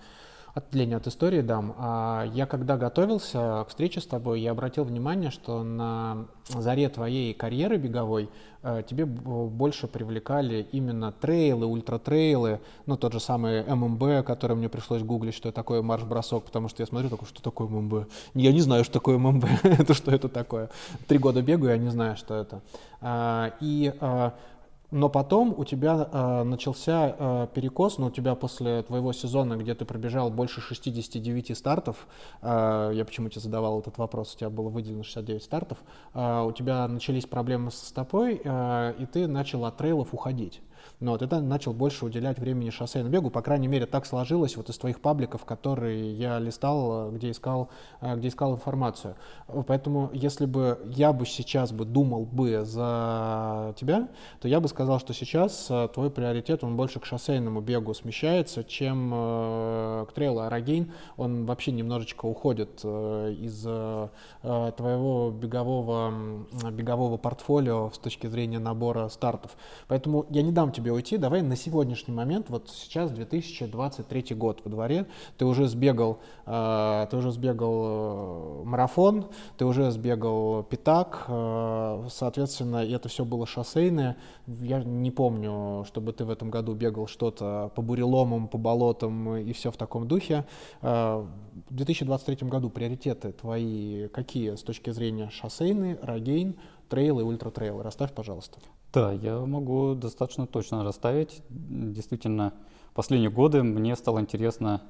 Speaker 3: Отделение от истории дам. А Я когда готовился к встрече с тобой, я обратил внимание, что на заре твоей карьеры беговой э, тебе б- больше привлекали именно трейлы, ультратрейлы, ну тот же самый эм эм бэ, который мне пришлось гуглить, что такое марш-бросок, потому что я смотрю, такой, что такое эм эм бэ? Я не знаю, что такое эм эм бэ, это что это такое. Три года бегаю, я не знаю, что это. А, И а, но потом у тебя э, начался э, перекос, но у тебя после твоего сезона, где ты пробежал больше шестидесяти девяти стартов, э, я почему тебе задавал этот вопрос, у тебя было выделено шестьдесят девять стартов, э, у тебя начались проблемы со стопой, э, и ты начал от трейлов уходить. Но вот это начал больше уделять времени шоссейному бегу, по крайней мере, так сложилось вот из твоих пабликов, которые я листал, где искал, где искал информацию. Поэтому, если бы я бы сейчас бы думал бы за тебя, то я бы сказал, что сейчас твой приоритет, он больше к шоссейному бегу смещается, чем э, к трейлу. А Рогейн, он вообще немножечко уходит э, из э, твоего бегового, бегового портфолио с точки зрения набора стартов. Поэтому я не дам тебе уйти, давай на сегодняшний момент, вот сейчас две тысячи двадцать третий год во дворе, ты уже сбегал, э, ты уже сбегал марафон, ты уже сбегал пятак, э, соответственно, это все было шоссейное. Я не помню, чтобы ты в этом году бегал что-то по буреломам, по болотам и все в таком духе. Э, в две тысячи двадцать третьем году приоритеты твои какие с точки зрения шоссейный, Рогейн, трейлы и ультратрейлы? Расставь, пожалуйста.
Speaker 2: Да, я могу достаточно точно расставить. Действительно, последние годы мне стало интересно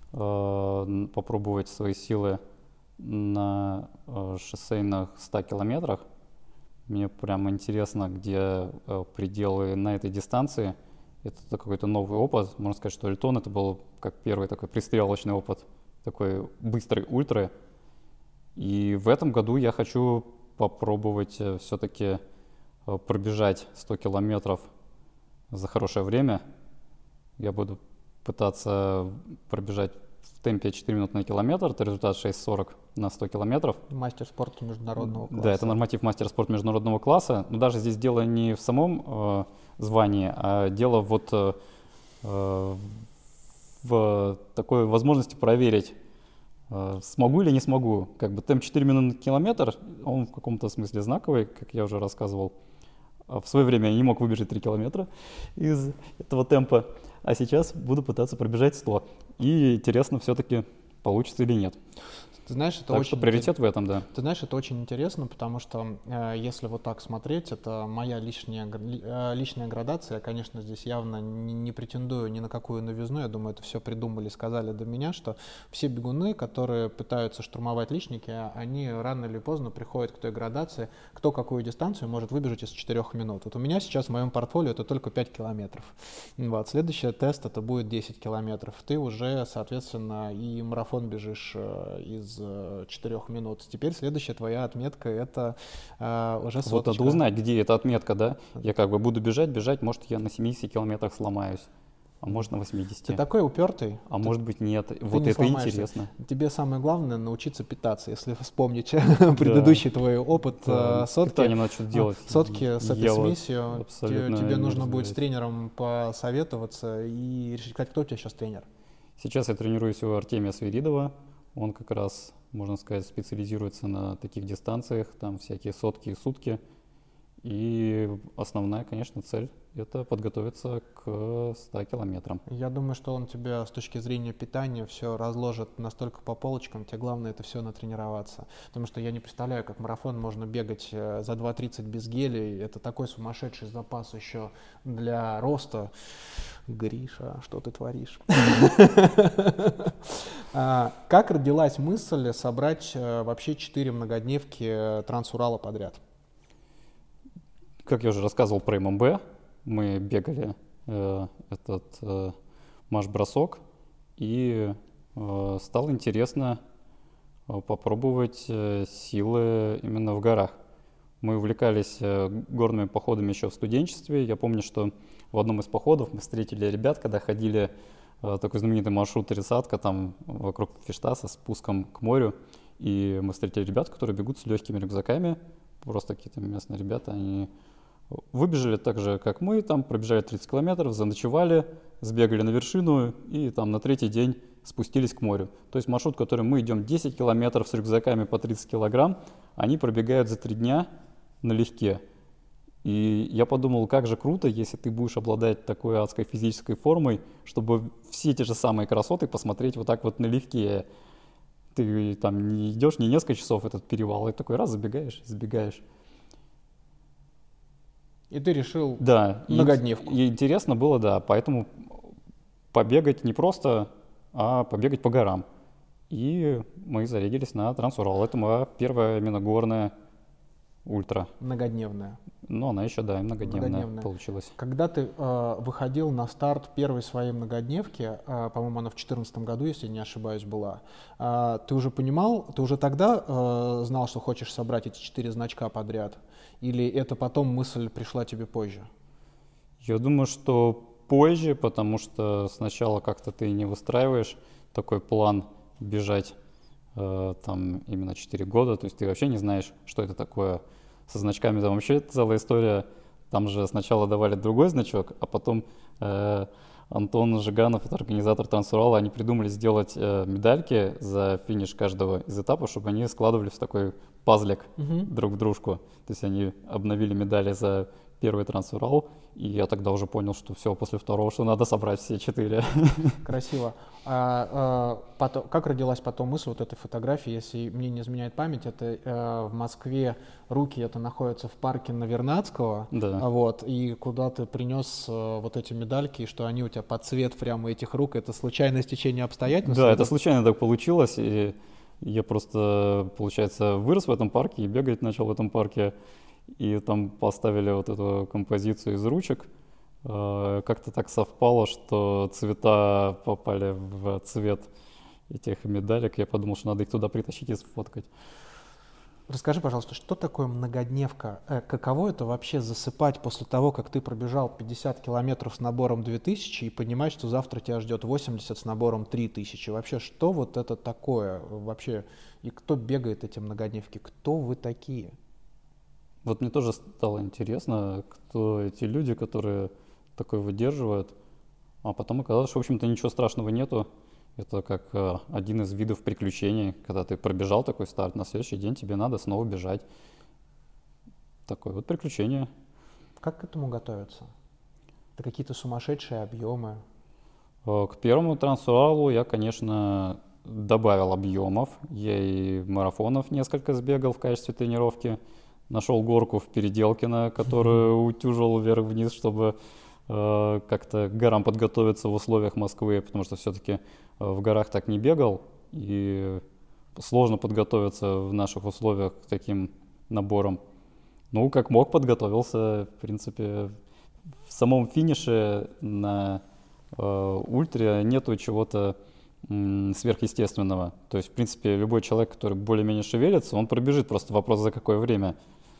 Speaker 2: э, попробовать свои силы на э, шоссейных ста километрах. Мне прямо интересно, где э, пределы на этой дистанции. Это какой-то новый опыт. Можно сказать, что Эльтон это был как первый такой пристрелочный опыт, такой быстрый ультра. И в этом году я хочу попробовать э, все-таки пробежать сто километров за хорошее время. Я буду пытаться пробежать в темпе четыре минуты на километр. Это результат шесть сорок на сто километров.
Speaker 3: Мастер спорта международного класса.
Speaker 2: Да, это норматив мастер спорта международного класса. Но даже здесь дело не в самом э, звании, а дело вот э, в такой возможности проверить, э, смогу или не смогу. Как бы темп четыре минуты на километр, он в каком-то смысле знаковый, как я уже рассказывал. В свое время я не мог выбежать три километра из этого темпа, а сейчас буду пытаться пробежать сто. И интересно, все-таки получится или нет.
Speaker 3: Ты знаешь, это
Speaker 2: так
Speaker 3: очень
Speaker 2: что приоритет в этом, да.
Speaker 3: Ты знаешь, это очень интересно, потому что э, если вот так смотреть, это моя личная, э, личная градация. Я, конечно, здесь явно не, не претендую ни на какую новизну. Я думаю, это все придумали, сказали до меня, что все бегуны, которые пытаются штурмовать личники, они рано или поздно приходят к той градации, кто какую дистанцию может выбежать из четырёх минут. Вот у меня сейчас в моем портфолио это только пять километров. Вот. Следующий тест это будет десять километров. Ты уже, соответственно, и марафон бежишь э, из четырех минут. Теперь следующая твоя отметка это э, уже соточка.
Speaker 2: Вот надо узнать, где эта отметка, да? Я как бы буду бежать, бежать, может я на семидесяти километрах сломаюсь, а может на восьмидесяти.
Speaker 3: Ты такой упертый.
Speaker 2: А
Speaker 3: ты,
Speaker 2: может быть нет.
Speaker 3: Ты
Speaker 2: вот
Speaker 3: не
Speaker 2: это
Speaker 3: сломаешься.
Speaker 2: Интересно.
Speaker 3: Тебе самое главное научиться питаться, если вспомнить предыдущий твой опыт
Speaker 2: Да,
Speaker 3: сотки.
Speaker 2: Питание надо что-то делать.
Speaker 3: Сотки с этой
Speaker 2: Я вот
Speaker 3: смесью. Тебе, тебе нужно будет с тренером посоветоваться и решить, кто у тебя сейчас тренер.
Speaker 2: Сейчас я тренируюсь у Артемия Свиридова. Он как раз, можно сказать, специализируется на таких дистанциях, там всякие сотки и сутки. И основная, конечно, цель – это подготовиться к ста километрам.
Speaker 3: Я думаю, что он тебе с точки зрения питания все разложит настолько по полочкам, тебе главное это все натренироваться. Потому что я не представляю, как марафон можно бегать за два тридцать без гелей. Это такой сумасшедший запас еще для роста. Гриша, что ты творишь? Как родилась мысль собрать вообще четыре многодневки Трансурала подряд?
Speaker 2: Как я уже рассказывал про эм эм бэ, мы бегали э, этот э, марш-бросок, и э, стало интересно э, попробовать э, силы именно в горах. Мы увлекались э, горными походами еще в студенчестве. Я помню, что в одном из походов мы встретили ребят, когда ходили э, такой знаменитый маршрут тридцатка там вокруг Фиштаса с спуском к морю. И мы встретили ребят, которые бегут с легкими рюкзаками, просто какие-то местные ребята, они выбежали так же, как мы, там пробежали тридцать километров, заночевали, сбегали на вершину и там на третий день спустились к морю. То есть маршрут, который мы идем десять километров с рюкзаками по тридцать килограмм, они пробегают за три дня налегке. И я подумал, как же круто, если ты будешь обладать такой адской физической формой, чтобы все те же самые красоты посмотреть вот так вот налегке. Ты там не идешь не несколько часов этот перевал, и такой раз забегаешь, забегаешь.
Speaker 3: И ты решил
Speaker 2: да,
Speaker 3: многодневку.
Speaker 2: И, и интересно было, да, поэтому побегать не просто, а побегать по горам. И мы зарядились на Трансурал. Это моя первая именно горная ультра.
Speaker 3: Многодневная.
Speaker 2: Ну, она еще, да, многодневная, многодневная. получилась.
Speaker 3: Когда ты э, выходил на старт первой своей многодневки, э, по-моему, она в две тысячи четырнадцатом году, если не ошибаюсь, была, э, ты уже понимал, ты уже тогда э, знал, что хочешь собрать эти четыре значка подряд? Или это потом мысль пришла тебе позже?
Speaker 2: Я думаю, что позже, потому что сначала как-то ты не выстраиваешь такой план бежать э, там именно четыре года, то есть ты вообще не знаешь, что это такое. Со значками там вообще целая история. Там же сначала давали другой значок, а потом э, Антон Жиганов, это организатор Трансурала, они придумали сделать э, медальки за финиш каждого из этапов, чтобы они складывались в такой пазлик uh-huh. друг в дружку. То есть они обновили медали за первый Трансурал, и я тогда уже понял, что все, после второго, что надо собрать все четыре.
Speaker 3: Красиво. А, а, потом, как родилась потом мысль вот этой фотографии, если мне не изменяет память, это а, в Москве руки это находятся в парке Навернадского,
Speaker 2: да.
Speaker 3: а, вот, и куда ты принес а, вот эти медальки, и что они у тебя под цвет прямо этих рук, это случайное стечение обстоятельств?
Speaker 2: Да, это случайно так получилось, и я просто, получается, вырос в этом парке и бегать начал в этом парке. И там поставили вот эту композицию из ручек. Как-то так совпало, что цвета попали в цвет этих медалек. Я подумал, что надо их туда притащить и сфоткать.
Speaker 3: Расскажи, пожалуйста, что такое многодневка? Каково это вообще засыпать после того, как ты пробежал пятьдесят километров с набором две тысячи и понимать, что завтра тебя ждет восемьдесят с набором три тысячи? Вообще, что вот это такое вообще? И кто бегает эти многодневки? Кто вы такие?
Speaker 2: Вот мне тоже стало интересно, кто эти люди, которые такое выдерживают. А потом оказалось, что, в общем-то, ничего страшного нету. Это как э, один из видов приключений, когда ты пробежал такой старт, на следующий день тебе надо снова бежать. Такое вот приключение.
Speaker 3: Как к этому готовиться? Это какие-то сумасшедшие объемы?
Speaker 2: Э, к первому Трансуралу я, конечно, добавил объемов. Я и марафонов несколько сбегал в качестве тренировки. Нашел горку в Переделкино, которую утюжил вверх-вниз, чтобы э, как-то к горам подготовиться в условиях Москвы, потому что все-таки э, в горах так не бегал, и сложно подготовиться в наших условиях к таким наборам. Ну, как мог, подготовился. В принципе, в самом финише на э, ультре нету чего-то м, сверхъестественного. То есть, в принципе, любой человек, который более-менее шевелится, он пробежит, просто вопрос, за какое время.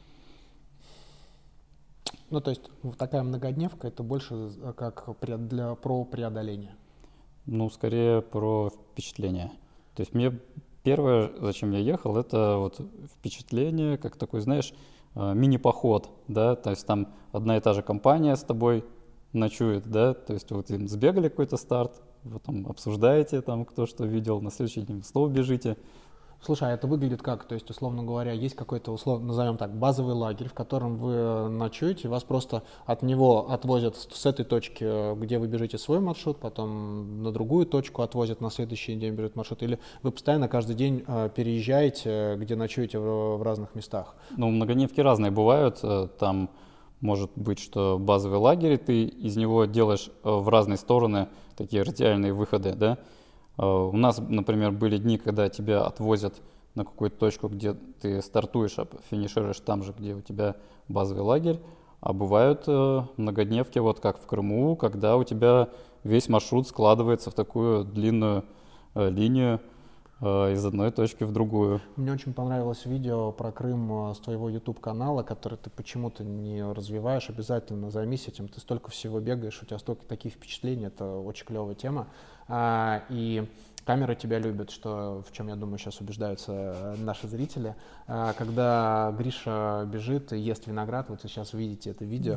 Speaker 3: Ну, то есть такая многодневка — это больше как для, про преодоление?
Speaker 2: Ну, скорее про впечатление. То есть мне первое, зачем я ехал, это вот впечатление, как такой, знаешь, мини-поход, да, то есть там одна и та же компания с тобой ночует, да, то есть вот им сбегали какой-то старт, потом обсуждаете там, кто что видел, на следующий день снова бежите.
Speaker 3: Слушай, а это выглядит как? То есть, условно говоря, есть какой-то, условно, назовем так, базовый лагерь, в котором вы ночуете, вас просто от него отвозят с этой точки, где вы бежите свой маршрут, потом на другую точку отвозят, на следующий день бежит маршрут, или вы постоянно каждый день переезжаете, где ночуете в, в разных местах?
Speaker 2: Ну, многодневки разные бывают, там может быть, что базовый лагерь, ты из него делаешь в разные стороны такие радиальные выходы, да. У нас, например, были дни, когда тебя отвозят на какую-то точку, где ты стартуешь, а финишируешь там же, где у тебя базовый лагерь. А бывают э, многодневки, вот как в Крыму, когда у тебя весь маршрут складывается в такую длинную э, линию э, из одной точки в другую.
Speaker 3: Мне очень понравилось видео про Крым с твоего YouTube-канала, который ты почему-то не развиваешь. Обязательно займись этим. Ты столько всего бегаешь, у тебя столько таких впечатлений. Это очень клевая тема. А, и камеры тебя любят, что, в чем, я думаю, сейчас убеждаются наши зрители. А, когда Гриша бежит и ест виноград, вот вы сейчас увидите это видео.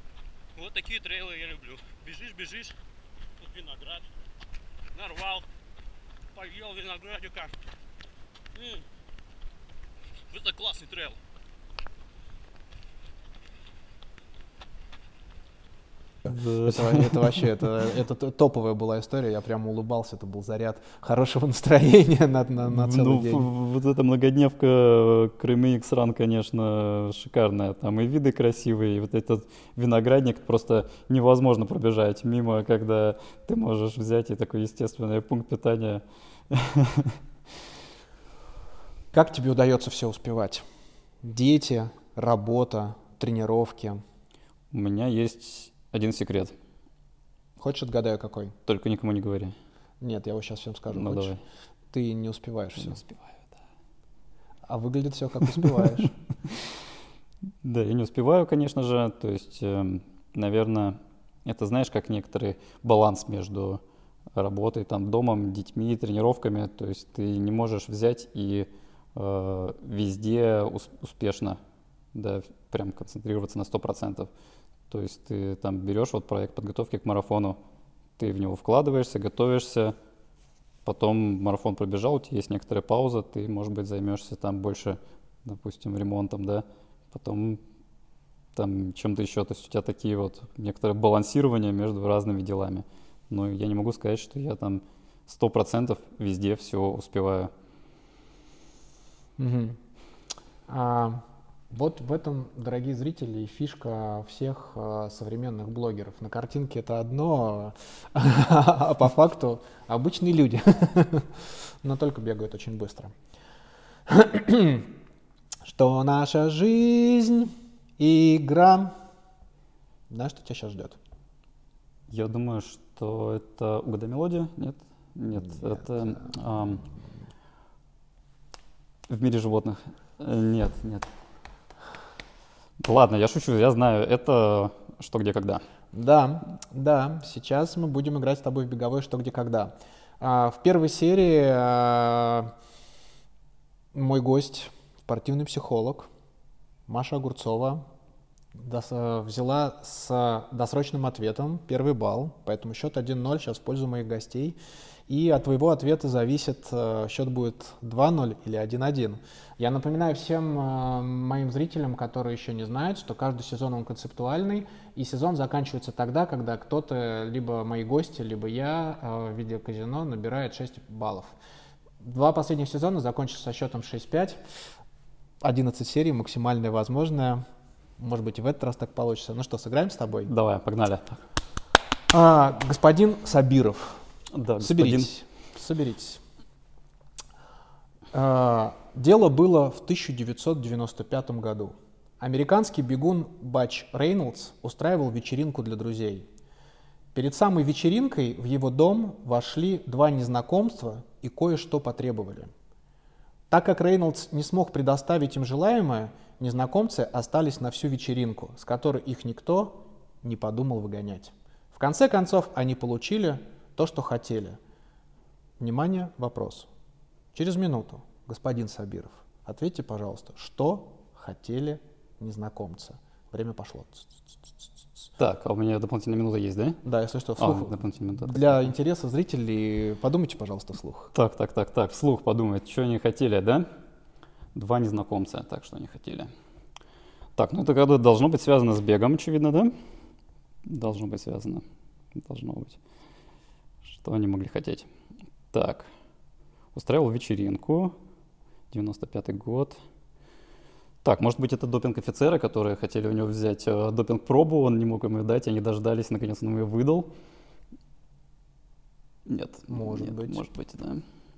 Speaker 8: Вот такие трейлы я люблю. Бежишь, бежишь, тут виноград, нарвал, съел виноградика. М-м. Это классный трейл.
Speaker 3: Это, это вообще, это, это топовая была история, я прямо улыбался, это был заряд хорошего настроения на, на, на целый
Speaker 2: ну,
Speaker 3: день.
Speaker 2: Вот эта многодневка Крым Икс-ран, конечно, шикарная. Там и виды красивые, и вот этот виноградник просто невозможно пробежать мимо, когда ты можешь взять и такой естественный пункт питания.
Speaker 3: Как тебе удается все успевать? Дети, работа, тренировки?
Speaker 2: У меня есть один секрет.
Speaker 3: Хочешь, отгадаю, какой?
Speaker 2: Только никому не говори.
Speaker 3: Нет, я его сейчас всем скажу.
Speaker 2: Ну,
Speaker 3: Хочешь?
Speaker 2: давай.
Speaker 3: Ты не успеваешь все.
Speaker 2: Не успеваю, да.
Speaker 3: А выглядит все, как успеваешь.
Speaker 2: Да, я не успеваю, конечно же. То есть, наверное, это, знаешь, как некоторый баланс между работой, там, домом, детьми, тренировками. То есть ты не можешь взять и э, везде ус- успешно, да, прям концентрироваться на сто процентов. То есть ты там берешь вот проект подготовки к марафону, ты в него вкладываешься, готовишься, потом марафон пробежал, у тебя есть некоторая пауза, ты, может быть, займешься там больше, допустим, ремонтом, да, потом там чем-то еще. То есть у тебя такие вот некоторые балансирования между разными делами. Но я не могу сказать, что я там сто процентов везде все успеваю.
Speaker 3: Угу. А, вот в этом, дорогие зрители, и фишка всех а, современных блогеров. На картинке это одно, а по факту обычные люди, но только бегают очень быстро. Что наша жизнь игра. Знаешь, что тебя сейчас ждет?
Speaker 2: Я думаю, что это угадай мелодию? Нет? Нет,
Speaker 3: Нет.
Speaker 2: это ам, в мире животных. Э, Нет, нет. Ладно, я шучу, я знаю. Это что, где, когда.
Speaker 3: Да, да, сейчас мы будем играть с тобой в беговой «Что, где, когда». А, в первой серии а, мой гость, спортивный психолог Маша Огурцова, дос- взяла с досрочным ответом первый балл, поэтому счет один ноль сейчас в пользу моих гостей. И от твоего ответа зависит, э, счет будет два ноль или один один. Я напоминаю всем э, моим зрителям, которые еще не знают, что каждый сезон он концептуальный, и сезон заканчивается тогда, когда кто-то, либо мои гости, либо я э, в виде казино набирает шесть баллов. Два последних сезона закончились со счетом шесть пять, одиннадцать серий, максимальное возможное. Может быть, и в этот раз так получится. Ну что, сыграем с тобой?
Speaker 2: Давай, погнали.
Speaker 3: А, господин Сабиров.
Speaker 2: Да, господин.
Speaker 3: Соберитесь, соберитесь. А, дело было в тысяча девятьсот девяносто пятом году. Американский бегун Батч Рейнольдс устраивал вечеринку для друзей. Перед самой вечеринкой в его дом вошли два незнакомца и кое-что потребовали. Так как Рейнольдс не смог предоставить им желаемое, незнакомцы остались на всю вечеринку, с которой их никто не подумал выгонять. В конце концов, они получили то, что хотели. Внимание, вопрос. Через минуту, господин Сабиров, ответьте, пожалуйста, что хотели незнакомцы? Время пошло.
Speaker 2: Так, а у меня дополнительная минута есть, да?
Speaker 3: Да, если что, вслух.
Speaker 2: А, дополнительная минута.
Speaker 3: Для интереса зрителей подумайте, пожалуйста, вслух.
Speaker 2: Так, так, так, так, вслух подумать, что они хотели, да? Два незнакомца, так, что они хотели. Так, ну это когда должно быть связано с бегом, очевидно, да? Должно быть связано. Должно быть. Что они могли хотеть? Так, устраивал вечеринку, девяносто пятый год. Так, может быть, это допинг-офицеры, которые хотели у него взять э, допинг-пробу, он не мог им ее дать, они дождались, наконец он ее выдал. Нет,
Speaker 3: Может
Speaker 2: нет,
Speaker 3: быть.
Speaker 2: Может быть, да.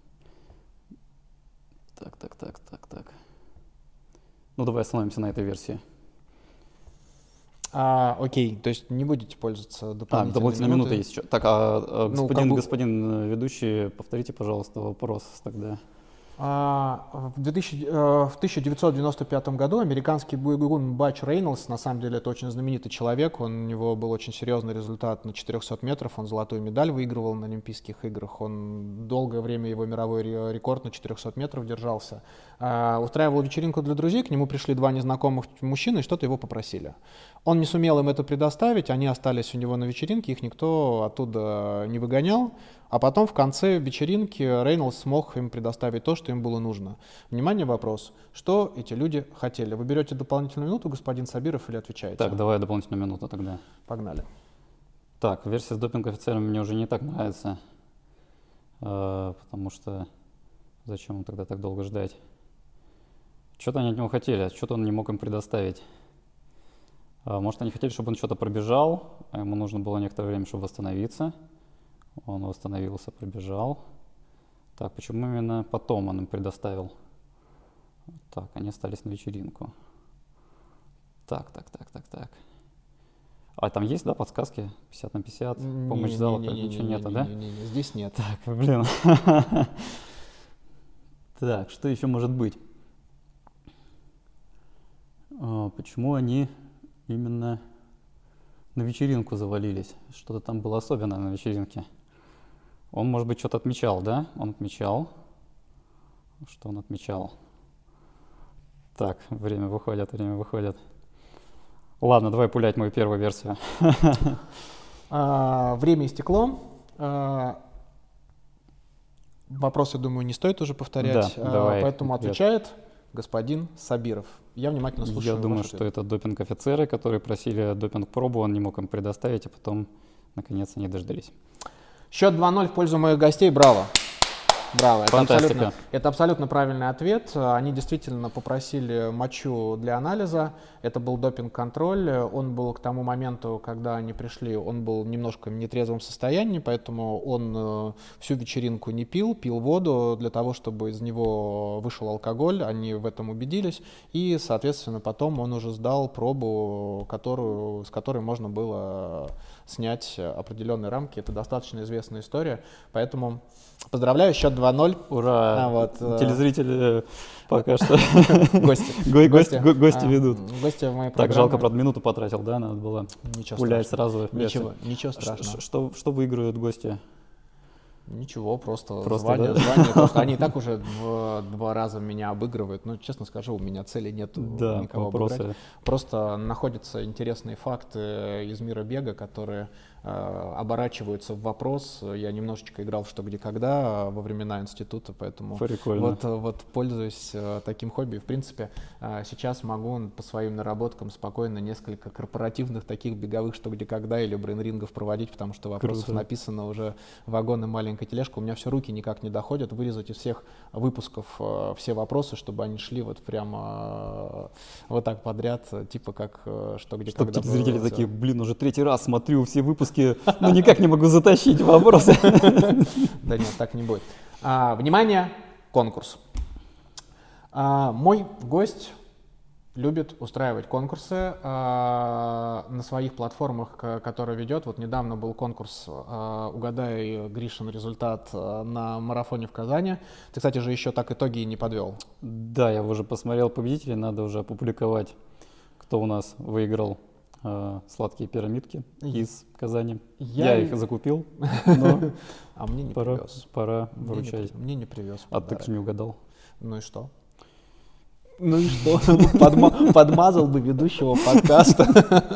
Speaker 2: Так, так, так, так, так. Ну, давай остановимся на этой версии.
Speaker 3: А, окей, то есть не будете пользоваться
Speaker 2: А,
Speaker 3: дополнительной
Speaker 2: дополнительная минута есть еще. Так, а, а
Speaker 3: Ну,
Speaker 2: господин,
Speaker 3: как бы-
Speaker 2: господин э, ведущий, повторите, пожалуйста, вопрос тогда.
Speaker 3: В, две тысячи, в тысяча девятьсот девяносто пятом году американский бегун Батч Рейнольдс, на самом деле это очень знаменитый человек, он, у него был очень серьезный результат на четырехсот метров, он золотую медаль выигрывал на Олимпийских играх, он долгое время его мировой рекорд на четырехсот метров держался. Устраивал вечеринку для друзей, к нему пришли два незнакомых мужчины и что-то его попросили. Он не сумел им это предоставить, они остались у него на вечеринке, их никто оттуда не выгонял. А потом в конце вечеринки Рейнольдс смог им предоставить то, что им было нужно. Внимание, вопрос. Что эти люди хотели? Вы берете дополнительную минуту, господин Сабиров, или отвечаете?
Speaker 2: Так, давай дополнительную минуту тогда.
Speaker 3: Погнали.
Speaker 2: Так, версия с допинг-офицером мне уже не так нравится, э, потому что зачем им тогда так долго ждать? Что-то они от него хотели, что-то он не мог им предоставить. А, может, они хотели, чтобы он что-то пробежал, а ему нужно было некоторое время, чтобы восстановиться. Он восстановился, пробежал. Так, почему именно потом он им предоставил? Так, они остались на вечеринку. Так, так, так, так, так. А там есть, да, подсказки? пятьдесят на пятьдесят? Помощь зала? Ничего нету, да?
Speaker 3: Не-не-не, здесь нет.
Speaker 2: Так, блин. Так, что еще может быть? Почему они именно на вечеринку завалились? Что-то там было особенное на вечеринке. Он, может быть, что-то отмечал, да? Он отмечал. Что он отмечал? Так, время выходит, время выходит. Ладно, давай пулять мою первую версию.
Speaker 3: А, время истекло. А, вопросы, думаю, не стоит уже повторять.
Speaker 2: Да, давай,
Speaker 3: поэтому отвечает господин Сабиров. Я внимательно слушаю.
Speaker 2: Я думаю, что это допинг-офицеры, которые просили допинг-пробу, он не мог им предоставить, а потом, наконец, они дождались.
Speaker 3: Счет два ноль в пользу моих гостей. Браво! Браво! Это абсолютно, это абсолютно правильный ответ. Они действительно попросили мочу для анализа. Это был допинг-контроль. Он был к тому моменту, когда они пришли, он был немножко в нетрезвом состоянии, поэтому он всю вечеринку не пил, пил воду для того, чтобы из него вышел алкоголь. Они в этом убедились. И, соответственно, потом он уже сдал пробу, которую, с которой можно было снять определенные рамки. Это достаточно известная история. Поэтому поздравляю, счет два ноль.
Speaker 2: Ура!
Speaker 3: А, вот,
Speaker 2: телезрители пока что
Speaker 3: гости,
Speaker 2: гости, гости ведут.
Speaker 3: Гости в моей программе.
Speaker 2: Так, жалко, правда, минуту потратил, да? Надо было пулять сразу.
Speaker 3: Ничего, ничего страшного.
Speaker 2: Что, что выиграют гости?
Speaker 3: Ничего, просто,
Speaker 2: просто
Speaker 3: звание,
Speaker 2: да?
Speaker 3: звание. Просто они и так уже два, два раза меня обыгрывают. Ну, честно скажу, у меня цели нет
Speaker 2: да,
Speaker 3: никого
Speaker 2: вопросы.
Speaker 3: обыграть. Просто находятся интересные факты из мира бега, которые э, оборачиваются в вопрос. Я немножечко играл в «Что, где, когда» во времена института, поэтому вот, вот пользуюсь э, таким хобби. В принципе, э, сейчас могу по своим наработкам спокойно несколько корпоративных таких беговых «Что, где, когда» или брейн-рингов проводить, потому что вопросов Круто. Написано уже вагон и маленькая тележка. У меня все руки никак не доходят вырезать из всех выпусков э, все вопросы, чтобы они шли вот прямо э, вот так подряд, типа как э, «Что, где,
Speaker 2: Чтобы
Speaker 3: когда».
Speaker 2: Зрители такие, блин, уже третий раз смотрю все выпуски, но никак не могу затащить вопросы.
Speaker 3: Да нет, так не будет. Внимание, конкурс. Мой гость любит устраивать конкурсы на своих платформах, которые ведет. Вот недавно был конкурс «Угадай, Гришин, результат» на марафоне в Казани. Ты, кстати же, еще так итоги и не подвел.
Speaker 2: Да, я уже посмотрел победителей, надо уже опубликовать, кто у нас выиграл э, сладкие пирамидки из Казани. Я, я их закупил, но
Speaker 3: а мне не
Speaker 2: пора,
Speaker 3: привез.
Speaker 2: Пора выручать.
Speaker 3: Мне не привез.
Speaker 2: А ты не угадал?
Speaker 3: Ну и что? Ну и что? Подмазал бы ведущего подкаста.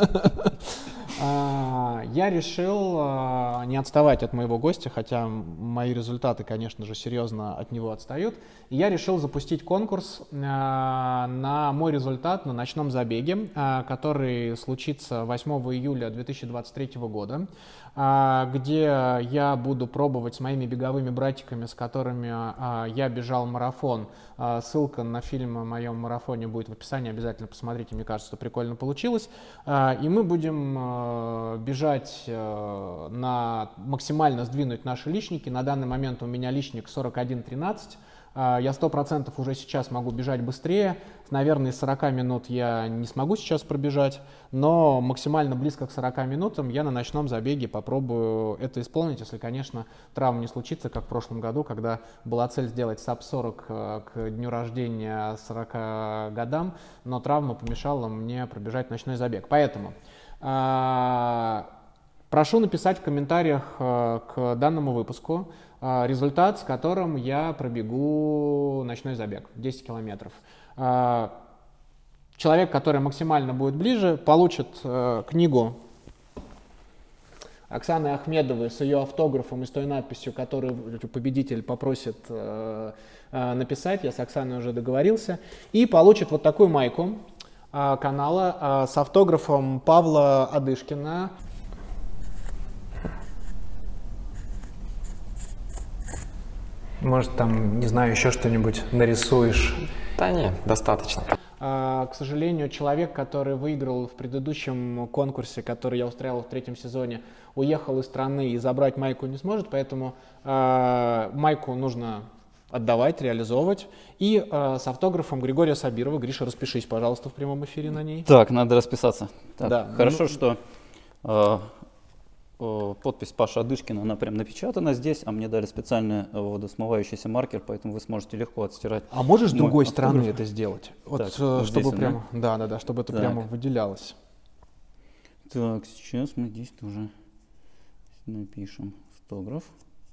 Speaker 3: Я решил не отставать от моего гостя, хотя мои результаты, конечно же, серьезно от него отстают. И я решил запустить конкурс на мой результат на ночном забеге, который случится восьмого июля две тысячи двадцать третьего года, где я буду пробовать с моими беговыми братиками, с которыми я бежал марафон. Ссылка на фильм о моем марафоне будет в описании, обязательно посмотрите, мне кажется, что прикольно получилось. И мы будем бежать на максимально сдвинуть наши личники. На данный момент у меня личник сорок один тринадцать. Я сто процентов уже сейчас могу бежать быстрее. Наверное, из сорока минут я не смогу сейчас пробежать, но максимально близко к сорока минутам я на ночном забеге попробую это исполнить, если, конечно, травма не случится, как в прошлом году, когда была цель сделать саб сорок к дню рождения сорока годам, но травма помешала мне пробежать ночной забег. Поэтому прошу написать в комментариях к данному выпуску результат, с которым я пробегу ночной забег, десять километров. Человек, который максимально будет ближе, получит книгу Оксаны Ахмедовой с ее автографом и с той надписью, которую победитель попросит написать. Я с Оксаной уже договорился. И получит вот такую майку канала с автографом Павла Адышкина. Может, там, не знаю, еще что-нибудь нарисуешь?
Speaker 10: Да нет, достаточно.
Speaker 3: А, к сожалению, человек, который выиграл в предыдущем конкурсе, который я устраивал в третьем сезоне, уехал из страны и забрать майку не сможет, поэтому а, майку нужно отдавать, реализовывать. И а, с автографом Григория Сабирова. Гриша, распишись, пожалуйста, в прямом эфире на ней.
Speaker 2: Так, надо расписаться. Так,
Speaker 3: да.
Speaker 2: Хорошо,
Speaker 3: ну...
Speaker 2: что... А... подпись Паши Адышкина, она прям напечатана здесь, а мне дали специальный водосмывающийся маркер, поэтому вы сможете легко отстирать.
Speaker 3: А можешь с другой
Speaker 2: автограф.
Speaker 3: стороны это сделать? Вот,
Speaker 2: так,
Speaker 3: чтобы
Speaker 2: здесь,
Speaker 3: прямо, да, да, да, чтобы это
Speaker 2: так.
Speaker 3: прямо выделялось.
Speaker 2: Так, сейчас мы здесь тоже напишем автограф.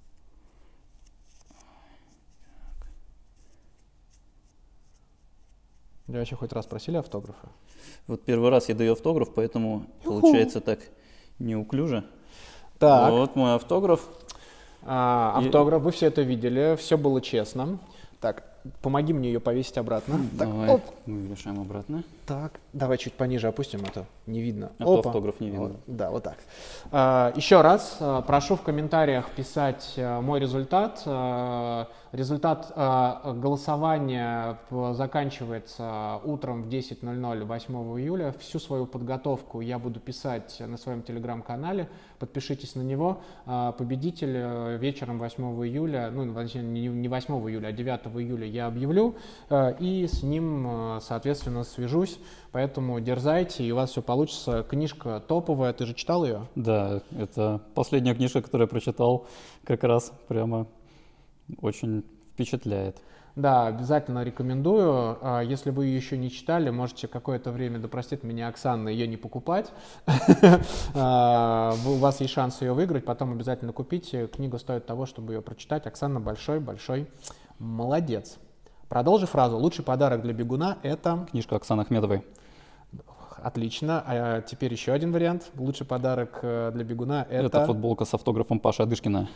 Speaker 3: Тебя вообще хоть раз просили автографы?
Speaker 2: Вот первый раз я даю автограф, поэтому Ю-ху. Получается так неуклюже.
Speaker 3: Так.
Speaker 2: Вот мой автограф.
Speaker 3: А, автограф, И... вы все это видели, все было честно. Так, помоги мне ее повесить обратно.
Speaker 2: Давай,
Speaker 3: так,
Speaker 2: мы вешаем обратно.
Speaker 3: Так, давай чуть пониже опустим, а то не видно.
Speaker 2: А то автограф не видно.
Speaker 3: Вот, да, вот так. А, еще раз а, прошу в комментариях писать а, мой результат. А, результат а, голосования заканчивается утром в десять ноль ноль восьмого июля. Всю свою подготовку я буду писать на своем телеграм-канале. Подпишитесь на него. А, победитель вечером восьмого июля, ну, не восьмого июля, а девятого июля я объявлю. А, и с ним, соответственно, свяжусь. Поэтому дерзайте, и у вас все получится. Книжка топовая, ты же читал ее?
Speaker 2: Да, это последняя книжка, которую я прочитал, как раз прямо очень впечатляет.
Speaker 3: Да, обязательно рекомендую. Если вы ее еще не читали, можете какое-то время, да простит меня Оксана, ее не покупать. У вас есть шанс ее выиграть, потом обязательно купите. Книга стоит того, чтобы ее прочитать. Оксана большой-большой молодец. Продолжи фразу. Лучший подарок для бегуна – это…
Speaker 2: Книжка Оксаны Ахмедовой.
Speaker 3: Отлично. А теперь еще один вариант. Лучший подарок для бегуна – это…
Speaker 2: Это футболка с автографом Паши Адышкина.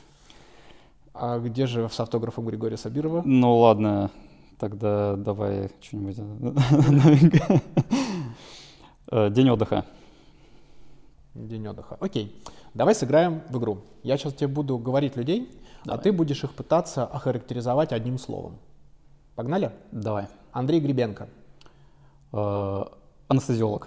Speaker 3: А где же с автографом Григория Сабирова?
Speaker 2: Ну ладно, тогда давай что-нибудь новенькое. День отдыха.
Speaker 3: День отдыха. Окей. Давай сыграем в игру. Я сейчас тебе буду говорить людей, давай. А ты будешь их пытаться охарактеризовать одним словом. Погнали?
Speaker 2: Давай.
Speaker 3: Андрей Гребенко.
Speaker 2: Э, анестезиолог.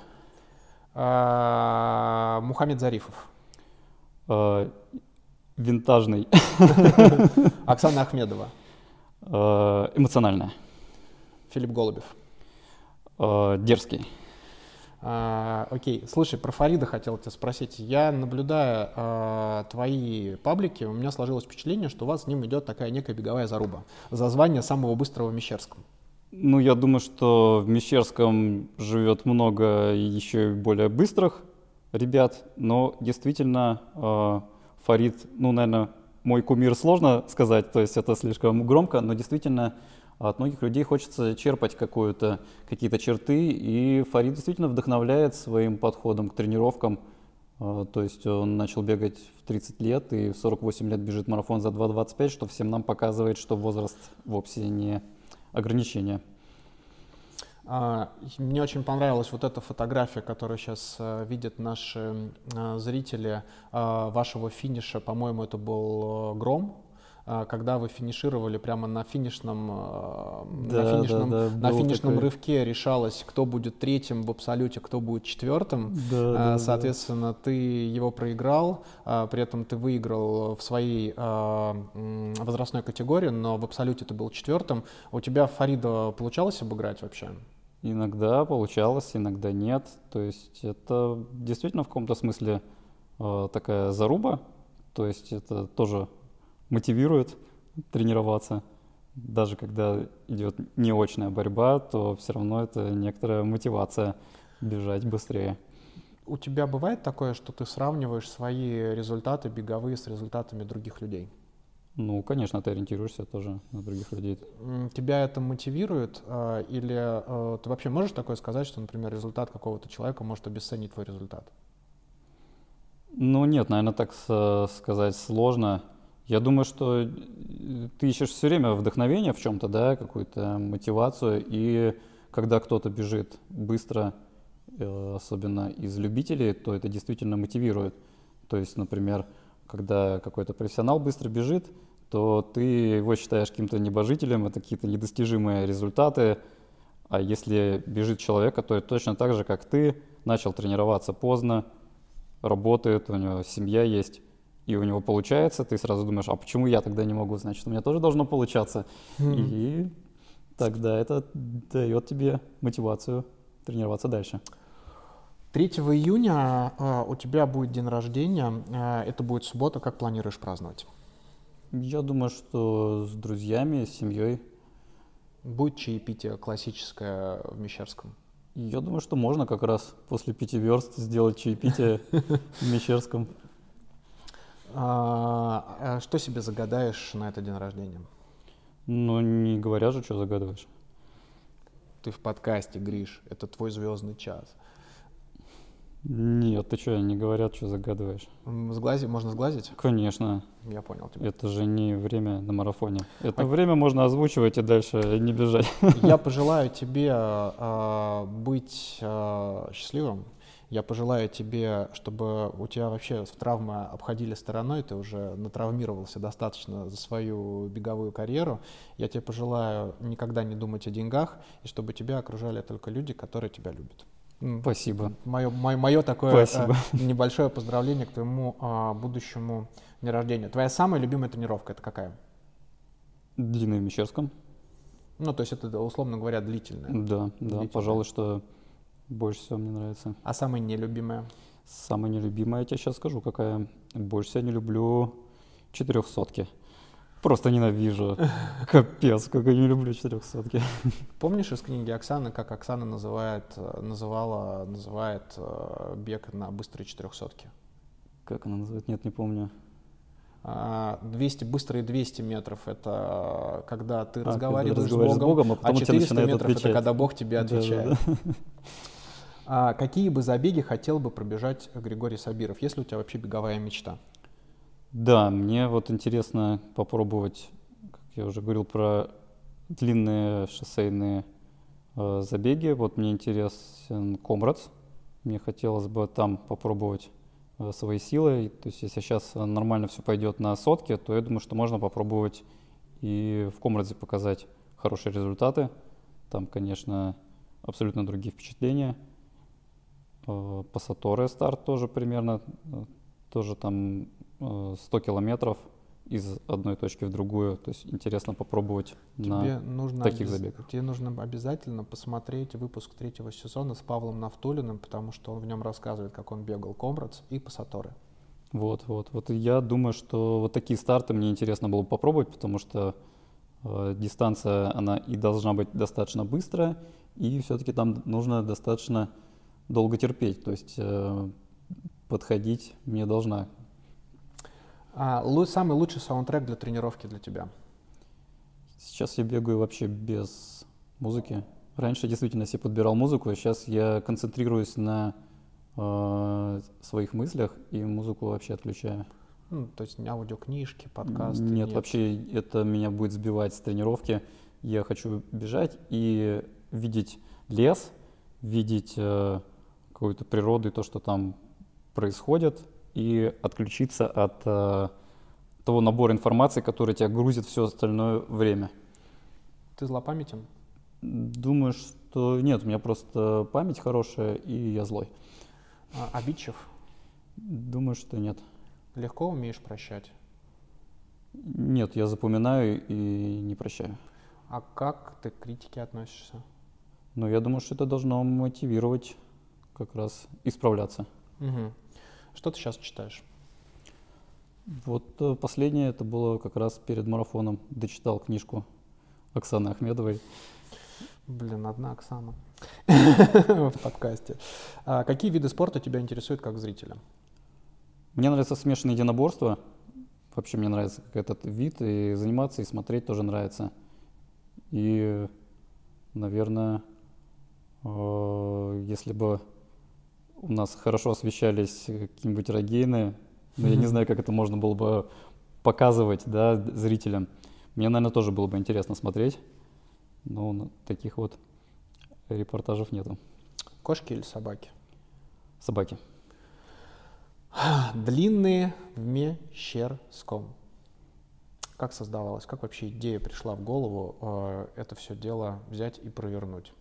Speaker 3: Э, Мухаммед Зарифов.
Speaker 2: Э, винтажный.
Speaker 3: Оксана Ахмедова.
Speaker 2: Э, эмоциональная.
Speaker 3: Филипп Голубев.
Speaker 2: Э, дерзкий.
Speaker 3: Uh, окей, слушай, про Фарида хотел тебя спросить. Я, наблюдая uh, твои паблики, у меня сложилось впечатление, что у вас с ним идет такая некая беговая заруба за звание самого быстрого в Мещерском.
Speaker 2: Ну, я думаю, что в Мещерском живет много еще и более быстрых ребят, но действительно uh, Фарид, ну, наверное, мой кумир сложно сказать, то есть это слишком громко, но действительно от многих людей хочется черпать какую-то, какие-то черты, и Фарид действительно вдохновляет своим подходом к тренировкам. То есть он начал бегать в тридцать лет и в сорок восемь лет бежит марафон за два двадцать пять, что всем нам показывает, что возраст вовсе не ограничение.
Speaker 3: Мне очень понравилась вот эта фотография, которую сейчас видят наши зрители вашего финиша. По-моему, это был Гром. а, когда вы финишировали прямо на финишном, а,
Speaker 2: Да,
Speaker 3: на финишном,
Speaker 2: да, да,
Speaker 3: на
Speaker 2: был
Speaker 3: финишном
Speaker 2: такой.
Speaker 3: рывке решалось, кто будет третьим в абсолюте, кто будет четвертым.
Speaker 2: Да,
Speaker 3: А,
Speaker 2: да, да.
Speaker 3: Соответственно, ты его проиграл, а, при этом ты выиграл в своей а, м, возрастной категории, но в абсолюте ты был четвертым. У тебя Фарида получалось обыграть вообще?
Speaker 2: Иногда получалось, иногда нет. То есть это действительно в каком-то смысле э, такая заруба. То есть это тоже мотивирует тренироваться. Даже когда идет неочная борьба, то все равно это некоторая мотивация бежать быстрее.
Speaker 3: У тебя бывает такое, что ты сравниваешь свои результаты беговые с результатами других людей?
Speaker 2: Ну, конечно, ты ориентируешься тоже на других людей.
Speaker 3: М, Тебя это мотивирует? а, Или а, ты вообще можешь такое сказать, что, например, результат какого-то человека может обесценить твой результат?
Speaker 2: Ну, нет, наверное, так с- сказать сложно. Я думаю, что э, ты ищешь все время вдохновение в чем-то, да, какую-то мотивацию, и когда кто-то бежит быстро, э, особенно из любителей, то это действительно мотивирует. То есть, например, когда какой-то профессионал быстро бежит, то ты его считаешь каким-то небожителем, это какие-то недостижимые результаты. А если бежит человек, который точно так же, как ты, начал тренироваться поздно, работает, у него семья есть, и у него получается, ты сразу думаешь, а почему я тогда не могу? Значит, у меня тоже должно получаться. И тогда это дает тебе мотивацию тренироваться дальше.
Speaker 3: третьего июня а, у тебя будет день рождения, а, это будет суббота, как планируешь праздновать?
Speaker 2: Я думаю, что с друзьями, с семьей.
Speaker 3: Будет чаепитие классическое в Мещерском?
Speaker 2: Я думаю, что можно как раз после пяти верст сделать чаепитие в Мещерском.
Speaker 3: А, а Что себе загадаешь на этот день рождения?
Speaker 2: Ну, не говоря же, что загадываешь.
Speaker 3: Ты в подкасте, Гриш, это твой звездный час.
Speaker 2: Нет, ты что, не говорят, что загадываешь.
Speaker 3: М, Сглази... Можно сглазить?
Speaker 2: Конечно,
Speaker 3: Я понял тебя.
Speaker 2: это же не время на марафоне. Это время можно озвучивать и дальше не бежать.
Speaker 3: Я пожелаю тебе а, быть а, счастливым. Я пожелаю тебе, чтобы у тебя вообще травмы обходили стороной, ты уже натравмировался достаточно за свою беговую карьеру. Я тебе пожелаю никогда не думать о деньгах, и чтобы тебя окружали только люди, которые тебя любят. М,
Speaker 2: Спасибо.
Speaker 3: Мое, мое, мое такое
Speaker 2: Спасибо.
Speaker 3: а, небольшое поздравление к твоему а, будущему дню рождения. Твоя самая любимая тренировка — это какая?
Speaker 2: Длинный в Мещерском.
Speaker 3: Ну, то есть это, условно говоря, длительная.
Speaker 2: Да, да,
Speaker 3: Длительная.
Speaker 2: пожалуй, что больше всего мне нравится.
Speaker 3: А самая нелюбимая?
Speaker 2: Самая нелюбимая, я тебе сейчас скажу, какая. Больше всего не люблю четырехсотки. Просто ненавижу. Капец, как я не люблю четырехсотки.
Speaker 3: Помнишь из книги Оксаны, как Оксана называет, э, называла, называет э, бег на быстрые четырехсотки?
Speaker 2: Как она называет? Нет, не помню.
Speaker 3: А, двести, быстрые двести метров — это когда ты
Speaker 2: А, когда
Speaker 3: разговариваешь,
Speaker 2: разговариваешь
Speaker 3: с
Speaker 2: с
Speaker 3: Богом,
Speaker 2: Богом, а потом
Speaker 3: а
Speaker 2: он тебе
Speaker 3: четыреста
Speaker 2: начинает
Speaker 3: метров — это
Speaker 2: отвечать.
Speaker 3: когда Бог тебе
Speaker 2: Да, да,
Speaker 3: отвечает.
Speaker 2: да.
Speaker 3: А какие бы забеги хотел бы пробежать Григорий Сабиров? Есть ли у тебя вообще беговая мечта?
Speaker 2: Да, мне вот интересно попробовать, как я уже говорил, про длинные шоссейные э, забеги. Вот мне интересен Комрадс. Мне хотелось бы там попробовать э, свои силы. То есть если сейчас нормально все пойдет на сотке, то я думаю, что можно попробовать и в Комрадзе показать хорошие результаты. Там, конечно, абсолютно другие впечатления. Э, Пассаторе старт тоже примерно, э, тоже там сто километров из одной точки в другую. То есть интересно попробовать
Speaker 3: Тебе
Speaker 2: на
Speaker 3: нужно
Speaker 2: таких
Speaker 3: обяз-
Speaker 2: забегах.
Speaker 3: Тебе нужно обязательно посмотреть выпуск третьего сезона с Павлом Нафтулиным, потому что он в нем рассказывает, как он бегал Комрадс и Пассаторе.
Speaker 2: Вот, вот, вот. И я думаю, что вот такие старты мне интересно было бы попробовать, потому что э, дистанция, она и должна быть достаточно быстрая, и все-таки там нужно достаточно долго терпеть. То есть э, подходить мне должна.
Speaker 3: А лу- самый лучший саундтрек для тренировки для тебя?
Speaker 2: Сейчас я бегаю вообще без музыки. Раньше действительно себе подбирал музыку, а сейчас я концентрируюсь на э, своих мыслях и музыку вообще отключаю.
Speaker 3: Ну, то есть аудиокнижки, подкасты?
Speaker 2: Нет, вообще это меня будет сбивать с тренировки. Я хочу бежать и видеть лес, видеть э, какую-то природу и то, что там происходит, и отключиться от э, того набора информации, который тебя грузит все остальное время.
Speaker 3: Ты злопамятен?
Speaker 2: Думаю, что нет, у меня просто память хорошая, и я злой.
Speaker 3: А, обидчив?
Speaker 2: Думаю, что нет.
Speaker 3: Легко умеешь прощать?
Speaker 2: Нет, я запоминаю и не прощаю.
Speaker 3: А как ты к критике относишься?
Speaker 2: Но я думаю, что это должно мотивировать как раз исправляться.
Speaker 3: Угу. Что ты сейчас читаешь?
Speaker 2: Вот э, последнее, это было как раз перед марафоном. Дочитал книжку Оксаны Ахмедовой.
Speaker 3: Блин, одна Оксана в подкасте. А какие виды спорта тебя интересуют как зрителя?
Speaker 2: Мне нравится смешанное единоборство. Вообще мне нравится как этот вид, и заниматься, и смотреть тоже нравится. И, наверное, э, если бы у нас хорошо освещались какие-нибудь эрогейны, но я не знаю, как это можно было бы показывать, да, зрителям. Мне, наверное, тоже было бы интересно смотреть, но таких вот репортажев нету.
Speaker 3: Кошки или собаки?
Speaker 2: Собаки.
Speaker 3: Длинные в Мещерском. Как создавалось? Как вообще идея пришла в голову э, это все дело взять и провернуть?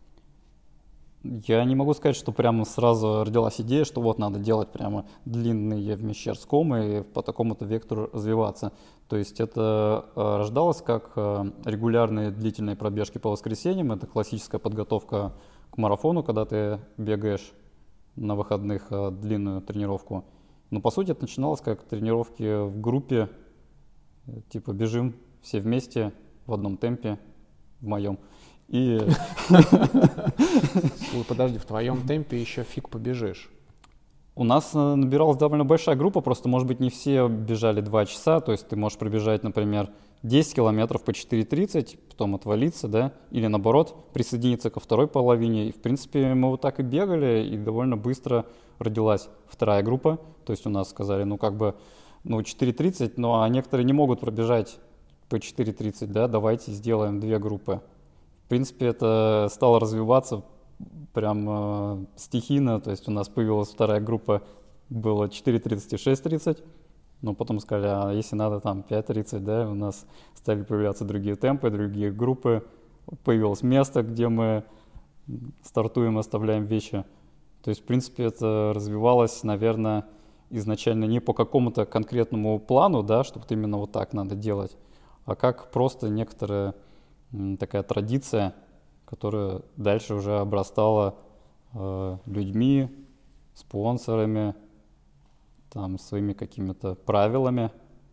Speaker 2: Я не могу сказать, что прямо сразу родилась идея, что вот надо делать прямо длинные в Мещерском и по такому-то вектору развиваться. То есть это э, рождалось как э, регулярные длительные пробежки по воскресеньям. Это классическая подготовка к марафону, когда ты бегаешь на выходных э, длинную тренировку. Но по сути это начиналось как тренировки в группе, э, типа бежим все вместе в одном темпе, в моем. И
Speaker 3: подожди, в твоем темпе еще фиг побежишь.
Speaker 2: У нас набиралась довольно большая группа, просто, может быть, не все бежали два часа, то есть ты можешь пробежать, например, десять километров по четыре тридцать, потом отвалиться, да, или наоборот, присоединиться ко второй половине. И, в принципе, мы вот так и бегали, и довольно быстро родилась вторая группа. То есть у нас сказали, ну, как бы, ну, четыре тридцать, ну, а некоторые не могут пробежать по четыре тридцать, да, давайте сделаем две группы. В принципе, это стало развиваться прям э, стихийно, то есть у нас появилась вторая группа, было четыре тридцать и шесть тридцать, но потом сказали, а если надо там пять тридцать, да, у нас стали появляться другие темпы, другие группы, появилось место, где мы стартуем, оставляем вещи. То есть, в принципе, это развивалось, наверное, изначально не по какому-то конкретному плану, да, что вот именно вот так надо делать, а как просто некоторая такая традиция, которая дальше уже обрастала э, людьми, спонсорами, там, своими какими-то правилами.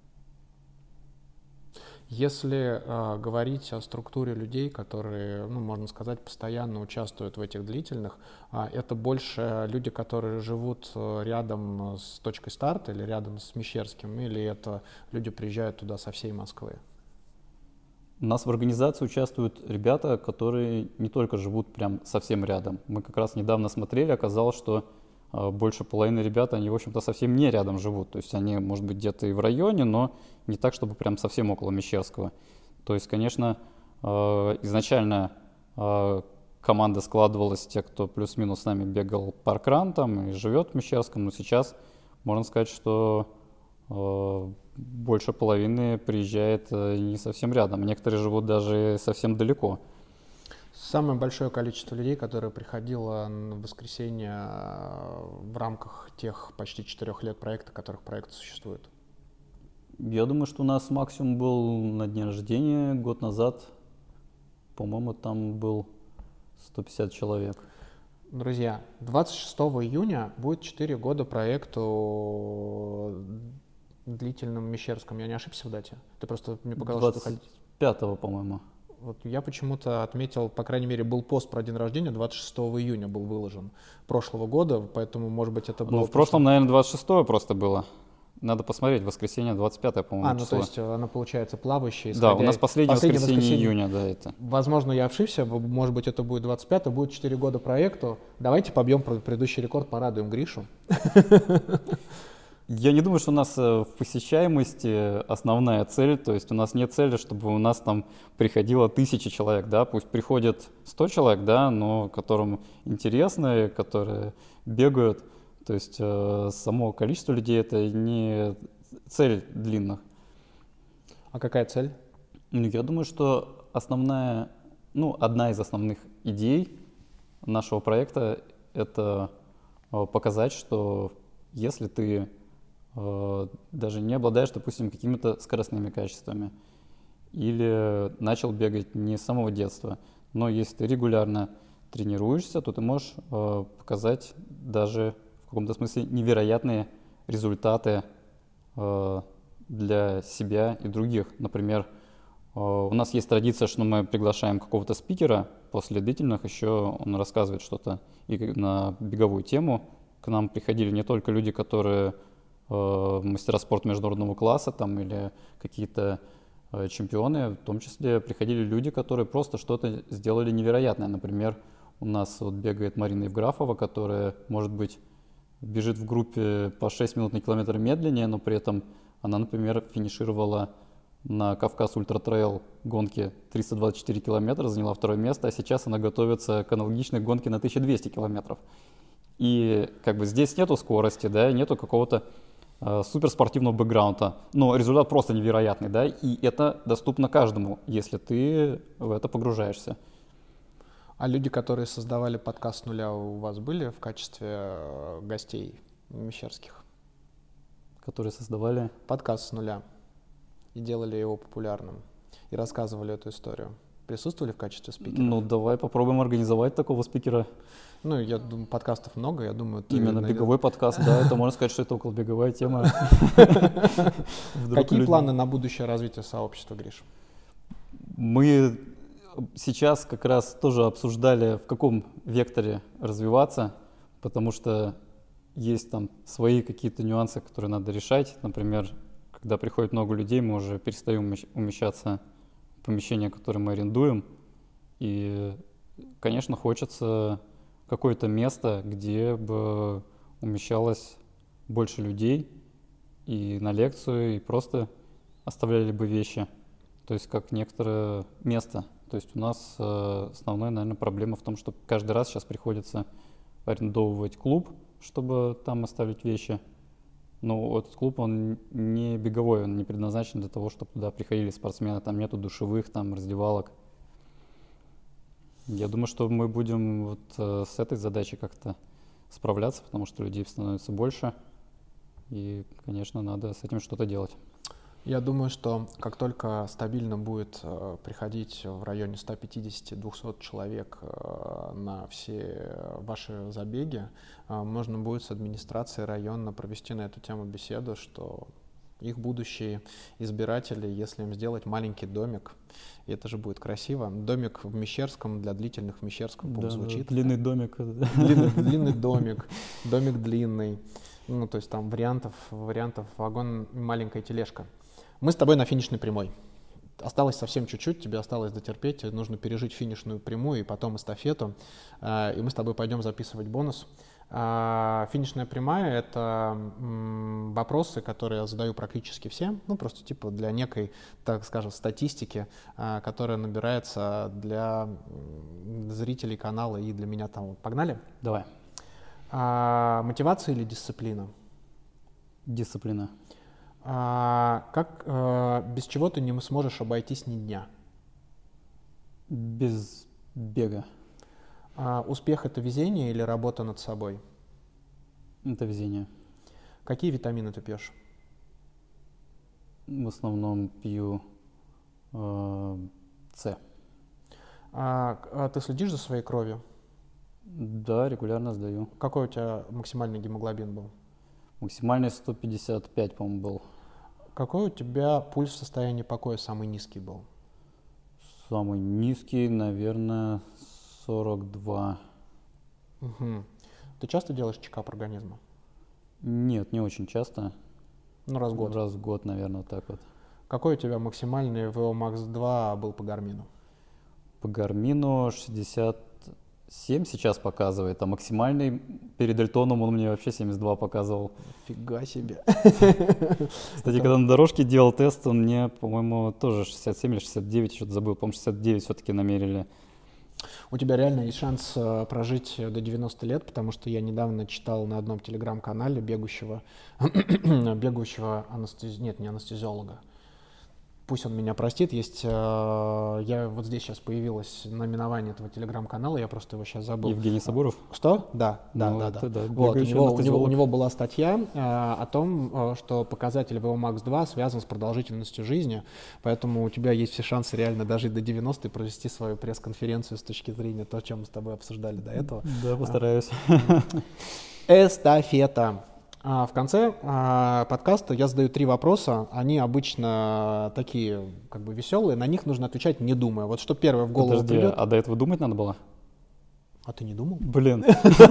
Speaker 3: Если э, говорить о структуре людей, которые, ну, можно сказать, постоянно участвуют в этих длительных, э, это больше люди, которые живут рядом с точкой старта или рядом с Мещерским, или это люди приезжают туда со всей Москвы?
Speaker 2: У нас в организации участвуют ребята, которые не только живут прям совсем рядом. Мы как раз недавно смотрели, оказалось, что э, больше половины ребят, они, в общем-то, совсем не рядом живут. То есть они, может быть, где-то и в районе, но не так, чтобы прям совсем около Мещерского. То есть, конечно, э, изначально э, команда складывалась, те, кто плюс-минус с нами бегал паркран там и живет в Мещерском, но сейчас можно сказать, что э, больше половины приезжает не совсем рядом. Некоторые живут даже совсем далеко.
Speaker 3: Самое большое количество людей, которое приходило в воскресенье в рамках тех почти четырех лет проекта, которых проект существует?
Speaker 2: Я думаю, что у нас максимум был на дне рождения год назад. По-моему, там был сто пятьдесят человек.
Speaker 3: Друзья, двадцать шестого июня будет четыре года проекту длительном Мещерском. Я не ошибся в дате? Ты просто мне показалось, что...
Speaker 2: двадцать пятого, по-моему.
Speaker 3: Вот я почему-то отметил, по крайней мере, был пост про день рождения, двадцать шестого июня был выложен прошлого года, поэтому, может быть, это было...
Speaker 2: Ну, в прошлом, наверное, двадцать шестого просто было. Надо посмотреть, воскресенье двадцать пятое, по-моему,
Speaker 3: А, ну
Speaker 2: число.
Speaker 3: то есть оно получается плавающее.
Speaker 2: Да, у нас последнее, последнее воскресенье, воскресенье июня, да, это.
Speaker 3: Возможно, я ошибся, может быть, это будет двадцать пятое, будет четыре года проекту. Давайте побьем предыдущий рекорд, порадуем Гришу.
Speaker 2: Я не думаю, что у нас в посещаемости основная цель, то есть у нас нет цели, чтобы у нас там приходило тысяча человек, да, пусть приходит сто человек, да, но которым интересно, которые бегают, то есть э, само количество людей — это не цель длинных.
Speaker 3: А какая цель?
Speaker 2: Ну, я думаю, что основная, ну, одна из основных идей нашего проекта — это э, показать, что если ты э, даже не обладаешь, допустим, какими-то скоростными качествами или начал бегать не с самого детства, но если ты регулярно тренируешься, то ты можешь э, показать даже в каком-то смысле невероятные результаты э, для себя и других. Например, э, у нас есть традиция, что мы приглашаем какого-то спикера после длительных, еще он рассказывает что-то и на беговую тему. К нам приходили не только люди, которые э, мастера спорта международного класса там, или какие-то э, чемпионы, в том числе приходили люди, которые просто что-то сделали невероятное. Например, у нас вот бегает Марина Евграфова, которая, может быть, бежит в группе по шесть минут на километр медленнее, но при этом она, например, финишировала на Кавказ Ультра Трейл гонке триста двадцать четыре километра, заняла второе место, а сейчас она готовится к аналогичной гонке на тысяча двести километров. И как бы здесь нету скорости, да, нету какого-то э, суперспортивного бэкграунда, но результат просто невероятный, да, и это доступно каждому, если ты в это погружаешься.
Speaker 3: А люди, которые создавали подкаст с нуля, у вас были в качестве гостей мещерских?
Speaker 2: Которые создавали?
Speaker 3: Подкаст с нуля и делали его популярным, и рассказывали эту историю. Присутствовали в качестве спикера?
Speaker 2: Ну, давай попробуем организовать такого спикера.
Speaker 3: Ну, я думаю, подкастов много, я думаю... Ты
Speaker 2: Именно
Speaker 3: найдешь...
Speaker 2: беговой подкаст, да, это можно сказать, что это околобеговая тема.
Speaker 3: Какие планы на будущее развитие сообщества, Гриш?
Speaker 2: Мы сейчас как раз тоже обсуждали, в каком векторе развиваться, потому что есть там свои какие-то нюансы, которые надо решать. Например, когда приходит много людей, мы уже перестаем умещаться в помещения, которые мы арендуем. И, конечно, хочется какое-то место, где бы умещалось больше людей и на лекцию, и просто оставляли бы вещи. То есть как некоторое место. То есть у нас э, основная, наверное, проблема в том, что каждый раз сейчас приходится арендовывать клуб, чтобы там оставить вещи. Но этот клуб, он не беговой, он не предназначен для того, чтобы туда приходили спортсмены. Там нету душевых, там раздевалок. Я думаю, что мы будем вот э, с этой задачей как-то справляться, потому что людей становится больше. И, конечно, надо с этим что-то делать.
Speaker 3: Я думаю, что как только стабильно будет э, приходить в районе сто пятьдесят - двести человек э, на все ваши забеги, э, можно будет с администрацией района провести на эту тему беседу, что их будущие избиратели, если им сделать маленький домик, и это же будет красиво, домик в Мещерском, для длительных в Мещерском,
Speaker 2: да,
Speaker 3: звучит.
Speaker 2: Длинный домик.
Speaker 3: Длинный, длинный домик, домик длинный, ну то есть там вариантов, вариантов вагон, маленькая тележка. Мы с тобой на финишной прямой. Осталось совсем чуть-чуть, тебе осталось дотерпеть, нужно пережить финишную прямую и потом эстафету. И мы с тобой пойдем записывать бонус. Финишная прямая — это вопросы, которые я задаю практически всем, ну просто типа для некой, так скажем, статистики, которая набирается для зрителей канала и для меня там. Погнали?
Speaker 2: Давай.
Speaker 3: Мотивация или дисциплина?
Speaker 2: Дисциплина.
Speaker 3: А, как, а, без чего ты не сможешь обойтись ни дня?
Speaker 2: Без бега.
Speaker 3: А, успех — это везение или работа над собой?
Speaker 2: Это везение.
Speaker 3: Какие витамины ты пьешь?
Speaker 2: В основном пью э, С.
Speaker 3: А, а ты следишь за своей кровью?
Speaker 2: Да, регулярно сдаю.
Speaker 3: Какой у тебя максимальный гемоглобин был?
Speaker 2: Максимальный сто пятьдесят пять, по-моему, был.
Speaker 3: Какой у тебя пульс в состоянии покоя самый низкий был?
Speaker 2: Самый низкий, наверное, сорок два.
Speaker 3: Угу. Ты часто делаешь чекап организма?
Speaker 2: Нет, не очень часто.
Speaker 3: Ну, раз в год?
Speaker 2: Раз в год, наверное, вот так вот.
Speaker 3: Какой у тебя максимальный ви о макс два был по Гармину?
Speaker 2: По Гармину шестьдесят семь сейчас показывает, а максимальный перед Эльтоном он мне вообще семьдесят два показывал.
Speaker 3: Фига себе.
Speaker 2: Кстати, когда на дорожке делал тест, он мне, по-моему, тоже шестьдесят семь или шестьдесят девять, что-то забыл. По-моему, шестьдесят девять все-таки намерили.
Speaker 3: У тебя реально есть шанс э, прожить до девяноста лет, потому что я недавно читал на одном телеграм-канале бегущего, бегущего анестези... нет, не анестезиолога, Пусть он меня простит. Есть, э, я вот здесь сейчас появилось наименование этого телеграм-канала, я просто его сейчас забыл.
Speaker 2: Евгений Сабуров?
Speaker 3: Что? Да, да,
Speaker 2: ну,
Speaker 3: да, да.
Speaker 2: да.
Speaker 3: Вот, у, него, у, него, у него была статья э, о том, э, что показатель ви о макс два связан с продолжительностью жизни, поэтому у тебя есть все шансы реально дожить до девяноста и провести свою пресс-конференцию с точки зрения того, о чем мы с тобой обсуждали до этого.
Speaker 2: Да, постараюсь.
Speaker 3: Эстафета. В конце а, подкаста я задаю три вопроса, они обычно такие как бы веселые, на них нужно отвечать не думая. Вот что первое в голову
Speaker 2: Подожди,
Speaker 3: придет.
Speaker 2: А до этого думать надо было?
Speaker 3: А ты не думал?
Speaker 2: Блин.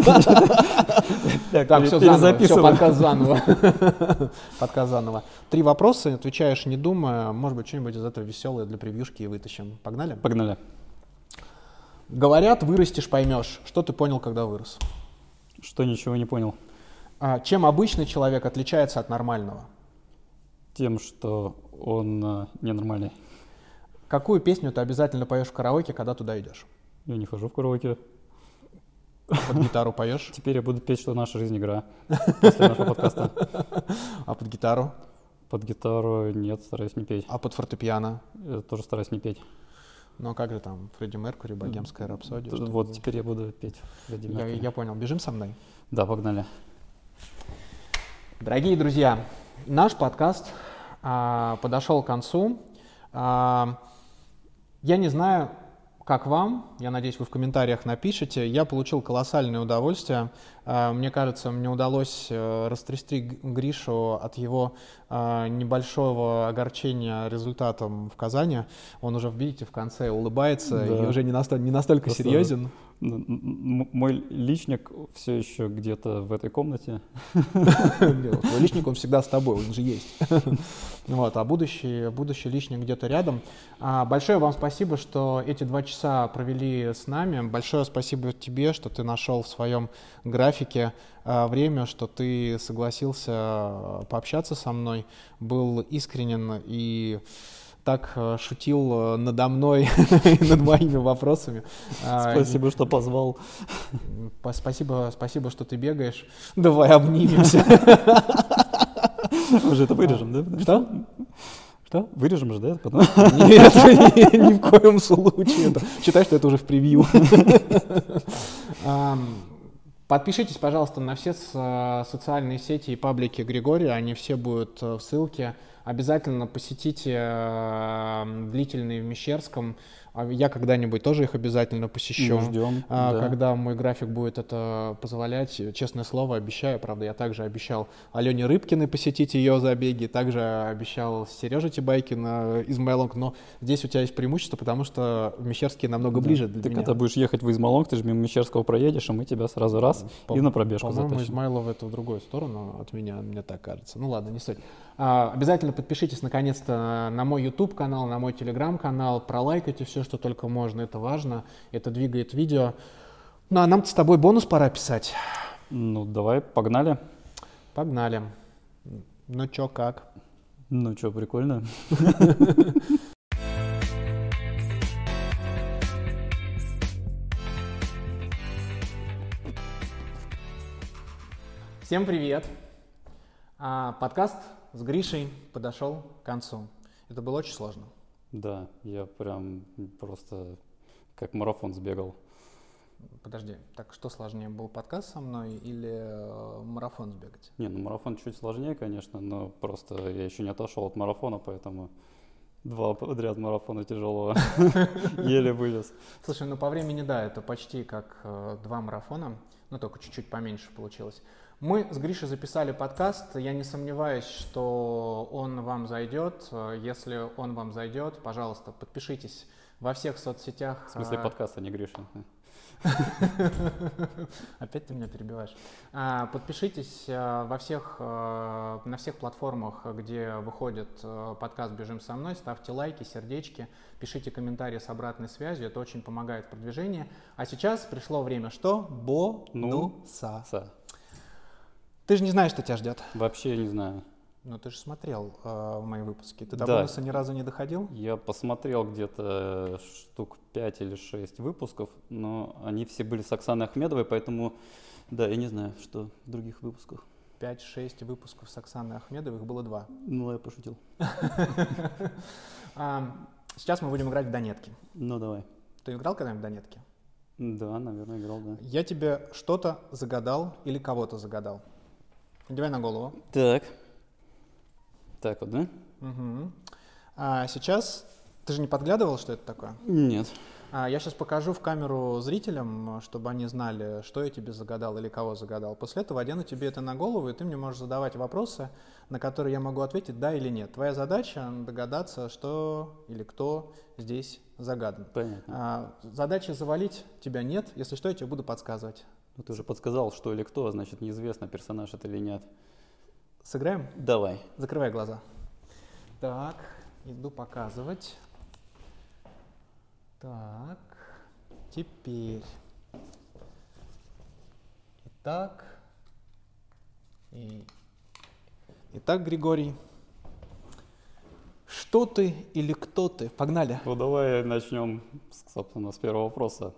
Speaker 3: Так, все заново, все, подкаст заново. Подкаст заново. Три вопроса, отвечаешь не думая, может быть, что-нибудь из этого веселое для превьюшки и вытащим. Погнали?
Speaker 2: Погнали.
Speaker 3: Говорят, вырастешь, поймешь. Что ты понял, когда вырос?
Speaker 2: Что ничего не понял.
Speaker 3: Чем обычный человек отличается от нормального?
Speaker 2: Тем, что он э, ненормальный.
Speaker 3: Какую песню ты обязательно поешь в караоке, когда туда идешь?
Speaker 2: Я не хожу в караоке.
Speaker 3: Под гитару поешь?
Speaker 2: Теперь я буду петь, что наша жизнь игра после нашего подкаста.
Speaker 3: А под гитару?
Speaker 2: Под гитару нет, стараюсь не петь.
Speaker 3: А под фортепиано?
Speaker 2: Я тоже стараюсь не петь.
Speaker 3: Ну а как же там Фредди Меркьюри, Богемская рапсодия?
Speaker 2: Вот теперь я буду петь Фредди Меркьюри.
Speaker 3: Я, я понял. Бежим со мной?
Speaker 2: Да, погнали.
Speaker 3: Дорогие друзья, наш подкаст а, подошел к концу. А, я не знаю, как вам, я надеюсь, вы в комментариях напишите. Я получил колоссальное удовольствие. А, мне кажется, мне удалось а, растрясти Гришу от его а, небольшого огорчения результатом в Казани. Он уже, видите, в конце улыбается, да. И уже не, настоль, не настолько Просто серьезен.
Speaker 2: Мой личник все еще где-то в этой комнате.
Speaker 3: Твой личник, он всегда с тобой, он же есть. Вот, а будущий, будущий личник где-то рядом. А, большое вам спасибо, что эти два часа провели с нами. Большое спасибо тебе, что ты нашел в своем графике а, время, что ты согласился пообщаться со мной, был искренен и так шутил надо мной и над моими вопросами.
Speaker 2: Спасибо, что позвал.
Speaker 3: Спасибо, спасибо, что ты бегаешь. Давай обнимемся.
Speaker 2: Мы же это вырежем, да?
Speaker 3: Что? Что?
Speaker 2: Вырежем же, да?
Speaker 3: Нет, ни в коем случае. Считай, что это уже в превью. Подпишитесь, пожалуйста, на все социальные сети и паблики Григория, они все будут в ссылке. Обязательно посетите э, длительные в Мещерском. Я когда-нибудь тоже их обязательно посещу.
Speaker 2: Мы ждем,
Speaker 3: а,
Speaker 2: да.
Speaker 3: Когда мой график будет это позволять. Честное слово, обещаю. Правда, я также обещал Алене Рыбкиной посетить ее забеги. Также обещал Сереже Тибайкина из Майлонг. Но здесь у тебя есть преимущество, потому что Мещерский намного
Speaker 2: да.
Speaker 3: ближе для
Speaker 2: Ты
Speaker 3: меня.
Speaker 2: когда будешь ехать в Измайлонг, ты же мимо Мещерского проедешь, а мы тебя сразу раз По- и на пробежку
Speaker 3: по-моему,
Speaker 2: затащим.
Speaker 3: Измайлов это в другую сторону от меня, мне так кажется. Ну ладно, не суть. А, обязательно подпишитесь наконец-то на мой YouTube-канал, на мой Telegram-канал, пролайкайте все, что только можно, это важно, это двигает видео. Ну а нам с тобой бонус пора писать.
Speaker 2: Ну давай, погнали.
Speaker 3: Погнали. Ну чё, как?
Speaker 2: Ну чё, прикольно.
Speaker 3: Всем привет. А, подкаст с Гришей подошел к концу. Это было очень сложно.
Speaker 2: Да, я прям просто как марафон сбегал.
Speaker 3: Подожди, так что сложнее, был подкаст со мной или э, марафон сбегать?
Speaker 2: Не, ну марафон чуть сложнее, конечно, но просто я еще не отошел от марафона, поэтому два подряд марафона тяжелого еле вылез.
Speaker 3: Слушай, ну по времени, да, это почти как э, два марафона, но только чуть-чуть поменьше получилось. Мы с Гришей записали подкаст, я не сомневаюсь, что он вам зайдет. Если он вам зайдет, пожалуйста, подпишитесь во всех соцсетях.
Speaker 2: В смысле подкаст, а не Гриша?
Speaker 3: Опять ты меня перебиваешь. Подпишитесь во всех, на всех платформах, где выходит подкаст «Бежим со мной». Ставьте лайки, сердечки, пишите комментарии с обратной связью. Это очень помогает в продвижении. А сейчас пришло время что? Бонуса.
Speaker 2: Ну,
Speaker 3: Ты же не знаешь, что тебя ждет.
Speaker 2: Вообще не знаю.
Speaker 3: Ну, ты же смотрел э, мои выпуски. Ты до
Speaker 2: да.
Speaker 3: бонуса ни разу не доходил?
Speaker 2: Я посмотрел где-то штук пять или шесть выпусков, но они все были с Оксаной Ахмедовой, поэтому, да, я не знаю, что в других выпусках.
Speaker 3: пять-шесть выпусков с Оксаной Ахмедовой, их было два.
Speaker 2: Ну, я пошутил.
Speaker 3: Сейчас мы будем играть в донетки.
Speaker 2: Ну, давай.
Speaker 3: Ты играл когда-нибудь в донетки?
Speaker 2: Да, наверное, играл, да.
Speaker 3: Я тебе что-то загадал или кого-то загадал. Надевай на голову.
Speaker 2: Так. Так вот, да?
Speaker 3: Угу. А сейчас... Ты же не подглядывал, что это такое?
Speaker 2: Нет.
Speaker 3: А, я сейчас покажу в камеру зрителям, чтобы они знали, что я тебе загадал или кого загадал. После этого одену тебе это на голову, и ты мне можешь задавать вопросы, на которые я могу ответить да или нет. Твоя задача догадаться, что или кто здесь загадан.
Speaker 2: Понятно.
Speaker 3: А, задачи завалить тебя нет. Если что, я тебе буду подсказывать.
Speaker 2: Ну, ты уже подсказал, что или кто, значит, неизвестно, персонаж это или нет.
Speaker 3: Сыграем?
Speaker 2: Давай.
Speaker 3: Закрывай глаза. Так, иду показывать. Так, теперь. Итак. И... Итак, Григорий. Что ты или кто ты? Погнали.
Speaker 2: Ну, давай начнем, собственно, с первого вопроса.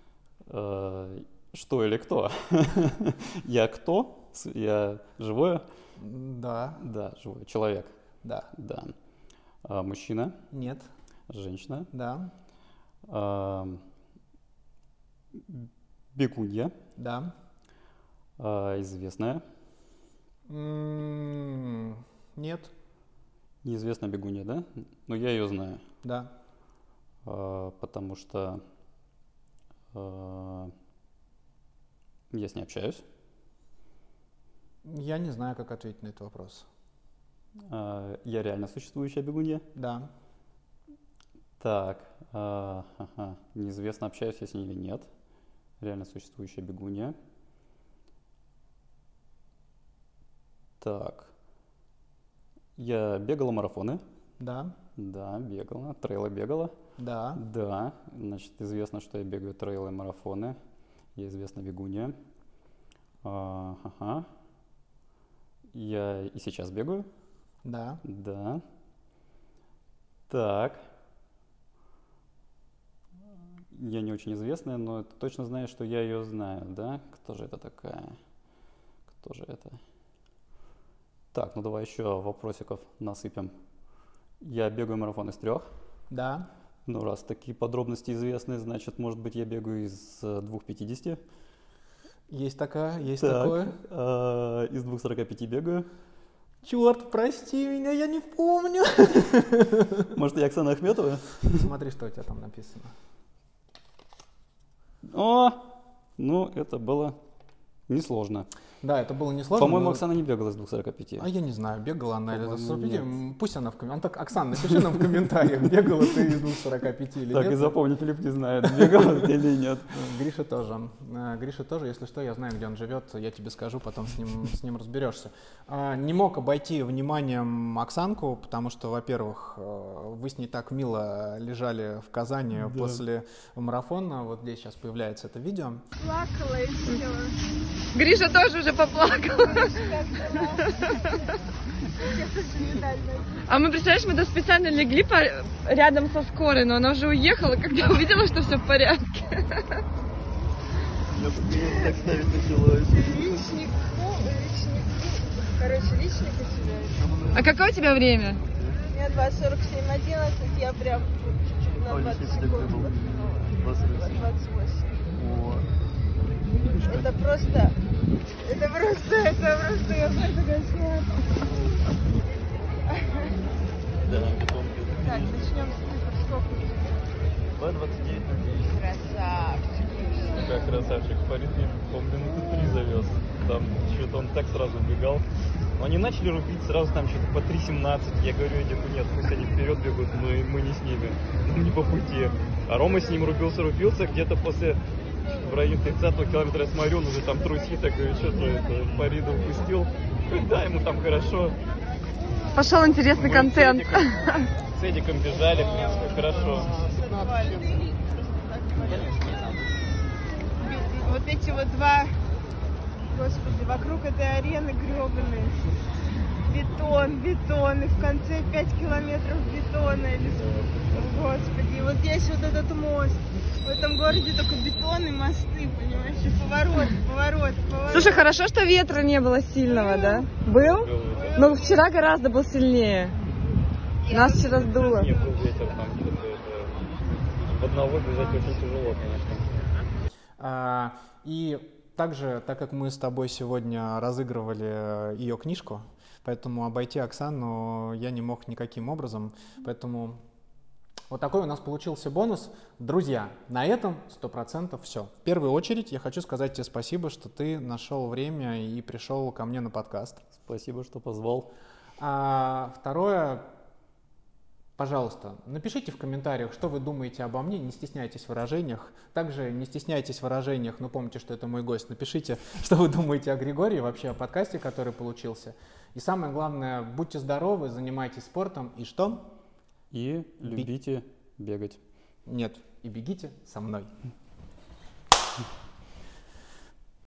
Speaker 2: Что или кто? Я кто? Я живое?
Speaker 3: Да.
Speaker 2: Да, живой человек.
Speaker 3: Да.
Speaker 2: Да. А, мужчина?
Speaker 3: Нет.
Speaker 2: Женщина?
Speaker 3: Да.
Speaker 2: А, бегунья?
Speaker 3: Да.
Speaker 2: А, известная?
Speaker 3: М-м- нет.
Speaker 2: Неизвестная бегунья, да? Но я ее знаю.
Speaker 3: Да.
Speaker 2: А, потому что а, я с ней общаюсь.
Speaker 3: Я не знаю, как ответить на этот вопрос.
Speaker 2: А, я реально существующая бегунья?
Speaker 3: Да.
Speaker 2: Так, а, ага. Неизвестно, общаюсь я с ней или нет. Реально существующая бегунья. Так. Я бегала марафоны.
Speaker 3: Да.
Speaker 2: Да, бегала. Трейлы бегала.
Speaker 3: Да.
Speaker 2: Да. Значит, известно, что я бегаю трейлы и марафоны. Я известна бегунья. А, ага. Я и сейчас бегаю.
Speaker 3: Да.
Speaker 2: Да. Так. Я не очень известная, но ты точно знаешь, что я ее знаю, да? Кто же это такая? Кто же это? Так, ну давай еще вопросиков насыпем. Я бегаю марафон из трех.
Speaker 3: Да.
Speaker 2: Ну, раз такие подробности известны, значит, может быть, я бегаю из двух пятидесяти.
Speaker 3: Есть такая, есть
Speaker 2: так,
Speaker 3: такое.
Speaker 2: Э, из двух сорока пяти бегаю.
Speaker 3: Черт, прости меня, я не помню.
Speaker 2: Может, я Оксана Ахметова?
Speaker 3: Смотри, что у тебя там написано.
Speaker 2: О, ну, это было несложно.
Speaker 3: Да, это было несложно.
Speaker 2: По-моему,
Speaker 3: но...
Speaker 2: Оксана не бегала из двух сорока пяти.
Speaker 3: А я не знаю, бегала она или из двух сорока пяти.
Speaker 2: Нет.
Speaker 3: Пусть она в комментариях. Оксана, напиши нам в комментариях, бегала ты из двух сорока пяти или нет.
Speaker 2: Так и запомни, Филипп не знает, бегала ты или нет.
Speaker 3: Гриша тоже. Гриша тоже, если что, я знаю, где он живет, я тебе скажу, потом с ним, с ним разберешься. Не мог обойти вниманием Оксанку, потому что, во-первых, вы с ней так мило лежали в Казани да. после марафона. Вот здесь сейчас появляется это видео.
Speaker 9: Плакала и сидела. Гриша тоже уже поплакал. А мы, представляешь, мы даже специально легли по... рядом со скорой, но она уже уехала, когда увидела, что все в порядке.
Speaker 8: Я так ставить началось.
Speaker 9: Личник, личник, короче, личник у тебя. А какое у тебя время?
Speaker 11: У меня два сорок семь одиннадцать, я прям чуть-чуть на двадцать секунд. двадцать восемь. Это просто, это просто, это просто, я просто кошмар.
Speaker 8: Да, потом.
Speaker 11: Так, начнем с цифр, сколько у тебя?
Speaker 8: два двадцать девять ноль девять.
Speaker 11: Красавчик.
Speaker 8: Как красавчик, по ритме, по минуты три завез. Там что-то он так сразу убегал. Но они начали рубить сразу там что-то по три семнадцать. Я говорю Эдику, нет, пусть они вперед бегут, но мы не с ними. Нам не по пути. А Рома с ним рубился-рубился где-то после... В районе тридцатого километра я смотрю, он уже там трусит, я говорю, что-то это, Фарида упустил. Да, ему там хорошо.
Speaker 9: Пошел интересный
Speaker 8: Мы
Speaker 9: контент.
Speaker 8: С Эдиком, с Эдиком бежали, в принципе, хорошо.
Speaker 11: Вот эти вот два, господи, вокруг этой арены гребаные. бетон, бетон, и в конце пять километров бетона. Или... Господи, вот здесь вот этот мост. В этом городе только бетон и мосты, понимаешь, и поворот, поворот, поворот.
Speaker 9: Слушай, хорошо, что ветра не было сильного, да? Был? Но вчера гораздо был сильнее. Нас вчера сдуло.
Speaker 8: Нет, был ветер, там что-то это... В одного бежать очень тяжело, конечно.
Speaker 3: А, и также, так как мы с тобой сегодня разыгрывали ее книжку, поэтому обойти Оксану я не мог никаким образом, поэтому вот такой у нас получился бонус. Друзья, на этом сто процентов все. В первую очередь я хочу сказать тебе спасибо, что ты нашел время и пришел ко мне на подкаст.
Speaker 2: Спасибо, что позвал.
Speaker 3: А второе, пожалуйста, напишите в комментариях, что вы думаете обо мне, не стесняйтесь в выражениях. Также не стесняйтесь в выражениях, но помните, что это мой гость. Напишите, что вы думаете о Григории, вообще о подкасте, который получился. И самое главное, будьте здоровы, занимайтесь спортом и что?
Speaker 2: И любите бегать.
Speaker 3: Нет, и бегите со мной.